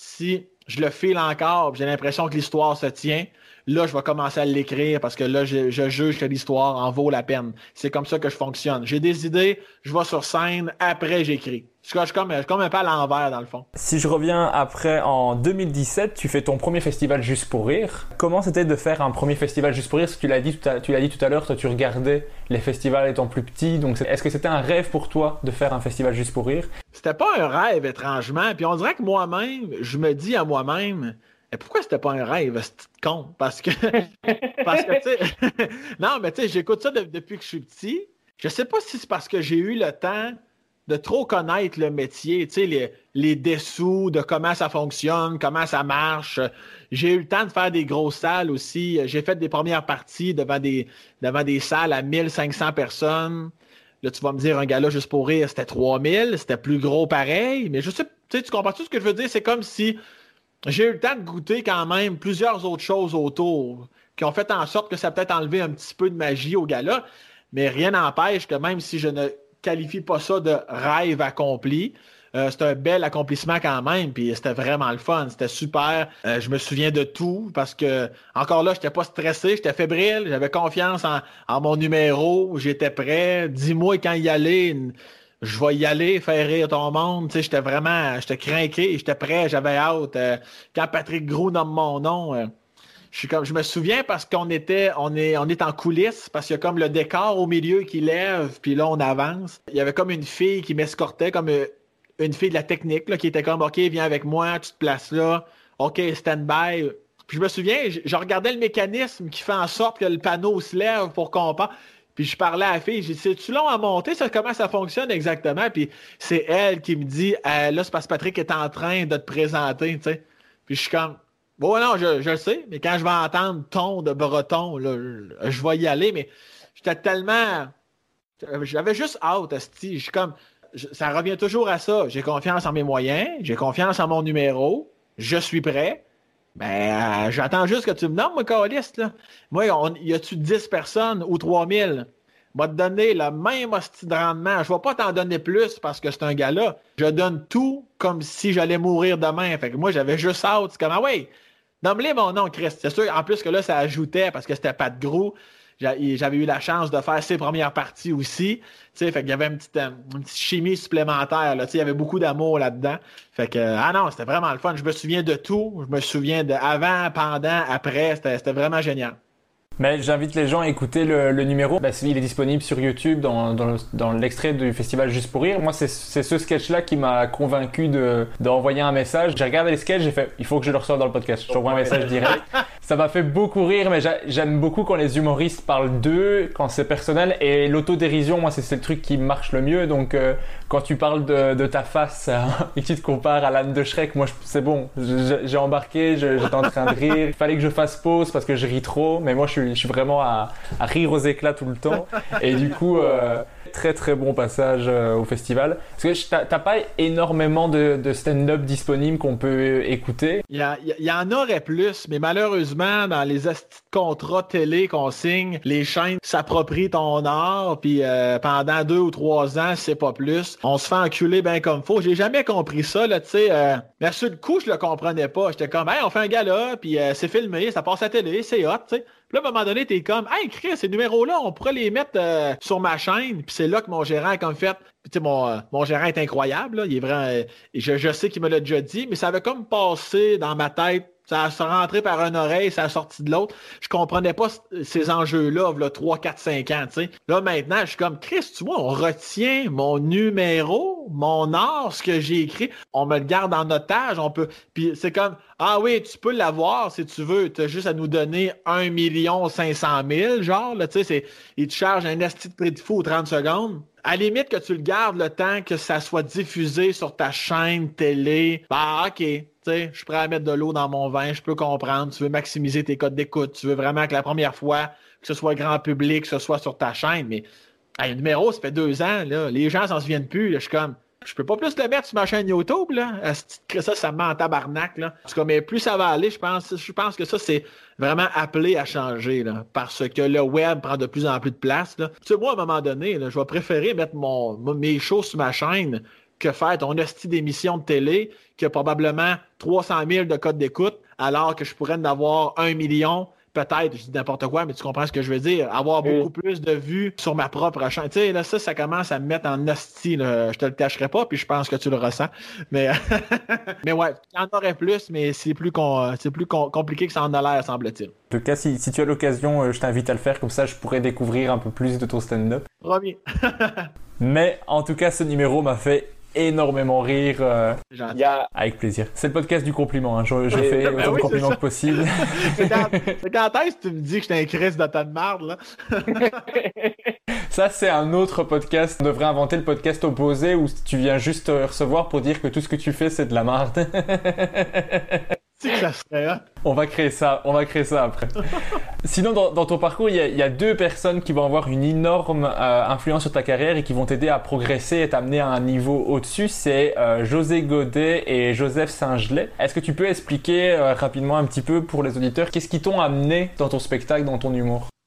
si je le file encore, j'ai l'impression que l'histoire se tient, là, je vais commencer à l'écrire parce que là, je, je juge que l'histoire en vaut la peine. C'est comme ça que je fonctionne. J'ai des idées, je vais sur scène, après j'écris. Je suis comme, je suis comme un peu à l'envers, dans le fond. Si je reviens après, en deux mille dix-sept, tu fais ton premier festival Juste pour rire. Comment c'était de faire un premier festival Juste pour rire? Parce que tu l'as dit tout à, tu l'as dit tout à l'heure, toi tu regardais les festivals étant plus petits. Donc est-ce que c'était un rêve pour toi de faire un festival Juste pour rire? C'était pas un rêve, étrangement. Puis on dirait que moi-même, je me dis à moi-même... Et pourquoi c'était pas un rêve, ce petit con? Parce que, parce que, tu sais, non, mais tu sais, j'écoute ça de, depuis que je suis petit. Je sais pas si c'est parce que j'ai eu le temps de trop connaître le métier, tu sais, les, les dessous de comment ça fonctionne, comment ça marche. J'ai eu le temps de faire des grosses salles aussi. J'ai fait des premières parties devant des, devant des salles à mille cinq cents personnes. Là, tu vas me dire, un gala Juste pour rire, c'était trois mille, c'était plus gros pareil. Mais je sais, tu sais, tu comprends tout ce que je veux dire? C'est comme si... J'ai eu le temps de goûter quand même plusieurs autres choses autour qui ont fait en sorte que ça a peut-être enlevé un petit peu de magie au gala, mais rien n'empêche que même si je ne qualifie pas ça de rêve accompli, euh, c'est un bel accomplissement quand même, puis c'était vraiment le fun, c'était super. Euh, je me souviens de tout parce que, encore là, j'étais pas stressé, j'étais fébrile, j'avais confiance en, en mon numéro, j'étais prêt. Dis-moi quand y aller, une, je vais y aller, faire rire ton monde. Tu sais, j'étais vraiment, j'étais craqué, j'étais prêt, j'avais hâte. Euh, quand Patrick Gros nomme mon nom, euh, je suis comme, je me souviens parce qu'on était, on est, on est en coulisses, parce qu'il y a comme le décor au milieu qui lève, puis là, on avance. Il y avait comme une fille qui m'escortait, comme une, une fille de la technique, là, qui était comme, OK, viens avec moi, tu te places là. OK, stand-by. Puis je me souviens, je, je regardais le mécanisme qui fait en sorte que le panneau se lève pour qu'on parte. Puis je parlais à la fille, j'ai dit, c'est-tu long à monter, ça, comment ça fonctionne exactement? Puis c'est elle qui me dit, euh, là, c'est parce que Patrick est en train de te présenter, tu sais. Puis je suis comme, bon, non, je, je le sais, mais quand je vais entendre ton de breton, là, je, je vais y aller, mais j'étais tellement... J'avais juste hâte, asti. Je suis comme, je, ça revient toujours à ça. J'ai confiance en mes moyens, j'ai confiance en mon numéro, je suis prêt. Ben, euh, j'attends juste que tu me nommes, moi, caliste, là. Moi, on, y a-tu dix personnes ou trois mille? Va te donner le même hostie de rendement. Je vais pas t'en donner plus parce que c'est un gars-là. Je donne tout comme si j'allais mourir demain. Fait que moi, j'avais juste hâte. C'est comme, ah ouais, nomme-les mon nom, Chris. C'est sûr, en plus que là, ça ajoutait parce que c'était Pat Gros. J'avais eu la chance de faire ses premières parties aussi. Fait qu'il y avait une petite, une petite chimie supplémentaire. Là, il y avait beaucoup d'amour là-dedans. Fait que, ah non, c'était vraiment le fun. Je me souviens de tout. Je me souviens de avant, pendant, après. C'était, c'était vraiment génial. Mais j'invite les gens à écouter le, le numéro. Ben, il est disponible sur YouTube dans, dans, le, dans l'extrait du festival Juste pour rire. Moi, c'est, c'est ce sketch-là qui m'a convaincu de, d'envoyer un message. J'ai regardé les sketchs, j'ai fait, il faut que je le reçoive dans le podcast. Je t'envoie un message direct. Ça m'a fait beaucoup rire, mais j'aime beaucoup quand les humoristes parlent d'eux, quand c'est personnel. Et l'autodérision, moi, c'est, c'est le truc qui marche le mieux. Donc, euh, quand tu parles de, de ta face euh, et que tu te compares à l'âne de Shrek, moi, je, c'est bon. Je, j'ai embarqué, je, j'étais en train de rire. Il fallait que je fasse pause parce que je ris trop. Mais moi, je suis, je suis vraiment à, à rire aux éclats tout le temps. Et du coup... Euh, très très bon passage euh, au festival. Parce que t'as, t'as pas énormément de, de stand-up disponibles qu'on peut écouter. Il y, a, il y en aurait plus, mais malheureusement, dans les astis de contrats télé qu'on signe, les chaînes s'approprient ton art, puis euh, pendant deux ou trois ans, c'est pas plus. On se fait enculer bien comme faut. J'ai jamais compris ça, là, tu sais. Euh, mais sur le coup, je le comprenais pas. J'étais comme, hey, on fait un gala, puis euh, c'est filmé, ça passe à la télé, c'est hot, tu sais. Puis là, à un moment donné, t'es comme, hey, Chris, ces numéros-là, on pourrait les mettre euh, sur ma chaîne. Puis c'est là que mon gérant a comme fait. Puis tu sais, mon, euh, mon gérant est incroyable, là. Il est vraiment. Euh, je, je sais qu'il me l'a déjà dit, mais ça avait comme passé dans ma tête. Ça a rentré par une oreille, ça a sorti de l'autre. Je comprenais pas ces enjeux-là, là, trois, quatre, cinq ans, tu sais. Là, maintenant, je suis comme, Chris, tu vois, on retient mon numéro, mon art, ce que j'ai écrit. On me le garde en otage, on peut... Puis c'est comme, ah oui, tu peux l'avoir si tu veux. Tu as juste à nous donner un million cinq cent mille, genre, là, tu sais, c'est... Ils te chargent un esti de prix de fou aux trente secondes. À la limite que tu le gardes le temps que ça soit diffusé sur ta chaîne télé, bah ok, tu sais, je suis prêt à mettre de l'eau dans mon vin, je peux comprendre, tu veux maximiser tes codes d'écoute, tu veux vraiment que la première fois, que ce soit grand public, que ce soit sur ta chaîne, mais hey, le numéro, ça fait deux ans, là, les gens s'en souviennent plus, là, je suis comme, je peux pas plus le mettre sur ma chaîne YouTube, là, ça, ça me met en tabarnak, là. En tout cas, mais plus ça va aller, je pense, je pense que ça, c'est vraiment appelé à changer, là, parce que le web prend de plus en plus de place, là. Tu sais, moi, à un moment donné, là, je vais préférer mettre mon, mes shows sur ma chaîne que faire ton hostie d'émission de télé qui a probablement trois cent mille de codes d'écoute, alors que je pourrais en avoir un million, peut-être, je dis n'importe quoi, mais tu comprends ce que je veux dire, avoir beaucoup oui. plus de vues sur ma propre chaîne. Tu sais, là, ça, ça commence à me mettre en hostie, là. Je te le cacherai pas, puis je pense que tu le ressens. Mais, mais ouais, il y en aurait plus, mais c'est plus, con... c'est plus com- compliqué que ça en a l'air, semble-t-il. En tout cas, si, si tu as l'occasion, je t'invite à le faire, comme ça je pourrais découvrir un peu plus de ton stand-up. Promis. Mais en tout cas, ce numéro m'a fait énormément rire. Euh, y a... Avec plaisir. C'est le podcast du compliment. Hein. Je, je fais autant oui, de compliments que possible. c'est, quand, c'est quand est-ce que tu me dis que j'étais un Chris de tas de marde, là? Ça, c'est un autre podcast. On devrait inventer le podcast opposé où tu viens juste recevoir pour dire que tout ce que tu fais, c'est de la marde. C'est que ça serait, hein? On va créer ça, on va créer ça après. Sinon, dans, dans ton parcours, il y, a, il y a deux personnes qui vont avoir une énorme euh, influence sur ta carrière et qui vont t'aider à progresser et t'amener à un niveau au-dessus. C'est euh, José Godet et Joseph Saint-Gelais. Est-ce que tu peux expliquer euh, rapidement un petit peu pour les auditeurs qu'est-ce qui t'ont amené dans ton spectacle, dans ton humour?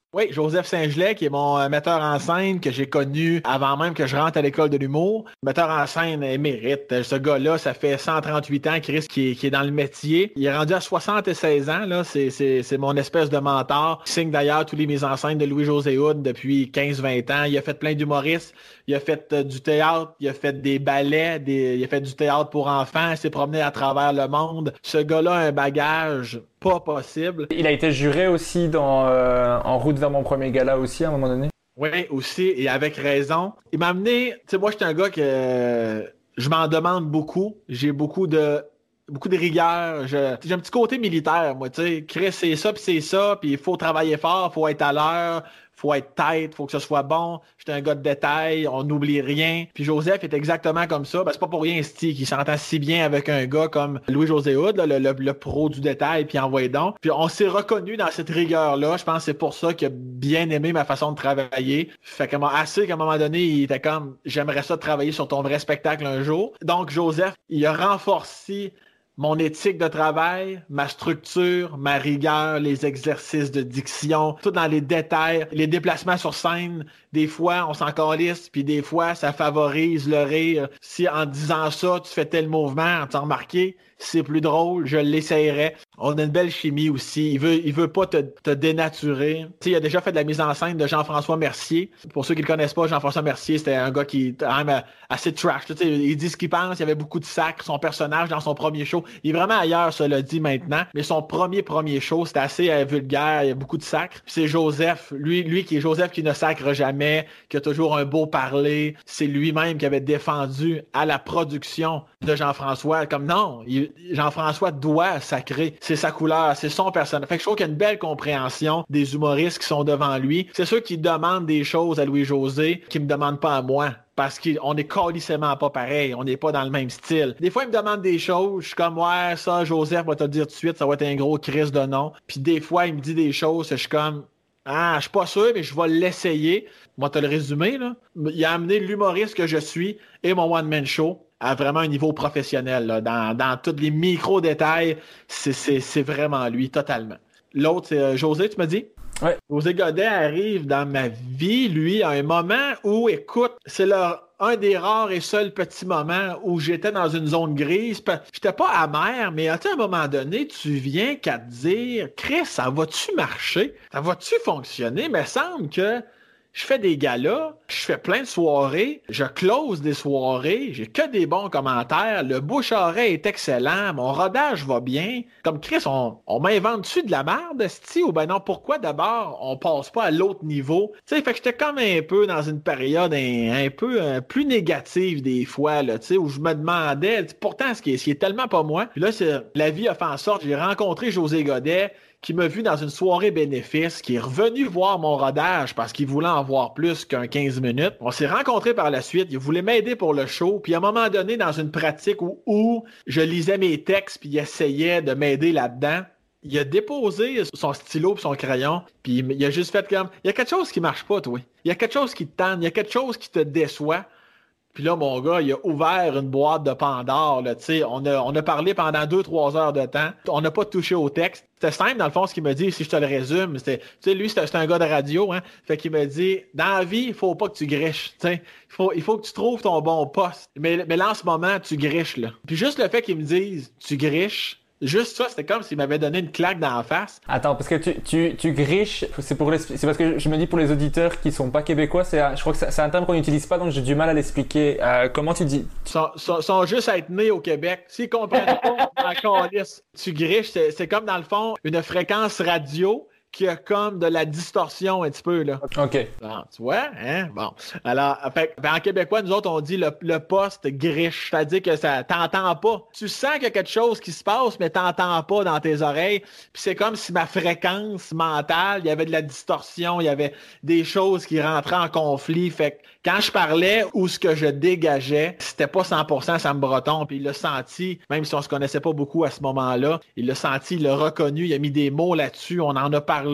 Oui, Joseph Saint-Gelais, qui est mon metteur en scène que j'ai connu avant même que je rentre à l'école de l'humour. Metteur en scène émérite. Ce gars-là, ça fait cent trente-huit ans, Chris, qui est, qui est dans le métier. Il est rendu à soixante-seize ans, là. C'est, c'est, c'est mon espèce de mentor. Il signe d'ailleurs tous les mises en scène de Louis-José Hood depuis quinze vingt ans. Il a fait plein d'humoristes. Il a fait euh, du théâtre. Il a fait des ballets. Des... Il a fait du théâtre pour enfants. Il s'est promené à travers le monde. Ce gars-là a un bagage pas possible. Il a été juré aussi dans euh, En route vers mon premier gala aussi à un moment donné. Oui, aussi, et avec raison. Il m'a amené, tu sais, moi, j'étais un gars que euh, je m'en demande beaucoup. J'ai beaucoup de beaucoup de rigueur. Je, j'ai un petit côté militaire, moi, tu sais. Chris, c'est ça, puis c'est ça, puis il faut travailler fort, faut être à l'heure, faut être tête, faut que ce soit bon. J'étais un gars de détail, on n'oublie rien. Puis Joseph est exactement comme ça. Ben, c'est pas pour rien, Steve, qui s'entend si bien avec un gars comme Louis-José Hood, là, le, le, le pro du détail, puis envoyé donc. Puis on s'est reconnu dans cette rigueur-là. Je pense que c'est pour ça qu'il a bien aimé ma façon de travailler. Fait qu'à assez qu'à un moment donné, il était comme, j'aimerais ça travailler sur ton vrai spectacle un jour. Donc Joseph, il a renforcé mon éthique de travail, ma structure, ma rigueur, les exercices de diction, tout dans les détails, les déplacements sur scène. Des fois, on s'en calisse, puis des fois, ça favorise le rire. Si en disant ça, tu fais tel mouvement, t'as remarqué, c'est plus drôle, je l'essayerais. On a une belle chimie aussi. Il veut, il veut pas te, te dénaturer. Tu sais, il a déjà fait de la mise en scène de Jean-François Mercier. Pour ceux qui le connaissent pas, Jean-François Mercier, c'était un gars qui était quand même assez trash. Tu sais, il dit ce qu'il pense, il y avait beaucoup de sacs. Son personnage dans son premier show, il est vraiment ailleurs, cela dit maintenant. Mais son premier premier show, c'était assez euh, vulgaire. Il y a beaucoup de sacres. Puis c'est Joseph, lui, lui qui est Joseph qui ne sacre jamais, qui a toujours un beau parler. C'est lui-même qui avait défendu à la production de Jean-François. Comme non, il, Jean-François doit sacrer. C'est sa couleur, c'est son personnage. Fait que je trouve qu'il y a une belle compréhension des humoristes qui sont devant lui. C'est ceux qui demandent des choses à Louis-José qui me demandent pas à moi. Parce qu'on est câlissément pas pareil, on n'est pas dans le même style. Des fois, il me demande des choses, je suis comme, ouais, ça, Joseph va te le dire tout de suite, ça va être un gros crise de nom. Puis des fois, il me dit des choses, je suis comme, ah, je suis pas sûr, mais je vais l'essayer. Moi, te le résumer, là. Il a amené l'humoriste que je suis et mon one-man show à vraiment un niveau professionnel, là. Dans, dans tous les micro-détails, c'est, c'est, c'est vraiment lui, totalement. L'autre, c'est euh, José, tu m'as dit? Ouais. José Godet arrive dans ma vie, lui, à un moment où, écoute, c'est leur, un des rares et seuls petits moments où j'étais dans une zone grise. J'étais pas amer, mais à un moment donné, tu viens qu'à te dire, Chris, ça va-tu marcher? Ça va-tu fonctionner? Mais il me semble que je fais des galas, je fais plein de soirées, je close des soirées, j'ai que des bons commentaires, le bouche-oreille est excellent, mon rodage va bien. Comme Chris, on, on m'invente-tu de la merde, esti? Ou ben non, pourquoi d'abord on passe pas à l'autre niveau? Tu sais, fait que j'étais comme un peu dans une période un, un peu un, plus négative des fois, là, tu sais, où je me demandais, pourtant, ce qui est, ce qui est tellement pas moi. Puis là, c'est, la vie a fait en sorte, j'ai rencontré José Godet, qui m'a vu dans une soirée bénéfice, qui est revenu voir mon rodage parce qu'il voulait en voir plus qu'un quinze minutes. On s'est rencontrés par la suite, il voulait m'aider pour le show, puis à un moment donné, dans une pratique où, où je lisais mes textes, puis il essayait de m'aider là-dedans, il a déposé son stylo et son crayon, puis il a juste fait comme, il y a quelque chose qui marche pas, toi. Il y a quelque chose qui te tente, il y a quelque chose qui te déçoit. Puis là, mon gars, il a ouvert une boîte de Pandore, là, tu sais, on a, on a parlé pendant deux trois heures de temps, on n'a pas touché au texte. C'était simple, dans le fond, ce qu'il me dit, si je te le résume, c'était, tu sais, lui, c'était, c'était un gars de radio, hein, fait qu'il me dit, dans la vie, il faut pas que tu griches, tu sais, il faut, il faut que tu trouves ton bon poste. Mais, mais là, en ce moment, tu griches, là. Puis juste le fait qu'il me dise, tu griches, juste ça, c'était comme s'il m'avait donné une claque dans la face. Attends, parce que tu, tu, tu griches, c'est, pour c'est parce que je me dis pour les auditeurs qui sont pas québécois, c'est, je crois que c'est, c'est un terme qu'on n'utilise pas, donc j'ai du mal à l'expliquer. Euh, comment tu dis? Ils sont, sont, sont juste à être nés au Québec. S'ils comprennent pas, en calice. Tu griches, c'est, c'est comme dans le fond une fréquence radio qui a comme de la distorsion un petit peu, là. OK. Bon, tu vois, hein? Bon. Alors, fait, ben, en québécois, nous autres, on dit le, le poste griche. C'est-à-dire que ça t'entends pas. Tu sens qu'il y a quelque chose qui se passe, mais t'entends pas dans tes oreilles. Puis c'est comme si ma fréquence mentale, il y avait de la distorsion, il y avait des choses qui rentraient en conflit. Fait que quand je parlais ou ce que je dégageais, c'était pas cent pour cent Sam Breton. Puis il l'a senti, même si on se connaissait pas beaucoup à ce moment-là, il l'a senti, il l'a reconnu, il a mis des mots là-dessus, on en a parlé.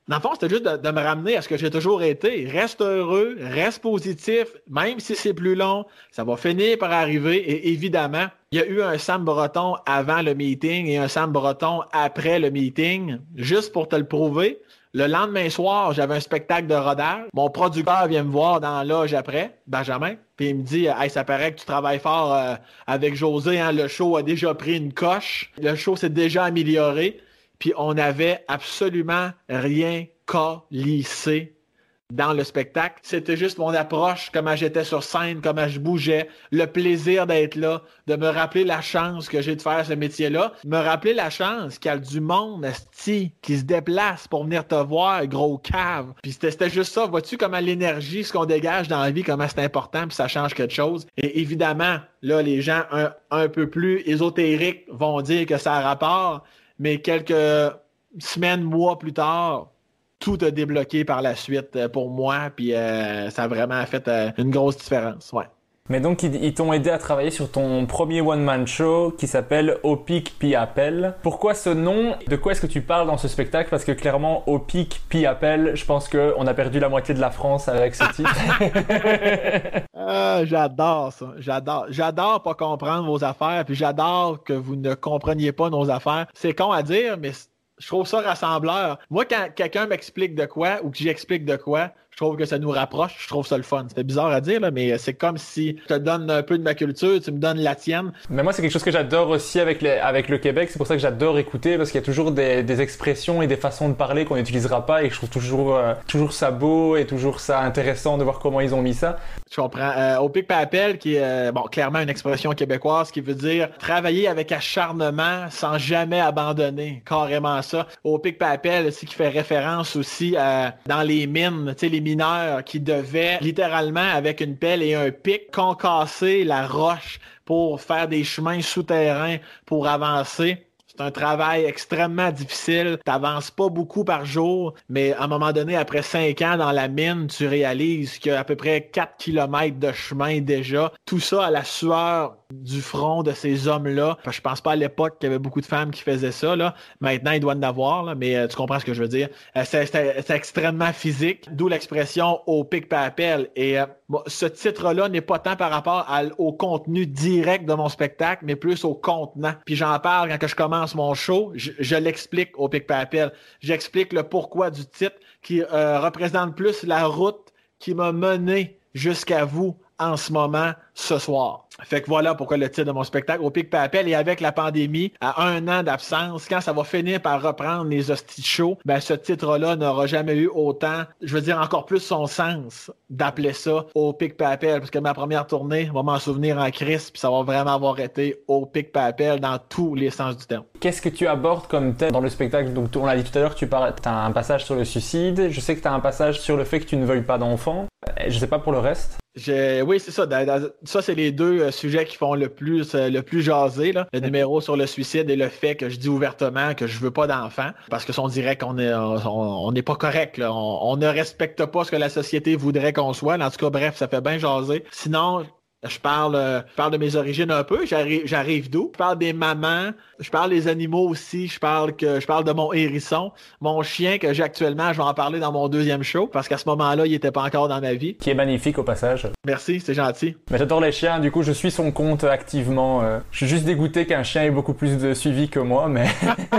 Dans le fond, c'était juste de, de me ramener à ce que j'ai toujours été. Reste heureux, reste positif, même si c'est plus long, ça va finir par arriver. Et évidemment, il y a eu un Sam Breton avant le meeting et un Sam Breton après le meeting, juste pour te le prouver. Le lendemain soir, j'avais un spectacle de rodage. Mon producteur vient me voir dans la loge après, Benjamin, puis il me dit « Hey, ça paraît que tu travailles fort euh, avec José, hein, le show a déjà pris une coche, le show s'est déjà amélioré. » Puis on n'avait absolument rien calissé dans le spectacle. C'était juste mon approche, comment j'étais sur scène, comment je bougeais, le plaisir d'être là, de me rappeler la chance que j'ai de faire ce métier-là, me rappeler la chance qu'il y a du monde asti, qui se déplace pour venir te voir, gros cave. Puis c'était, c'était juste ça. Vois-tu comment l'énergie, ce qu'on dégage dans la vie, comment c'est important, puis ça change quelque chose. Et évidemment, là, les gens un, un peu plus ésotériques vont dire que ça a rapport, mais quelques semaines, mois plus tard, tout a débloqué par la suite pour moi, puis euh, ça a vraiment fait euh, une grosse différence, ouais. Mais donc, ils, ils t'ont aidé à travailler sur ton premier one-man show qui s'appelle Au pic puis appel. Pourquoi ce nom? De quoi est-ce que tu parles dans ce spectacle? Parce que clairement, Au pic puis appel, je pense qu'on a perdu la moitié de la France avec ce titre. ah, j'adore ça, j'adore. J'adore pas comprendre vos affaires, puis j'adore que vous ne compreniez pas nos affaires. C'est con à dire, mais je trouve ça rassembleur. Moi, quand quelqu'un m'explique de quoi ou que j'explique de quoi, je trouve que ça nous rapproche, je trouve ça le fun. C'était bizarre à dire, là, mais c'est comme si je te donne un peu de ma culture, tu me donnes la tienne. Mais moi, c'est quelque chose que j'adore aussi avec, les, avec le Québec. C'est pour ça que j'adore écouter, parce qu'il y a toujours des, des expressions et des façons de parler qu'on n'utilisera pas, et je trouve toujours, euh, toujours ça beau et toujours ça intéressant de voir comment ils ont mis ça. Je comprends. Euh, au pic par appel, qui est euh, bon, clairement une expression québécoise qui veut dire travailler avec acharnement sans jamais abandonner. Carrément ça. Au pic par appel, c'est qui fait référence aussi euh, dans les mines, tu sais, les mineurs qui devaient littéralement avec une pelle et un pic concasser la roche pour faire des chemins souterrains pour avancer. C'est un travail extrêmement difficile. Tu n'avances pas beaucoup par jour, mais à un moment donné, après cinq ans dans la mine, tu réalises qu'il y a à peu près quatre kilomètres de chemin déjà. Tout ça à la sueur du front de ces hommes-là. Je pense pas à l'époque qu'il y avait beaucoup de femmes qui faisaient ça, là. Maintenant, ils doivent en avoir, là, mais euh, tu comprends ce que je veux dire. Euh, c'est, c'est, c'est extrêmement physique, d'où l'expression au pic par appel. Et euh, bon, ce titre-là n'est pas tant par rapport à, au contenu direct de mon spectacle, mais plus au contenant. Puis j'en parle quand que je commence mon show, je, je l'explique au pic par appel. J'explique le pourquoi du titre qui euh, représente plus la route qui m'a mené jusqu'à vous en ce moment, ce soir. Fait que voilà pourquoi le titre de mon spectacle, Au pic par appel. Et avec la pandémie, à un an d'absence, quand ça va finir par reprendre les hosties de show, ben ce titre-là n'aura jamais eu autant, je veux dire encore plus son sens d'appeler ça Au pic par appel. Parce que ma première tournée, on va m'en souvenir en crise, puis ça va vraiment avoir été Au pic par appel dans tous les sens du terme. Qu'est-ce que tu abordes comme thème dans le spectacle? Donc on l'a dit tout à l'heure, tu parles, t'as un passage sur le suicide. Je sais que t'as un passage sur le fait que tu ne veuilles pas d'enfant. Je sais pas pour le reste. J'ai... Oui, c'est ça. Ça, c'est les deux euh, sujets qui font le plus euh, le plus jaser, là. Le numéro sur le suicide et le fait que je dis ouvertement que je veux pas d'enfants. Parce que si on dirait qu'on est on n'est pas correct, là. On, on ne respecte pas ce que la société voudrait qu'on soit. En tout cas, bref, ça fait bien jaser. Sinon, je parle, euh, je parle de mes origines un peu. J'arrive, j'arrive d'où? Je parle des mamans. Je parle des animaux aussi. Je parle que je parle de mon hérisson. Mon chien que j'ai actuellement, je vais en parler dans mon deuxième show. Parce qu'à ce moment-là, il était pas encore dans ma vie. Qui est magnifique au passage. Merci, c'est gentil. Mais j'adore les chiens. Du coup, je suis son compte activement. Euh, je suis juste dégoûté qu'un chien ait beaucoup plus de suivi que moi, mais...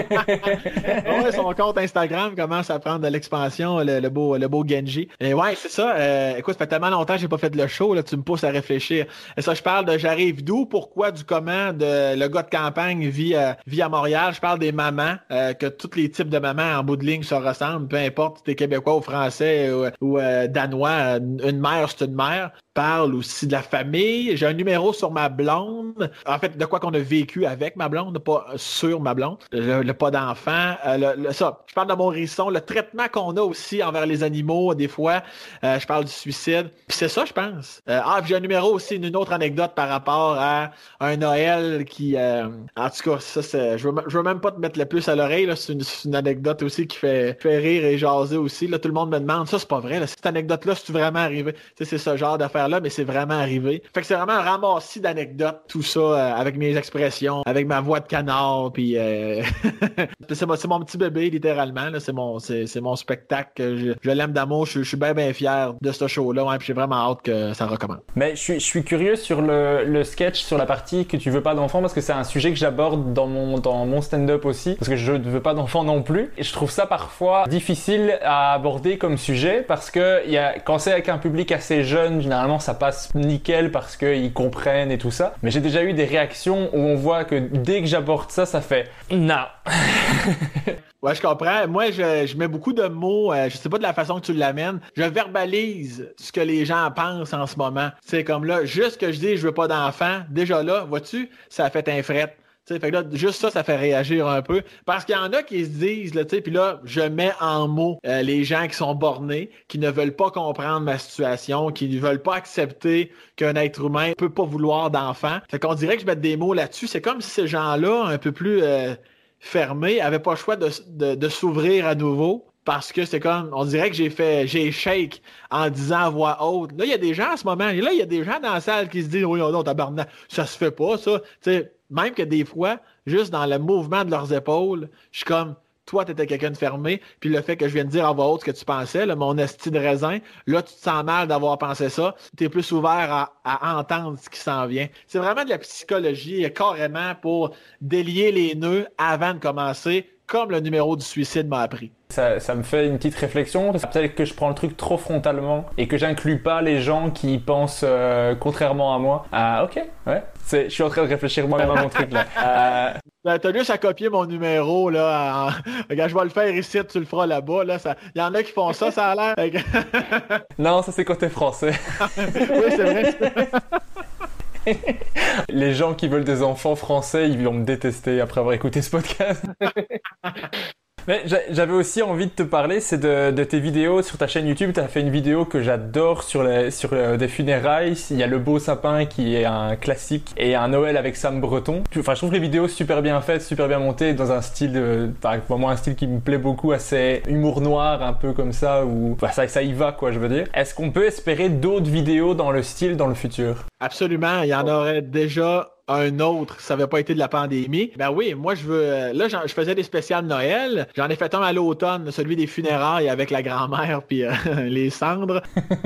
ouais, son compte Instagram commence à prendre de l'expansion, le, le beau, le beau Genji. Et ouais, c'est ça. Euh, écoute, ça fait tellement longtemps que j'ai pas fait le show, là, tu me pousses à réfléchir. Et ça, je parle de j'arrive d'où, pourquoi, du comment, de le gars de campagne vit, euh, vit à Montréal. Je parle des mamans, euh, que tous les types de mamans en bout de ligne se ressemblent, peu importe si t'es québécois ou français ou, ou euh, danois. Une mère, c'est une mère. Parle aussi de la famille. J'ai un numéro sur ma blonde. En fait, de quoi qu'on a vécu avec ma blonde, pas sur ma blonde. Le, le pas d'enfant. Euh, le, le, ça, je parle de mon hérisson. Le traitement qu'on a aussi envers les animaux, des fois. Euh, je parle du suicide. Puis c'est ça, je pense. Euh, ah, puis j'ai un numéro aussi, une autre anecdote par rapport à un Noël qui... Euh, en tout cas, ça, c'est, je veux, je veux même pas te mettre le plus à l'oreille. Là. C'est, une, c'est une anecdote aussi qui fait, fait rire et jaser aussi. Là, tout le monde me demande, ça, c'est pas vrai. Là, cette anecdote-là, c'est-tu vraiment arrivé? Tu sais, c'est ce genre d'affaire affaire-là, mais c'est vraiment arrivé. Fait que c'est vraiment un ramassis d'anecdotes, tout ça, euh, avec mes expressions, avec ma voix de canard, puis euh... c'est, mon, c'est mon petit bébé, littéralement. Là. C'est, mon, c'est, c'est mon spectacle. Je, je l'aime d'amour. Je, je suis bien, bien fier de ce show-là. Ouais, puis j'ai vraiment hâte que ça recommence. Mais je suis, je suis curieux sur le, le sketch, sur la partie que tu veux pas d'enfant, parce que c'est un sujet que j'aborde dans mon, dans mon stand-up aussi, parce que je ne veux pas d'enfant non plus. Et je trouve ça parfois difficile à aborder comme sujet, parce que y a, quand c'est avec un public assez jeune, généralement ça passe nickel parce qu'ils comprennent et tout ça. Mais j'ai déjà eu des réactions où on voit que dès que j'aborde ça, ça fait « non ». Ouais, je comprends. Moi, je, je mets beaucoup de mots, euh, je sais pas de la façon que tu l'amènes. Je verbalise ce que les gens pensent en ce moment. C'est comme là, juste que je dis je veux pas d'enfant, déjà là, vois-tu, ça fait un fret. T'sais, fait que là, juste ça, ça fait réagir un peu. Parce qu'il y en a qui se disent, là, tu sais, puis là, je mets en mots euh, les gens qui sont bornés, qui ne veulent pas comprendre ma situation, qui ne veulent pas accepter qu'un être humain peut pas vouloir d'enfant. Fait qu'on dirait que je mets des mots là-dessus. C'est comme si ces gens-là, un peu plus euh, fermés, avaient pas le choix de, de, de s'ouvrir à nouveau. Parce que c'est comme, on dirait que j'ai fait, j'ai shake en disant à voix haute. Là, il y a des gens en ce moment, et là, il y a des gens dans la salle qui se disent, oui, non, tabarnak, ça se fait pas, ça. Tu sais, même que des fois, juste dans le mouvement de leurs épaules, je suis comme, toi, t'étais quelqu'un de fermé, puis le fait que je viens de dire à voix haute ce que tu pensais, là, mon esti de raisin, là, tu te sens mal d'avoir pensé ça, t'es plus ouvert à, à entendre ce qui s'en vient. C'est vraiment de la psychologie, carrément, pour délier les nœuds avant de commencer, comme le numéro du suicide m'a appris. Ça, ça me fait une petite réflexion, parce que peut-être que je prends le truc trop frontalement et que j'inclus pas les gens qui pensent euh, contrairement à moi. Ah, ok, ouais. C'est, je suis en train de réfléchir moi-même à mon truc là. Euh... Ben, t'as juste à copier mon numéro là. En... Regarde, je vais le faire ici, tu le feras là-bas. Là, ça... Il y en a qui font ça, ça a l'air. Non, ça c'est côté français. Oui, c'est vrai. Les gens qui veulent des enfants français, ils vont me détester après avoir écouté ce podcast. Mais j'avais aussi envie de te parler, c'est de, de tes vidéos sur ta chaîne YouTube. Tu as fait une vidéo que j'adore sur, les, sur les, des funérailles. Il y a Le Beau Sapin qui est un classique et un Noël avec Sam Breton. Enfin, je trouve les vidéos super bien faites, super bien montées, dans un style, euh, pour moi un style qui me plaît beaucoup, assez humour noir, un peu comme ça, où bah, ça, ça y va quoi, je veux dire. Est-ce qu'on peut espérer d'autres vidéos dans le style dans le futur? Absolument, il y en aurait déjà un autre, ça n'avait pas été de la pandémie. Ben oui, moi je veux... Là, je faisais des spéciales Noël. J'en ai fait un à l'automne, celui des funérailles avec la grand-mère puis euh, les cendres.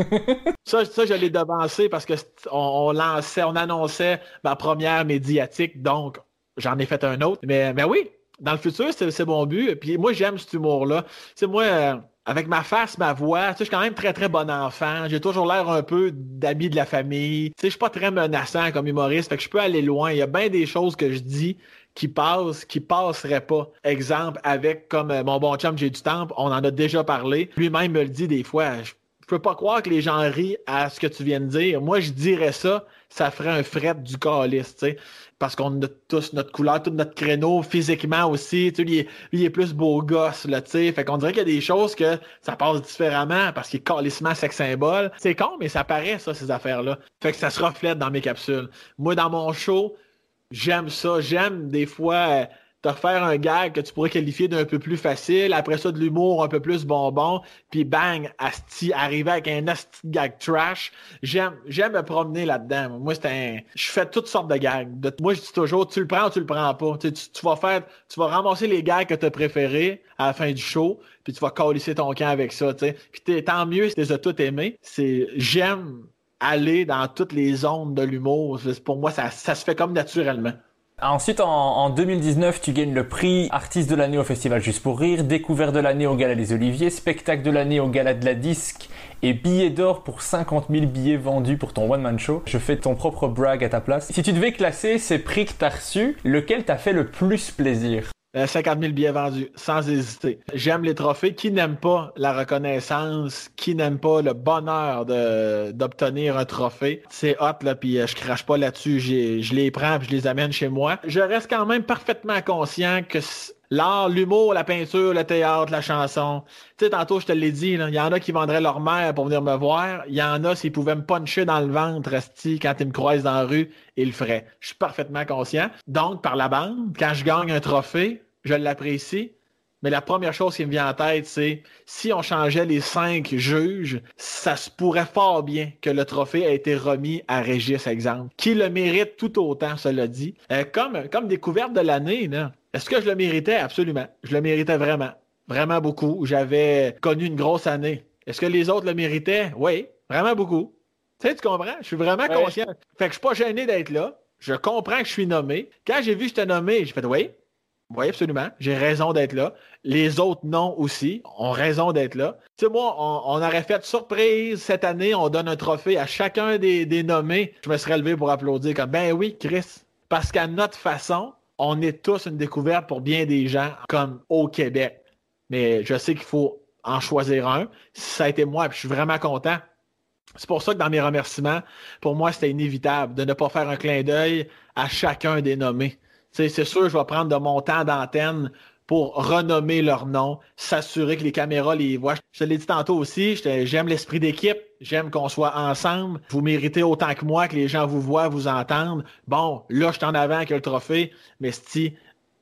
ça, ça, je l'ai devancé parce que on, on lançait, on annonçait ma première médiatique, donc j'en ai fait un autre. Mais, mais oui, dans le futur, c'est, c'est mon but. Puis moi, j'aime cet humour-là. C'est moi... Euh, avec ma face, ma voix, tu sais, je suis quand même très, très bon enfant. J'ai toujours l'air un peu d'ami de la famille. Tu sais, je suis pas très menaçant comme humoriste, fait que je peux aller loin. Il y a bien des choses que je dis qui passent, qui passeraient pas. Exemple, avec, comme euh, mon bon chum, j'ai du temple, on en a déjà parlé. Lui-même me le dit des fois. Je, je peux pas croire que les gens rient à ce que tu viens de dire. Moi, je dirais ça, ça ferait un fret du calice, tu sais. Parce qu'on a tous notre couleur, tout notre créneau, physiquement aussi. Tu sais, lui, il est, lui, il est plus beau gosse, là, tu sais. Fait qu'on dirait qu'il y a des choses que ça passe différemment parce qu'il est calissement sex symbole. C'est con, mais ça paraît, ça, ces affaires-là. Fait que ça se reflète dans mes capsules. Moi, dans mon show, j'aime ça. J'aime, des fois, euh, te faire un gag que tu pourrais qualifier d'un peu plus facile. Après ça, de l'humour un peu plus bonbon. Puis bang, asti, arriver avec un asti gag trash. J'aime, j'aime me promener là-dedans. Moi, c'est un... Je fais toutes sortes de gags. De... Moi, je dis toujours, tu le prends ou tu le prends pas. Tu, tu, tu vas faire... Tu vas ramasser les gags que tu as préférés à la fin du show, puis tu vas calisser ton camp avec ça, tu sais. Puis t'es... tant mieux si tu les as tous aimés. C'est... J'aime aller dans toutes les zones de l'humour. Pour moi, ça, ça se fait comme naturellement. Ensuite, en, en deux mille dix-neuf, tu gagnes le prix Artiste de l'année au Festival Juste pour Rire, Découvert de l'année au Gala des Oliviers, Spectacle de l'année au Gala de la Disque et Billet d'or pour cinquante mille billets vendus pour ton one-man show. Je fais ton propre brag à ta place. Si tu devais classer ces prix que tu as reçus, lequel t'a fait le plus plaisir? Euh, cinquante mille billets vendus, sans hésiter. J'aime les trophées. Qui n'aime pas la reconnaissance? Qui n'aime pas le bonheur de, d'obtenir un trophée? C'est hot, là, puis euh, je crache pas là-dessus. J'ai, je les prends puis je les amène chez moi. Je reste quand même parfaitement conscient que l'art, l'humour, la peinture, le théâtre, la chanson... Tu sais, tantôt, je te l'ai dit, il y en a qui vendraient leur mère pour venir me voir. Il y en a, s'ils pouvaient me puncher dans le ventre, esti, quand ils me croisent dans la rue, ils le feraient. Je suis parfaitement conscient. Donc, par la bande, quand je gagne un trophée, je l'apprécie. Mais la première chose qui me vient en tête, c'est si on changeait les cinq juges, ça se pourrait fort bien que le trophée ait été remis à Régis, exemple, qui le mérite tout autant, cela dit. Euh, comme, comme découverte de l'année, là. Est-ce que je le méritais? Absolument. Je le méritais vraiment. Vraiment beaucoup. J'avais connu une grosse année. Est-ce que les autres le méritaient? Oui, vraiment beaucoup. Tu sais, tu comprends? Je suis vraiment ouais, conscient. Je... Fait que je suis pas gêné d'être là. Je comprends que je suis nommé. Quand j'ai vu que j'étais nommé, j'ai fait oui. Oui, absolument. J'ai raison d'être là. Les autres, non aussi, ont raison d'être là. Tu sais, moi, on, on aurait fait surprise cette année. On donne un trophée à chacun des, des nommés. Je me serais levé pour applaudir comme, ben oui, Chris. Parce qu'à notre façon, on est tous une découverte pour bien des gens comme au Québec. Mais je sais qu'il faut en choisir un. Ça a été moi, puis je suis vraiment content. C'est pour ça que dans mes remerciements, pour moi, c'était inévitable de ne pas faire un clin d'œil à chacun des nommés. T'sais, c'est sûr, je vais prendre de mon temps d'antenne pour renommer leur nom, s'assurer que les caméras les voient. Je te l'ai dit tantôt aussi, j'aime l'esprit d'équipe, j'aime qu'on soit ensemble. Vous méritez autant que moi, que les gens vous voient, vous entendent. Bon, là, je suis en avant avec le trophée, mais si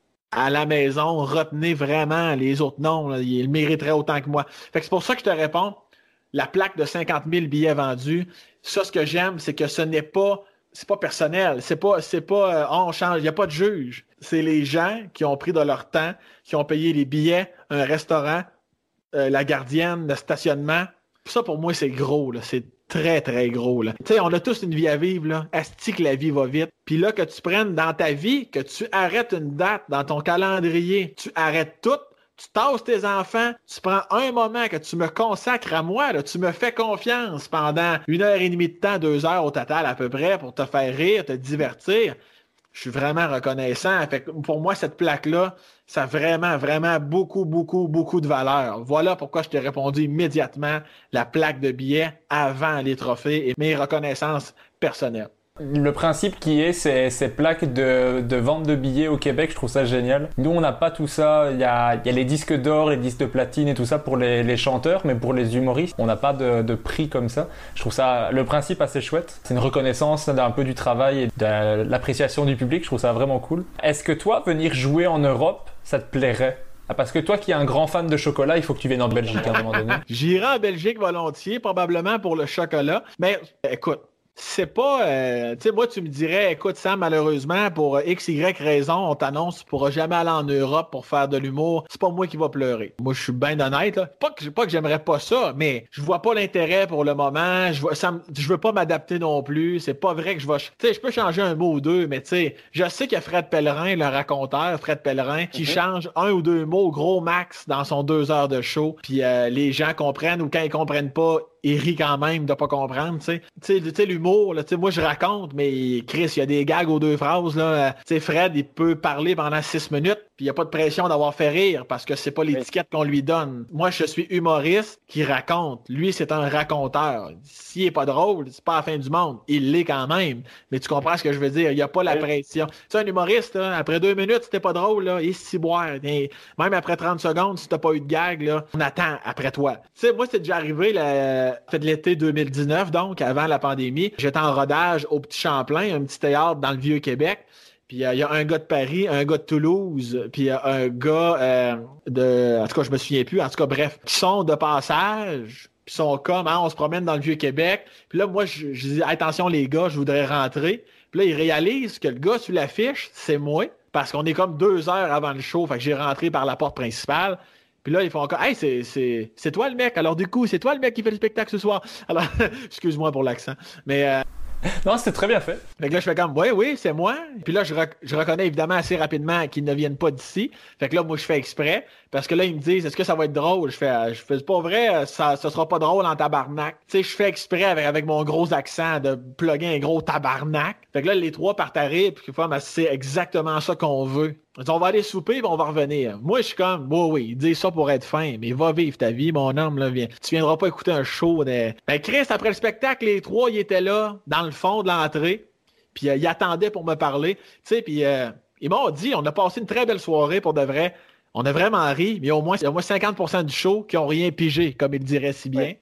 à la maison, retenez vraiment les autres noms, là, ils mériteraient autant que moi. Fait que c'est pour ça que je te réponds, la plaque de cinquante mille billets vendus, ça, ce que j'aime, c'est que ce n'est pas... C'est pas personnel, c'est pas, c'est pas, euh, oh, on change, il n'y a pas de juge. C'est les gens qui ont pris de leur temps, qui ont payé les billets, un restaurant, euh, la gardienne, le stationnement. Ça, pour moi, c'est gros, là. C'est très, très gros, là. Tu sais, on a tous une vie à vivre, là. Asti que la vie va vite. Puis là, que tu prennes dans ta vie, que tu arrêtes une date dans ton calendrier, tu arrêtes tout, tu tasses tes enfants, tu prends un moment que tu me consacres à moi, là, tu me fais confiance pendant une heure et demie de temps, deux heures au total à peu près pour te faire rire, te divertir. Je suis vraiment reconnaissant. Fait que pour moi, cette plaque-là, ça a vraiment, vraiment beaucoup, beaucoup, beaucoup de valeur. Voilà pourquoi je t'ai répondu immédiatement la plaque de billets avant les trophées et mes reconnaissances personnelles. Le principe qui est ces, ces plaques de, de vente de billets au Québec, je trouve ça génial. Nous, on n'a pas tout ça. Il y a, il y a les disques d'or, les disques de platine et tout ça pour les, les chanteurs, mais pour les humoristes, on n'a pas de, de prix comme ça. Je trouve ça, le principe assez chouette. C'est une reconnaissance d'un peu du travail et de l'appréciation du public. Je trouve ça vraiment cool. Est-ce que toi, venir jouer en Europe, ça te plairait? Parce que toi qui es un grand fan de chocolat, il faut que tu viennes en Belgique à un moment donné. J'irai en Belgique volontiers, probablement pour le chocolat. Mais écoute, c'est pas... Euh, tu sais, moi, tu me dirais, écoute, Sam, malheureusement, pour X, Y raison, on t'annonce que tu pourras jamais aller en Europe pour faire de l'humour. C'est pas moi qui va pleurer. Moi, je suis bien honnête, là. Pas que, pas que j'aimerais pas ça, mais je vois pas l'intérêt pour le moment. Je vois, ça, je veux pas m'adapter non plus. C'est pas vrai que je vais... Tu sais, je peux changer un mot ou deux, mais tu sais, je sais qu'il y a Fred Pellerin, le raconteur, Fred Pellerin, qui mm-hmm. change un ou deux mots gros max dans son deux heures de show. Puis euh, les gens comprennent ou quand ils comprennent pas, il rit quand même de pas comprendre, tu sais. Tu sais, l'humour, là, tu sais, moi je raconte, mais Chris, il y a des gags aux deux phrases, là. Tu sais, Fred, il peut parler pendant six minutes, puis il n'y a pas de pression d'avoir fait rire, parce que c'est pas l'étiquette qu'on lui donne. Moi, je suis humoriste qui raconte. Lui, c'est un raconteur. S'il est pas drôle, c'est pas la fin du monde. Il l'est quand même. Mais tu comprends ce que je veux dire? Il n'y a pas la pression. Tu sais, un humoriste, là, après deux minutes, si t'es pas drôle, là, il s'y boire. Même après trente secondes, si t'as pas eu de gag, là, on attend après toi. Tu sais, moi, c'est déjà arrivé, là, fait de l'été deux mille dix-neuf, donc, avant la pandémie. J'étais en rodage au Petit Champlain, un petit théâtre dans le Vieux-Québec. Puis il euh, y a un gars de Paris, un gars de Toulouse, puis il y a un gars euh, de... En tout cas, je me souviens plus. En tout cas, bref, qui sont de passage, puis sont comme, hein, on se promène dans le Vieux-Québec. Puis là, moi, je, je dis, attention les gars, je voudrais rentrer. Puis là, ils réalisent que le gars sur l'affiche, c'est moi, parce qu'on est comme deux heures avant le show. Fait que j'ai rentré par la porte principale. Puis là, ils font encore, hey, c'est, c'est, c'est toi le mec. Alors du coup, c'est toi le mec qui fait le spectacle ce soir. Alors, excuse-moi pour l'accent. Mais... Euh... Non, c'était très bien fait. Fait que là, je fais comme, oui, oui, c'est moi. Puis là, je, rec- je reconnais évidemment assez rapidement qu'ils ne viennent pas d'ici. Fait que là, moi, je fais exprès. Parce que là, ils me disent, est-ce que ça va être drôle? Je fais, je fais, c'est pas vrai, ça, ça sera pas drôle en tabarnak. Tu sais, je fais exprès avec, avec mon gros accent de plugger un gros tabarnak. Fait que là, les trois partent à rire, puis c'est exactement ça qu'on veut. On va aller souper, puis on va revenir. Moi, je suis comme, oui, oui, ils disent ça pour être fin, mais va vivre ta vie, mon homme, là, viens. Tu viendras pas écouter un show. De... Ben, Chris, après le spectacle, les trois, ils étaient là, dans le fond de l'entrée, puis euh, ils attendaient pour me parler. Tu sais, puis euh, ils m'ont dit, on a passé une très belle soirée pour de vrai. On a vraiment ri, mais au moins, il y a au moins cinquante pour cent du show qui ont rien pigé, comme il dirait si bien. Ouais.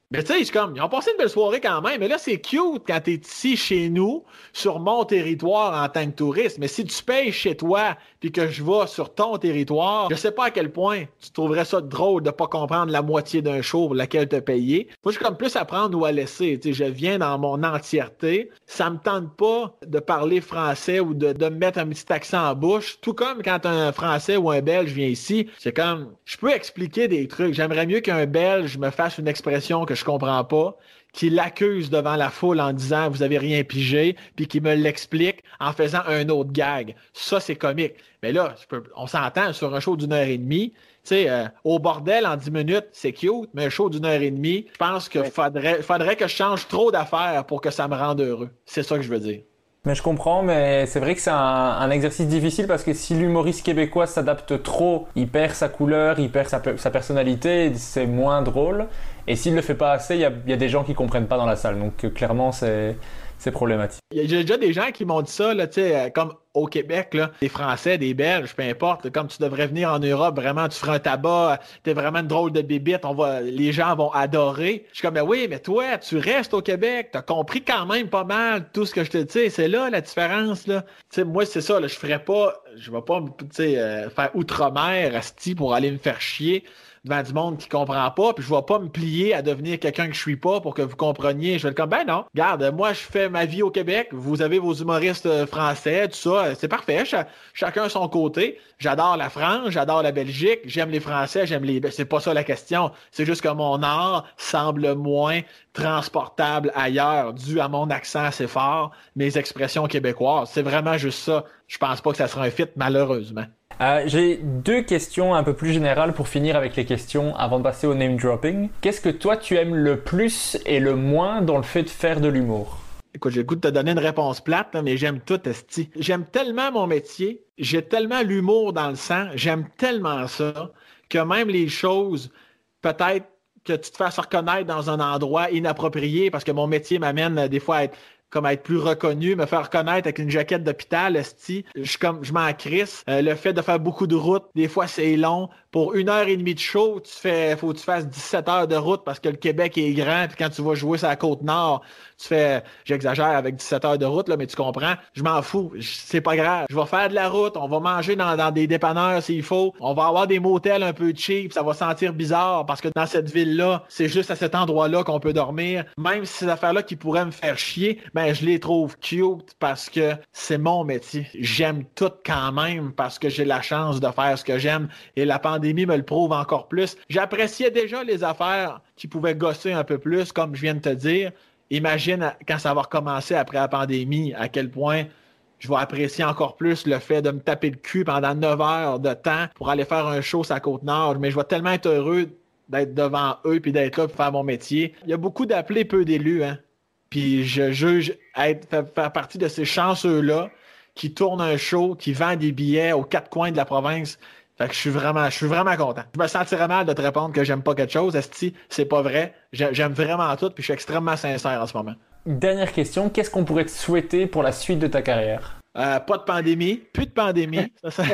Mais tu sais, c'est comme, ils ont passé une belle soirée quand même, mais là, c'est cute quand t'es ici chez nous, sur mon territoire en tant que touriste. Mais si tu payes chez toi, puis que je vais sur ton territoire, je sais pas à quel point tu trouverais ça drôle de pas comprendre la moitié d'un show pour laquelle t'as payé. Moi, je suis comme plus à prendre ou à laisser. Tu sais, je viens dans mon entièreté. Ça me tente pas de parler français ou de, de me mettre un petit accent en bouche. Tout comme quand un Français ou un Belge vient ici, c'est comme, je peux expliquer des trucs. J'aimerais mieux qu'un Belge me fasse une expression que je comprends pas, qui l'accuse devant la foule en disant « vous avez rien pigé », puis qui me l'explique en faisant un autre gag. Ça, c'est comique. Mais là, je peux, on s'entend sur un show d'une heure et demie. Tu sais, euh, au bordel, en dix minutes, c'est cute, mais un show d'une heure et demie, je pense qu'il ouais. faudrait, faudrait que je change trop d'affaires pour que ça me rende heureux. C'est ça que je veux dire. Mais je comprends, mais c'est vrai que c'est un, un exercice difficile parce que si l'humoriste québécois s'adapte trop, il perd sa couleur, il perd sa, sa personnalité, c'est moins drôle. Et s'il le fait pas assez, il y a, y a des gens qui comprennent pas dans la salle. Donc euh, clairement, c'est, c'est problématique. Il y a déjà des gens qui m'ont dit ça, là, tu sais, comme au Québec, là, des Français, des Belges, peu importe, là, comme tu devrais venir en Europe, vraiment, tu feras un tabac, t'es vraiment une drôle de bébite, on va, les gens vont adorer. Je suis comme, ben oui, mais toi, tu restes au Québec, t'as compris quand même pas mal tout ce que je te dis, c'est là la différence, là. Tu sais, moi, c'est ça, là, je ferais pas, je vais pas, tu sais, euh, faire outre-mer, asti, pour aller me faire chier devant du monde qui comprend pas, puis je vais pas me plier à devenir quelqu'un que je suis pas pour que vous compreniez. Je vais être comme, ben non, regarde, moi je fais ma vie au Québec, vous avez vos humoristes français, tout ça, c'est parfait, Ch- chacun son côté. J'adore la France, j'adore la Belgique, j'aime les Français, j'aime les... C'est pas ça la question, c'est juste que mon art semble moins transportable ailleurs, dû à mon accent assez fort, mes expressions québécoises. C'est vraiment juste ça. Je pense pas que ça sera un fit, malheureusement. Euh, j'ai deux questions un peu plus générales pour finir avec les questions avant de passer au name dropping. Qu'est-ce que toi tu aimes le plus et le moins dans le fait de faire de l'humour? Écoute, j'ai le goût de te donner une réponse plate, là, mais j'aime tout, esti. J'aime tellement mon métier, j'ai tellement l'humour dans le sang, j'aime tellement ça, que même les choses, peut-être que tu te fasses reconnaître dans un endroit inapproprié, parce que mon métier m'amène euh, des fois à être comme à être plus reconnu, me faire reconnaître avec une jaquette d'hôpital, esti, je comme je m'en crisse. Euh, le fait de faire beaucoup de route, des fois c'est long. Pour une heure et demie de show, tu fais, faut que tu fasses dix-sept heures de route parce que le Québec est grand, puis quand tu vas jouer sur la Côte-Nord, tu fais, j'exagère avec dix-sept heures de route, là, mais tu comprends, je m'en fous, c'est pas grave. Je vais faire de la route, on va manger dans, dans des dépanneurs s'il faut, on va avoir des motels un peu cheap, ça va sentir bizarre parce que dans cette ville-là, c'est juste à cet endroit-là qu'on peut dormir. Même si ces affaires-là qui pourraient me faire chier, ben je les trouve cute parce que c'est mon métier. J'aime tout quand même parce que j'ai la chance de faire ce que j'aime et la pandémie me le prouve encore plus. J'appréciais déjà les affaires qui pouvaient gosser un peu plus, comme je viens de te dire. Imagine quand ça va recommencer après la pandémie, à quel point je vais apprécier encore plus le fait de me taper le cul pendant neuf heures de temps pour aller faire un show sur la Côte-Nord. Mais je vais tellement être heureux d'être devant eux puis d'être là pour faire mon métier. Il y a beaucoup d'appelés, peu d'élus, hein. Puis je juge être faire, faire partie de ces chanceux-là qui tournent un show, qui vendent des billets aux quatre coins de la province. Fait que je suis vraiment, je suis vraiment content. Je me sentirais mal de te répondre que j'aime pas quelque chose. Esti, c'est pas vrai. J'aime vraiment tout, puis je suis extrêmement sincère en ce moment. Dernière question, qu'est-ce qu'on pourrait te souhaiter pour la suite de ta carrière? Euh, pas de pandémie, plus de pandémie. ça, ça,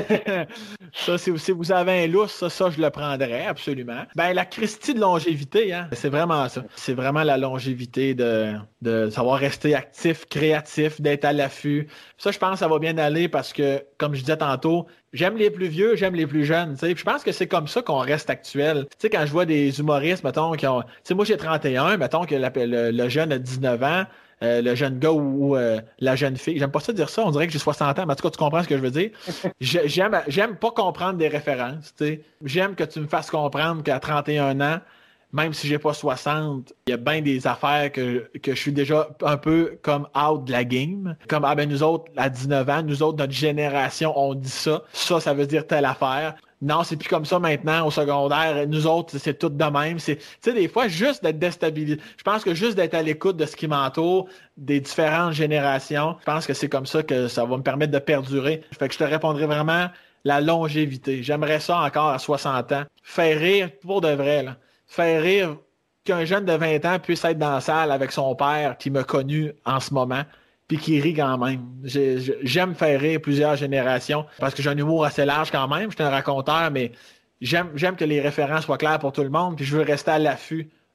ça si, si vous avez un lousse, ça, ça, je le prendrais, absolument. Ben, la Christie de longévité, hein, c'est vraiment ça. C'est vraiment la longévité de, de savoir rester actif, créatif, d'être à l'affût. Ça, je pense que ça va bien aller parce que, comme je disais tantôt, j'aime les plus vieux, j'aime les plus jeunes. Puis je pense que c'est comme ça qu'on reste actuel. Tu sais, quand je vois des humoristes, mettons, qui ont... Tu sais, moi, j'ai trente et un, mettons que le, le, le jeune a dix-neuf ans, Euh, le jeune gars ou, ou euh, la jeune fille. J'aime pas ça dire ça, on dirait que j'ai soixante ans, mais en tout cas, tu comprends ce que je veux dire. J'aime, j'aime pas comprendre des références, tu sais. J'aime que tu me fasses comprendre qu'à trente et un ans, même si j'ai pas soixante, il y a bien des affaires que, que je suis déjà un peu comme out de la game. Comme, ah ben nous autres, à dix-neuf ans, nous autres, notre génération, on dit ça. Ça, ça veut dire telle affaire. Non, c'est plus comme ça maintenant au secondaire. Nous autres, c'est tout de même. C'est, tu sais, des fois, juste d'être déstabilisé. Je pense que juste d'être à l'écoute de ce qui m'entoure, des différentes générations, je pense que c'est comme ça que ça va me permettre de perdurer. Fait que je te répondrai vraiment la longévité. J'aimerais ça encore à soixante ans. Faire rire pour de vrai, là. Faire rire qu'un jeune de vingt ans puisse être dans la salle avec son père qui m'a connu en ce moment. Puis qui rit quand même. J'ai, j'aime faire rire plusieurs générations parce que j'ai un humour assez large quand même. Je suis un raconteur, mais j'aime, j'aime que les références soient claires pour tout le monde. Puis je veux rester à l'affût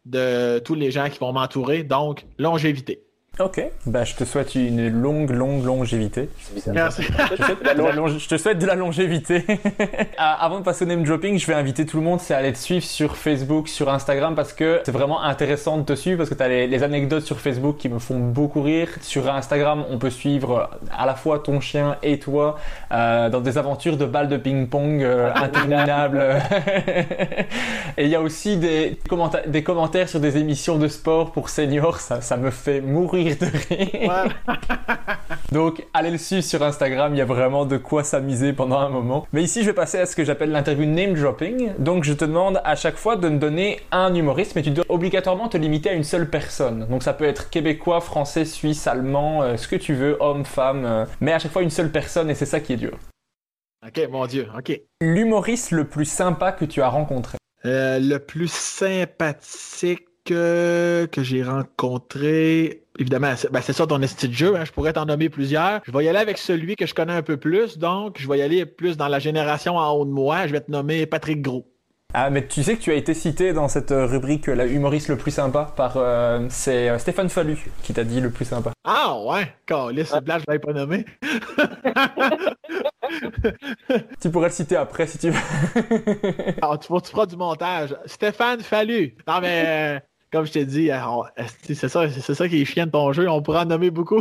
de tous les gens qui vont m'entourer. Donc, longévité. Ok, bah, je te souhaite une longue, longue longévité. Merci. Je te souhaite de la, longe... je te souhaite de la longévité. Avant de passer au name dropping, je vais inviter tout le monde à aller te suivre sur Facebook, sur Instagram, parce que c'est vraiment intéressant de te suivre, parce que tu as les, les anecdotes sur Facebook qui me font beaucoup rire. Sur Instagram, on peut suivre à la fois ton chien et toi euh, dans des aventures de balles de ping-pong euh, interminables. Et il y a aussi des, commenta- des commentaires sur des émissions de sport pour seniors, ça, ça me fait mourir de rire. Ouais. Donc allez le suivre sur Instagram, il y a vraiment de quoi s'amuser pendant un moment. Mais ici je vais passer à ce que j'appelle l'interview name dropping. Donc je te demande à chaque fois de me donner un humoriste, mais tu dois obligatoirement te limiter à une seule personne. Donc ça peut être québécois, français, suisse, allemand, euh, ce que tu veux, homme, femme, euh, mais à chaque fois une seule personne, et c'est ça qui est dur. Ok, mon Dieu, ok. L'humoriste le plus sympa que tu as rencontré? Euh, le plus sympathique que, que j'ai rencontré... Évidemment, c'est, ben c'est ça ton esti de jeu, hein, je pourrais t'en nommer plusieurs. Je vais y aller avec celui que je connais un peu plus, donc je vais y aller plus dans la génération en haut de moi. Je vais te nommer Patrick Gros. Ah, mais tu sais que tu as été cité dans cette rubrique, la humoriste le plus sympa, par euh, c'est euh, Stéphane Fallu qui t'a dit le plus sympa. Ah ouais, calisse, c'est blague, je l'avais pas nommé. Tu pourrais le citer après si tu veux. Alors, tu, tu feras du montage. Stéphane Fallu. Non mais... Euh... Comme je t'ai dit, on, c'est, ça, c'est ça qui est chiant de ton jeu, on pourra en nommer beaucoup.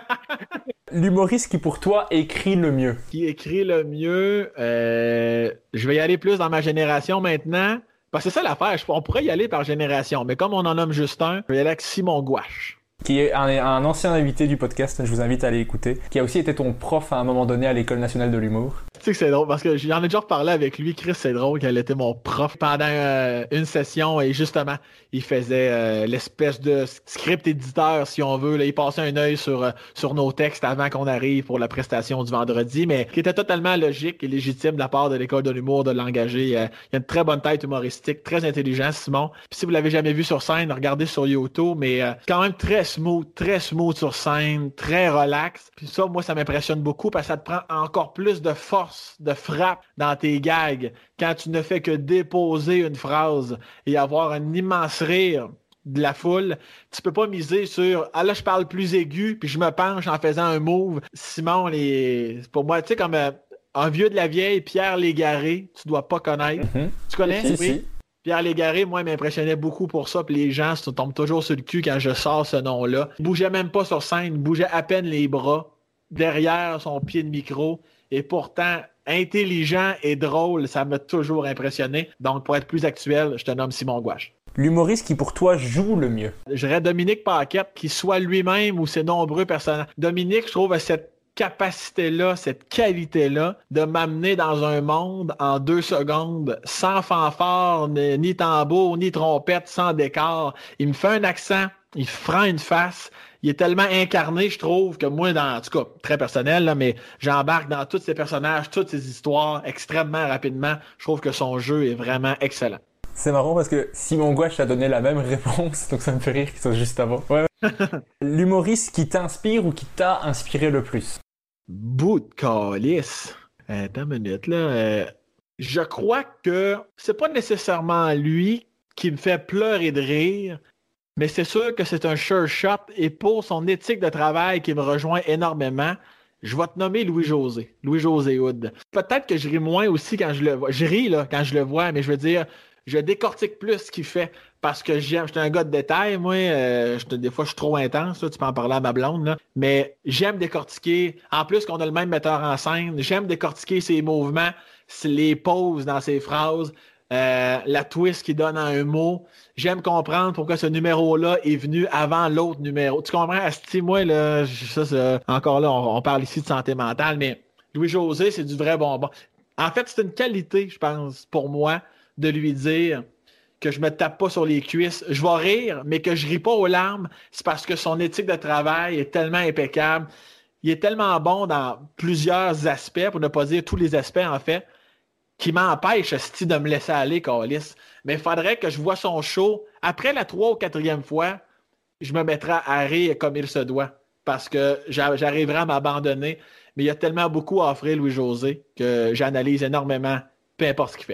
L'humoriste qui pour toi écrit le mieux? Qui écrit le mieux, euh, je vais y aller plus dans ma génération maintenant. Parce que c'est ça l'affaire, on pourrait y aller par génération, mais comme on en nomme juste un, je vais y aller avec Simon Gouache. Qui est un, un ancien invité du podcast, je vous invite à aller écouter, qui a aussi été ton prof à un moment donné à l'École nationale de l'humour. Tu sais que c'est drôle, parce que j'en ai déjà reparlé avec lui, Chris, c'est drôle qu'elle était mon prof pendant euh, une session, et justement, il faisait euh, l'espèce de script éditeur, si on veut, là, il passait un œil sur, euh, sur nos textes avant qu'on arrive pour la prestation du vendredi, mais qui était totalement logique et légitime de la part de l'École de l'humour de l'engager. Euh, il a une très bonne tête humoristique, très intelligent, Simon. Puis si vous l'avez jamais vu sur scène, regardez sur YouTube, mais euh, quand même très smooth, très smooth sur scène, très relax. Puis ça, moi, ça m'impressionne beaucoup parce que ça te prend encore plus de force, de frappe dans tes gags quand tu ne fais que déposer une phrase et avoir un immense rire de la foule. Tu peux pas miser sur « Ah là, je parle plus aigu, puis je me penche en faisant un move. » Simon, les... pour moi, tu sais, comme euh, un vieux de la vieille, Pierre Légaré, tu dois pas connaître. Mm-hmm. Tu connais? Si, oui. Si. Pierre Légaré, moi, il m'impressionnait beaucoup pour ça, puis les gens se tombent toujours sur le cul quand je sors ce nom-là. Il bougeait même pas sur scène, il bougeait à peine les bras, derrière son pied de micro, et pourtant, intelligent et drôle, ça m'a toujours impressionné. Donc, pour être plus actuel, je te nomme Simon Gouache. L'humoriste qui, pour toi, joue le mieux? Je dirais Dominique Paquette, qui soit lui-même ou ses nombreux personnages. Dominique, je trouve, a cette capacité-là, cette qualité-là de m'amener dans un monde en deux secondes, sans fanfare, ni, ni tambour, ni trompette, sans décor. Il me fait un accent, il prend une face, il est tellement incarné, je trouve, que moi, dans, en tout cas, très personnel, là, mais j'embarque dans tous ces personnages, toutes ces histoires extrêmement rapidement. Je trouve que son jeu est vraiment excellent. C'est marrant parce que Simon Gouache a donné la même réponse, donc ça me fait rire qu'il soit juste avant. Ouais. L'humoriste qui t'inspire ou qui t'a inspiré le plus? Bout de calice. Attends une minute, là. Euh, je crois que c'est pas nécessairement lui qui me fait pleurer de rire, mais c'est sûr que c'est un sure shot, et pour son éthique de travail qui me rejoint énormément, je vais te nommer Louis-José. Louis-José Hood. Peut-être que je ris moins aussi quand je le vois. Je ris là, quand je le vois, mais je veux dire, je décortique plus ce qu'il fait parce que j'aime. J'étais un gars de détail, moi. Euh, je, des fois, je suis trop intense. Là, tu peux en parler à ma blonde. Là, mais j'aime décortiquer. En plus qu'on a le même metteur en scène, j'aime décortiquer ses mouvements, les pauses dans ses phrases, euh, la twist qu'il donne à un mot. J'aime comprendre pourquoi ce numéro-là est venu avant l'autre numéro. Tu comprends? Asti, moi, là, ça, ça, encore là, on, on parle ici de santé mentale, mais Louis-José, c'est du vrai bonbon. En fait, c'est une qualité, je pense, pour moi, de lui dire que je me tape pas sur les cuisses. Je vais rire, mais que je ris pas aux larmes, c'est parce que son éthique de travail est tellement impeccable. Il est tellement bon dans plusieurs aspects, pour ne pas dire tous les aspects, en fait, qui m'empêche, sti, de me laisser aller, câlisse. Mais il faudrait que je vois son show. Après la trois ou quatrième fois, je me mettrai à rire comme il se doit, parce que j'arriverai à m'abandonner. Mais il y a tellement beaucoup à offrir, Louis-José, que j'analyse énormément, peu importe ce qu'il fait.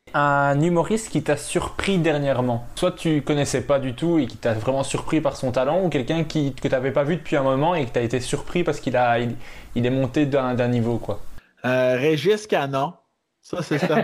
Un humoriste qui t'a surpris dernièrement. Soit tu connaissais pas du tout et qui t'a vraiment surpris par son talent, ou quelqu'un qui, que tu n'avais pas vu depuis un moment et que tu as été surpris parce qu'il a, il, il est monté d'un, d'un niveau, quoi. Euh, Régis Canon. Ça, c'est ça.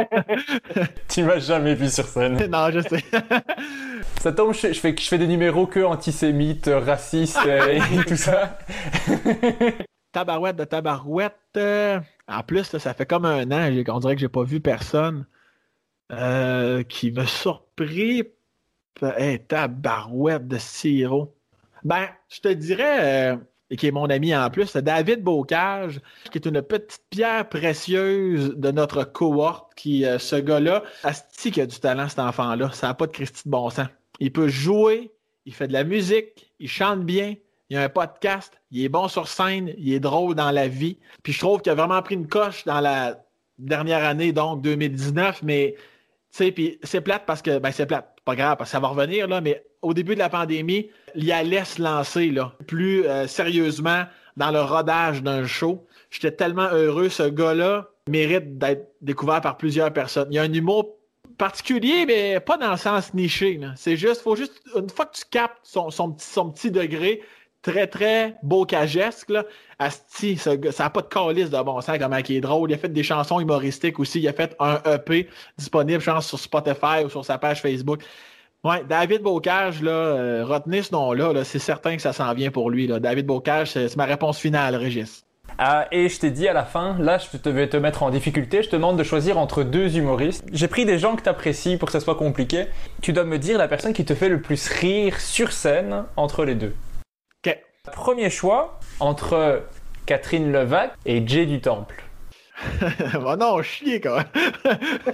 Tu m'as jamais vu sur scène. Non, je sais. Ça tombe, je, je, fais, je fais des numéros que antisémites, racistes et, et tout ça. Tabarouette de tabarouette. Euh, en plus, là, ça fait comme un an, on dirait que j'ai pas vu personne euh, qui m'a surpris. Hey, tabarouette de sirop. Ben, je te dirais, euh, et qui est mon ami en plus, c'est David Bocage, qui est une petite pierre précieuse de notre cohorte, qui, euh, ce gars-là, asti qui a du talent, cet enfant-là. Ça n'a pas de Christy de bon sens. Il peut jouer, il fait de la musique, il chante bien, il a un podcast, il est bon sur scène, il est drôle dans la vie. Puis je trouve qu'il a vraiment pris une coche dans la dernière année, donc deux mille dix-neuf, mais tu sais, puis c'est plate parce que, ben c'est plate, pas grave, parce que ça va revenir, là, mais au début de la pandémie, il allait se lancer, là, plus euh, sérieusement dans le rodage d'un show. J'étais tellement heureux, ce gars-là mérite d'être découvert par plusieurs personnes. Il y a un humour particulier, mais pas dans le sens niché, là. C'est juste, faut juste, une fois que tu captes son, son, petit, son petit degré, très, très bocagesque, là, asti, ça n'a pas de calice de bon sens, comment il est drôle. Il a fait des chansons humoristiques aussi. Il a fait un E P disponible, je pense, sur Spotify ou sur sa page Facebook. Ouais, David Bocage, là, euh, retenez ce nom-là, là, c'est certain que ça s'en vient pour lui, là. David Bocage, c'est, c'est ma réponse finale, Régis. Ah, et je t'ai dit à la fin, là je te vais te mettre en difficulté, je te demande de choisir entre deux humoristes. J'ai pris des gens que tu apprécies pour que ça soit compliqué. Tu dois me dire la personne qui te fait le plus rire sur scène entre les deux. Ok. Premier choix, entre Catherine Levac et Jay du Temple. Oh non, chier quand même.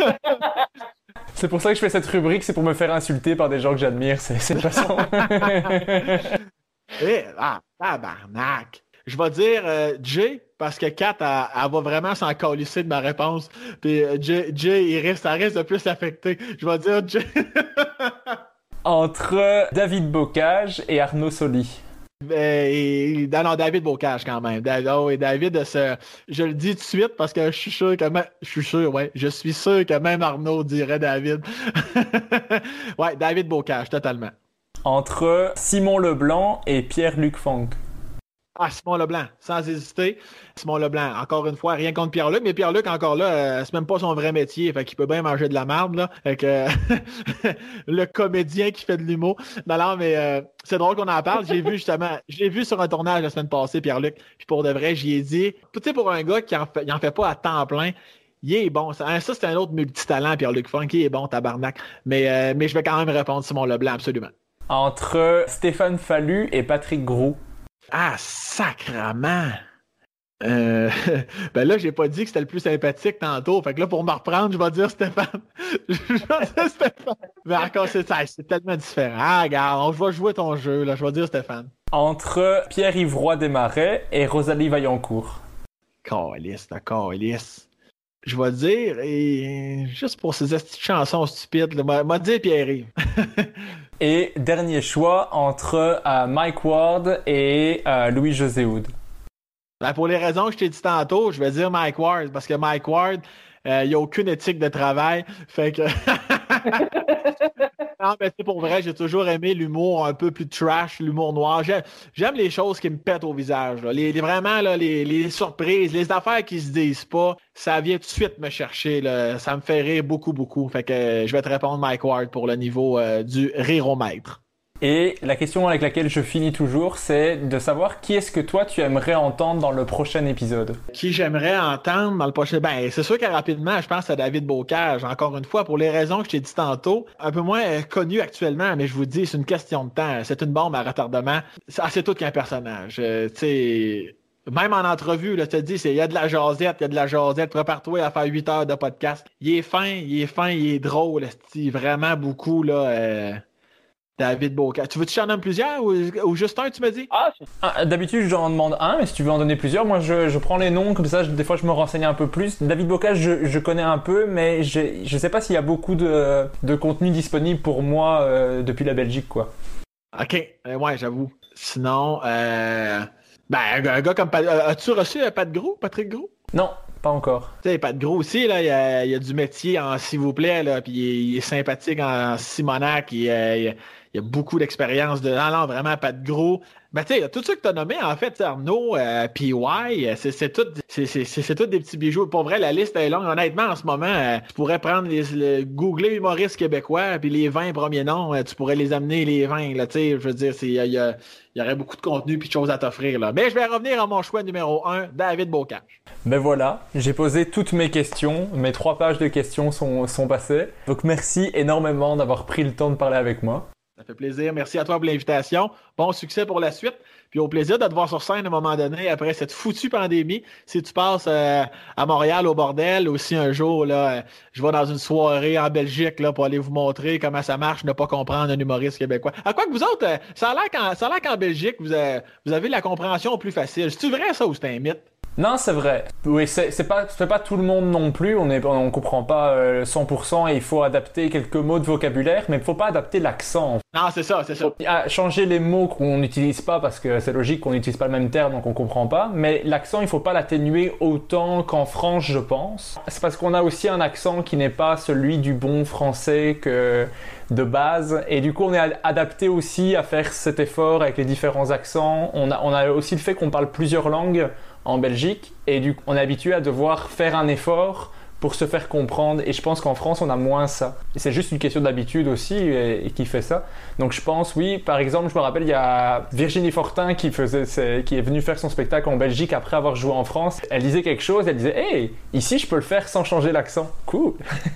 C'est pour ça que je fais cette rubrique, c'est pour me faire insulter par des gens que j'admire, c'est, c'est une façon. Eh, ah, tabarnak. Je vais dire euh, Jay, parce que Kat, elle, elle va vraiment s'en calisser de ma réponse. Puis euh, Jay, Jay il risque, ça risque de plus l'affecter. Je vais dire Jay. Entre David Bocage et Arnaud Soli. Et, non, non, David Bocage quand même. David, oh, et David, ce, je le dis tout de suite parce que je suis sûr que même, je suis sûr, ouais, je suis sûr que même Arnaud dirait David. Ouais, David Bocage, totalement. Entre Simon Leblanc et Pierre-Luc Funk. Ah, Simon Leblanc, sans hésiter. Simon Leblanc, encore une fois, rien contre Pierre-Luc, mais Pierre-Luc, encore là, euh, c'est même pas son vrai métier, fait qu'il peut bien manger de la merde, là. Fait que, le comédien qui fait de l'humour. Non, non, mais euh, c'est drôle qu'on en parle. J'ai vu, justement, je l'ai vu sur un tournage la semaine passée, Pierre-Luc, puis pour de vrai, j'y ai dit, tu sais, pour un gars qui en fait, il en fait pas à temps plein, il est bon. Ça, ça c'est un autre multitalent, Pierre-Luc Funk, il est bon, tabarnak. Mais, euh, mais je vais quand même répondre Simon Leblanc, absolument. Entre Stéphane Fallu et Patrick Groux. Ah, sacrement! Euh, ben là, j'ai pas dit que c'était le plus sympathique tantôt. Fait que là, pour me reprendre, je vais dire Stéphane. Je vais dire Stéphane. Mais encore, c'est, c'est tellement différent. Ah, regarde, je vais jouer ton jeu, là. Je vais dire Stéphane. Entre Pierre-Yves Roy Desmarais et Rosalie Vaillancourt. Calisse, d'accord, calisse. Je vais dire, et juste pour ces petites chansons stupides, là, m'a dit Pierre-Yves. Et dernier choix entre euh, Mike Ward et euh, Louis-José Hood. Ben, pour les raisons que je t'ai dit tantôt, je vais dire Mike Ward, parce que Mike Ward, euh, il n'y a aucune éthique de travail. Fait que. Non, mais c'est pour vrai, j'ai toujours aimé l'humour un peu plus trash, l'humour noir. J'aime, j'aime les choses qui me pètent au visage. Là. Les, les, vraiment, là, les, les surprises, les affaires qui se disent pas, ça vient tout de suite me chercher. Là. Ça me fait rire beaucoup, beaucoup. Fait que euh, je vais te répondre Mike Ward pour le niveau euh, du rire-au-maître. Et la question avec laquelle je finis toujours, c'est de savoir qui est-ce que toi tu aimerais entendre dans le prochain épisode. Qui j'aimerais entendre dans le prochain... Ben, c'est sûr que rapidement, je pense à David Bocage. Encore une fois, pour les raisons que je t'ai dit tantôt, un peu moins euh, connu actuellement, mais je vous dis, c'est une question de temps. C'est une bombe à retardement. C'est assez tout qu'un personnage. Euh, tu sais... Même en entrevue, là, tu te dis, il y a de la jasette, il y a de la jasette, prépare-toi à faire huit heures de podcast. Il est fin, il est fin, il est drôle, c'est vraiment beaucoup, là... Euh... David Bocage. Tu veux que tu en donnes plusieurs ou, ou juste un, tu m'as dit? Ah, ah, d'habitude, j'en demande un, mais si tu veux en donner plusieurs, moi, je, je prends les noms, comme ça, je, des fois, je me renseigne un peu plus. David Bocage, je, je connais un peu, mais je ne sais pas s'il y a beaucoup de, de contenu disponible pour moi euh, depuis la Belgique, quoi. OK. Euh, ouais, j'avoue. Sinon, euh... ben, un, un gars comme... Pat... As-tu reçu Pat Gros, Patrick Gros? Non, pas encore. Tu sais, Pat Gros aussi, là, il y a, il y a du métier en s'il vous plaît, là, puis il est, il est sympathique en Simonac, il, il, il y a beaucoup d'expérience de. Non, non, vraiment, Pat Gros. Mais tu sais, tout ce que tu as nommé, en fait, Arnaud, euh, P Y, c'est, c'est, tout, c'est, c'est, c'est, c'est tout des petits bijoux. Pour vrai, la liste est longue. Honnêtement, en ce moment, euh, tu pourrais prendre les, le, googler humoristes québécois, puis les vingt premiers noms, euh, tu pourrais les amener les vingt, là, tu sais, je veux dire, il y, y, y aurait beaucoup de contenu puis de choses à t'offrir, là. Mais je vais revenir à mon choix numéro un, David Bocage. Ben voilà, j'ai posé toutes mes questions, mes trois pages de questions sont, sont passées. Donc merci énormément d'avoir pris le temps de parler avec moi. Ça fait plaisir. Merci à toi pour l'invitation. Bon succès pour la suite. Puis au plaisir de te voir sur scène à un moment donné après cette foutue pandémie. Si tu passes euh, à Montréal au bordel, aussi un jour, là, je vais dans une soirée en Belgique là, pour aller vous montrer comment ça marche, ne pas comprendre un humoriste québécois. À quoi que vous autres, euh, ça a l'air qu'en, ça a l'air qu'en Belgique, vous avez, vous avez la compréhension plus facile. C'est-tu vrai ça ou c'est un mythe? Non, c'est vrai. Oui, c'est, c'est pas, c'est pas tout le monde non plus. On est, on comprend pas euh, cent pour cent et il faut adapter quelques mots de vocabulaire, mais il faut pas adapter l'accent. Non, c'est ça, c'est ça. Ah, changer les mots qu'on n'utilise pas parce que c'est logique qu'on n'utilise pas le même terme, donc on comprend pas. Mais l'accent, il faut pas l'atténuer autant qu'en France, je pense. C'est parce qu'on a aussi un accent qui n'est pas celui du bon français que de base, et du coup on est adapté aussi à faire cet effort avec les différents accents. On a, on a aussi le fait qu'on parle plusieurs langues en Belgique, et du coup on est habitué à devoir faire un effort pour se faire comprendre, et je pense qu'en France on a moins ça. Et c'est juste une question d'habitude aussi et, et qui fait ça. Donc je pense, oui, par exemple, je me rappelle, il y a Virginie Fortin qui, faisait ses, qui est venue faire son spectacle en Belgique après avoir joué en France. Elle disait quelque chose, elle disait « Hey, ici je peux le faire sans changer l'accent. Cool! »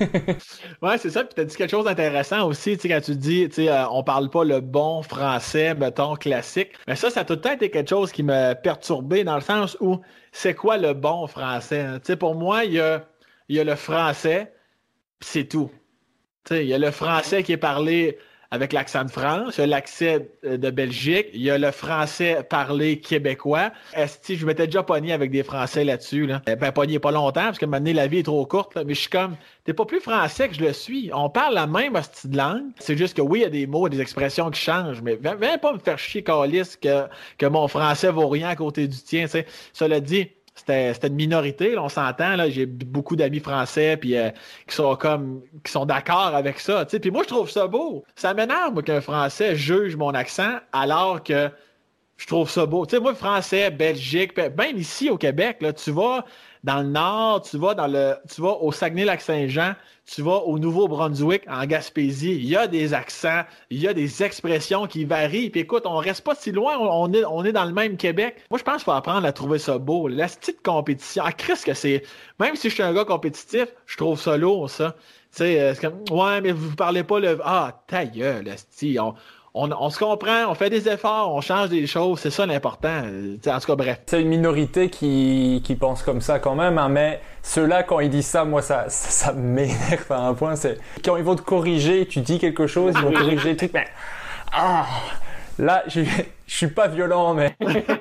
Ouais, c'est ça, puis tu as dit quelque chose d'intéressant aussi, tu sais, quand tu dis, tu sais, euh, on parle pas le bon français, mettons, classique. Mais ça, ça a tout le temps été quelque chose qui m'a perturbé dans le sens où c'est quoi le bon français? Tu sais, pour moi, il y a Il y a le français, c'est tout. T'sais, il y a le français qui est parlé avec l'accent de France, il y a l'accent de Belgique, il y a le français parlé québécois. Esti, je m'étais déjà pogné avec des Français là-dessus. Là. Ben, pogné pas longtemps, parce que maintenant, la vie est trop courte. Là, mais je suis comme, t'es pas plus français que je le suis. On parle la même hostie de langue. C'est juste que oui, il y a des mots, des expressions qui changent, mais viens, viens pas me faire chier, câlisse, que, que mon français vaut rien à côté du tien. T'sais. Cela dit, C'était, c'était une minorité, là, on s'entend. Là, j'ai beaucoup d'amis français puis, euh, qui sont comme qui sont d'accord avec ça. Puis moi, je trouve ça beau. Ça m'énerve, moi, qu'un Français juge mon accent alors que je trouve ça beau. Tu sais, moi, français, Belgique, même ici au Québec, là, tu vas dans le Nord, tu vas dans le, tu vas au Saguenay-Lac-Saint-Jean, tu vas au Nouveau-Brunswick, en Gaspésie, il y a des accents, il y a des expressions qui varient. Puis écoute, on reste pas si loin, on est, on est dans le même Québec. Moi, je pense qu'il faut apprendre à trouver ça beau. La petite compétition, ah, Christ que c'est, même si je suis un gars compétitif, je trouve ça lourd, ça. Tu sais, c'est comme, ouais, mais vous parlez pas le, ah, ta gueule, esti, on... On, on se comprend, on fait des efforts, on change des choses, c'est ça l'important. T'sais, en tout cas, bref. C'est une minorité qui, qui pense comme ça quand même, hein, mais ceux-là, quand ils disent ça, moi, ça, ça, ça m'énerve à un point. C'est quand ils vont te corriger, tu dis quelque chose, ils vont corriger le truc, mais ah, là, je, je suis pas violent, mais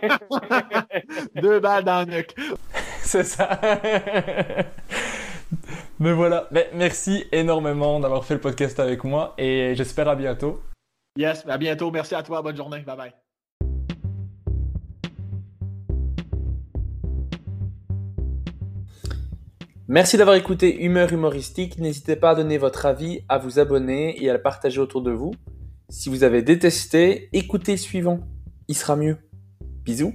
deux balles dans le nuque. C'est ça. Mais voilà, mais merci énormément d'avoir fait le podcast avec moi et j'espère à bientôt. Yes, à bientôt. Merci à toi. Bonne journée. Bye bye. Merci d'avoir écouté Humeur Humoristique. N'hésitez pas à donner votre avis, à vous abonner et à le partager autour de vous. Si vous avez détesté, écoutez le suivant. Il sera mieux. Bisous.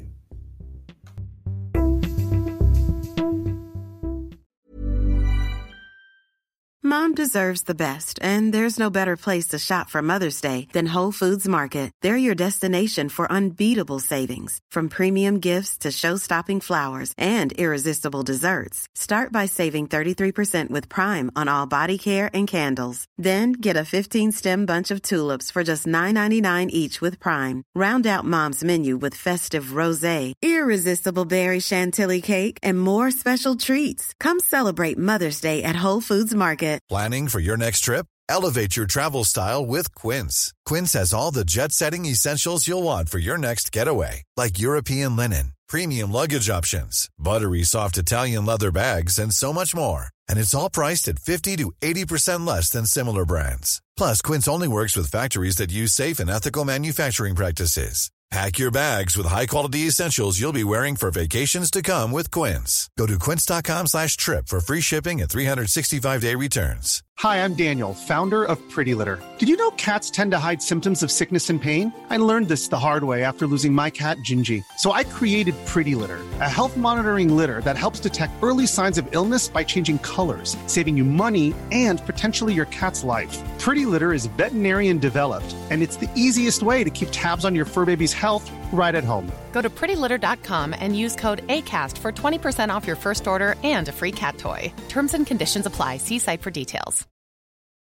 Mom deserves the best, and there's no better place to shop for Mother's Day than Whole Foods Market. They're your destination for unbeatable savings, from premium gifts to show-stopping flowers and irresistible desserts. Start by saving thirty-three percent with Prime on all body care and candles. Then get a fifteen-stem bunch of tulips for just nine ninety-nine each with Prime. Round out Mom's menu with festive rosé, irresistible berry chantilly cake, and more special treats. Come celebrate Mother's Day at Whole Foods Market. Planning for your next trip? Elevate your travel style with Quince. Quince has all the jet-setting essentials you'll want for your next getaway, like European linen, premium luggage options, buttery soft Italian leather bags, and so much more. And it's all priced at fifty to eighty percent less than similar brands. Plus, Quince only works with factories that use safe and ethical manufacturing practices. Pack your bags with high-quality essentials you'll be wearing for vacations to come with Quince. Go to quince.com slash trip for free shipping and three sixty-five day returns. Hi, I'm Daniel, founder of Pretty Litter. Did you know cats tend to hide symptoms of sickness and pain? I learned this the hard way after losing my cat, Gingy. So I created Pretty Litter, a health monitoring litter that helps detect early signs of illness by changing colors, saving you money and potentially your cat's life. Pretty Litter is veterinarian developed, and it's the easiest way to keep tabs on your fur baby's health right at home. Go to pretty litter dot com and use code ACAST for twenty percent off your first order and a free cat toy. Terms and conditions apply. See site for details.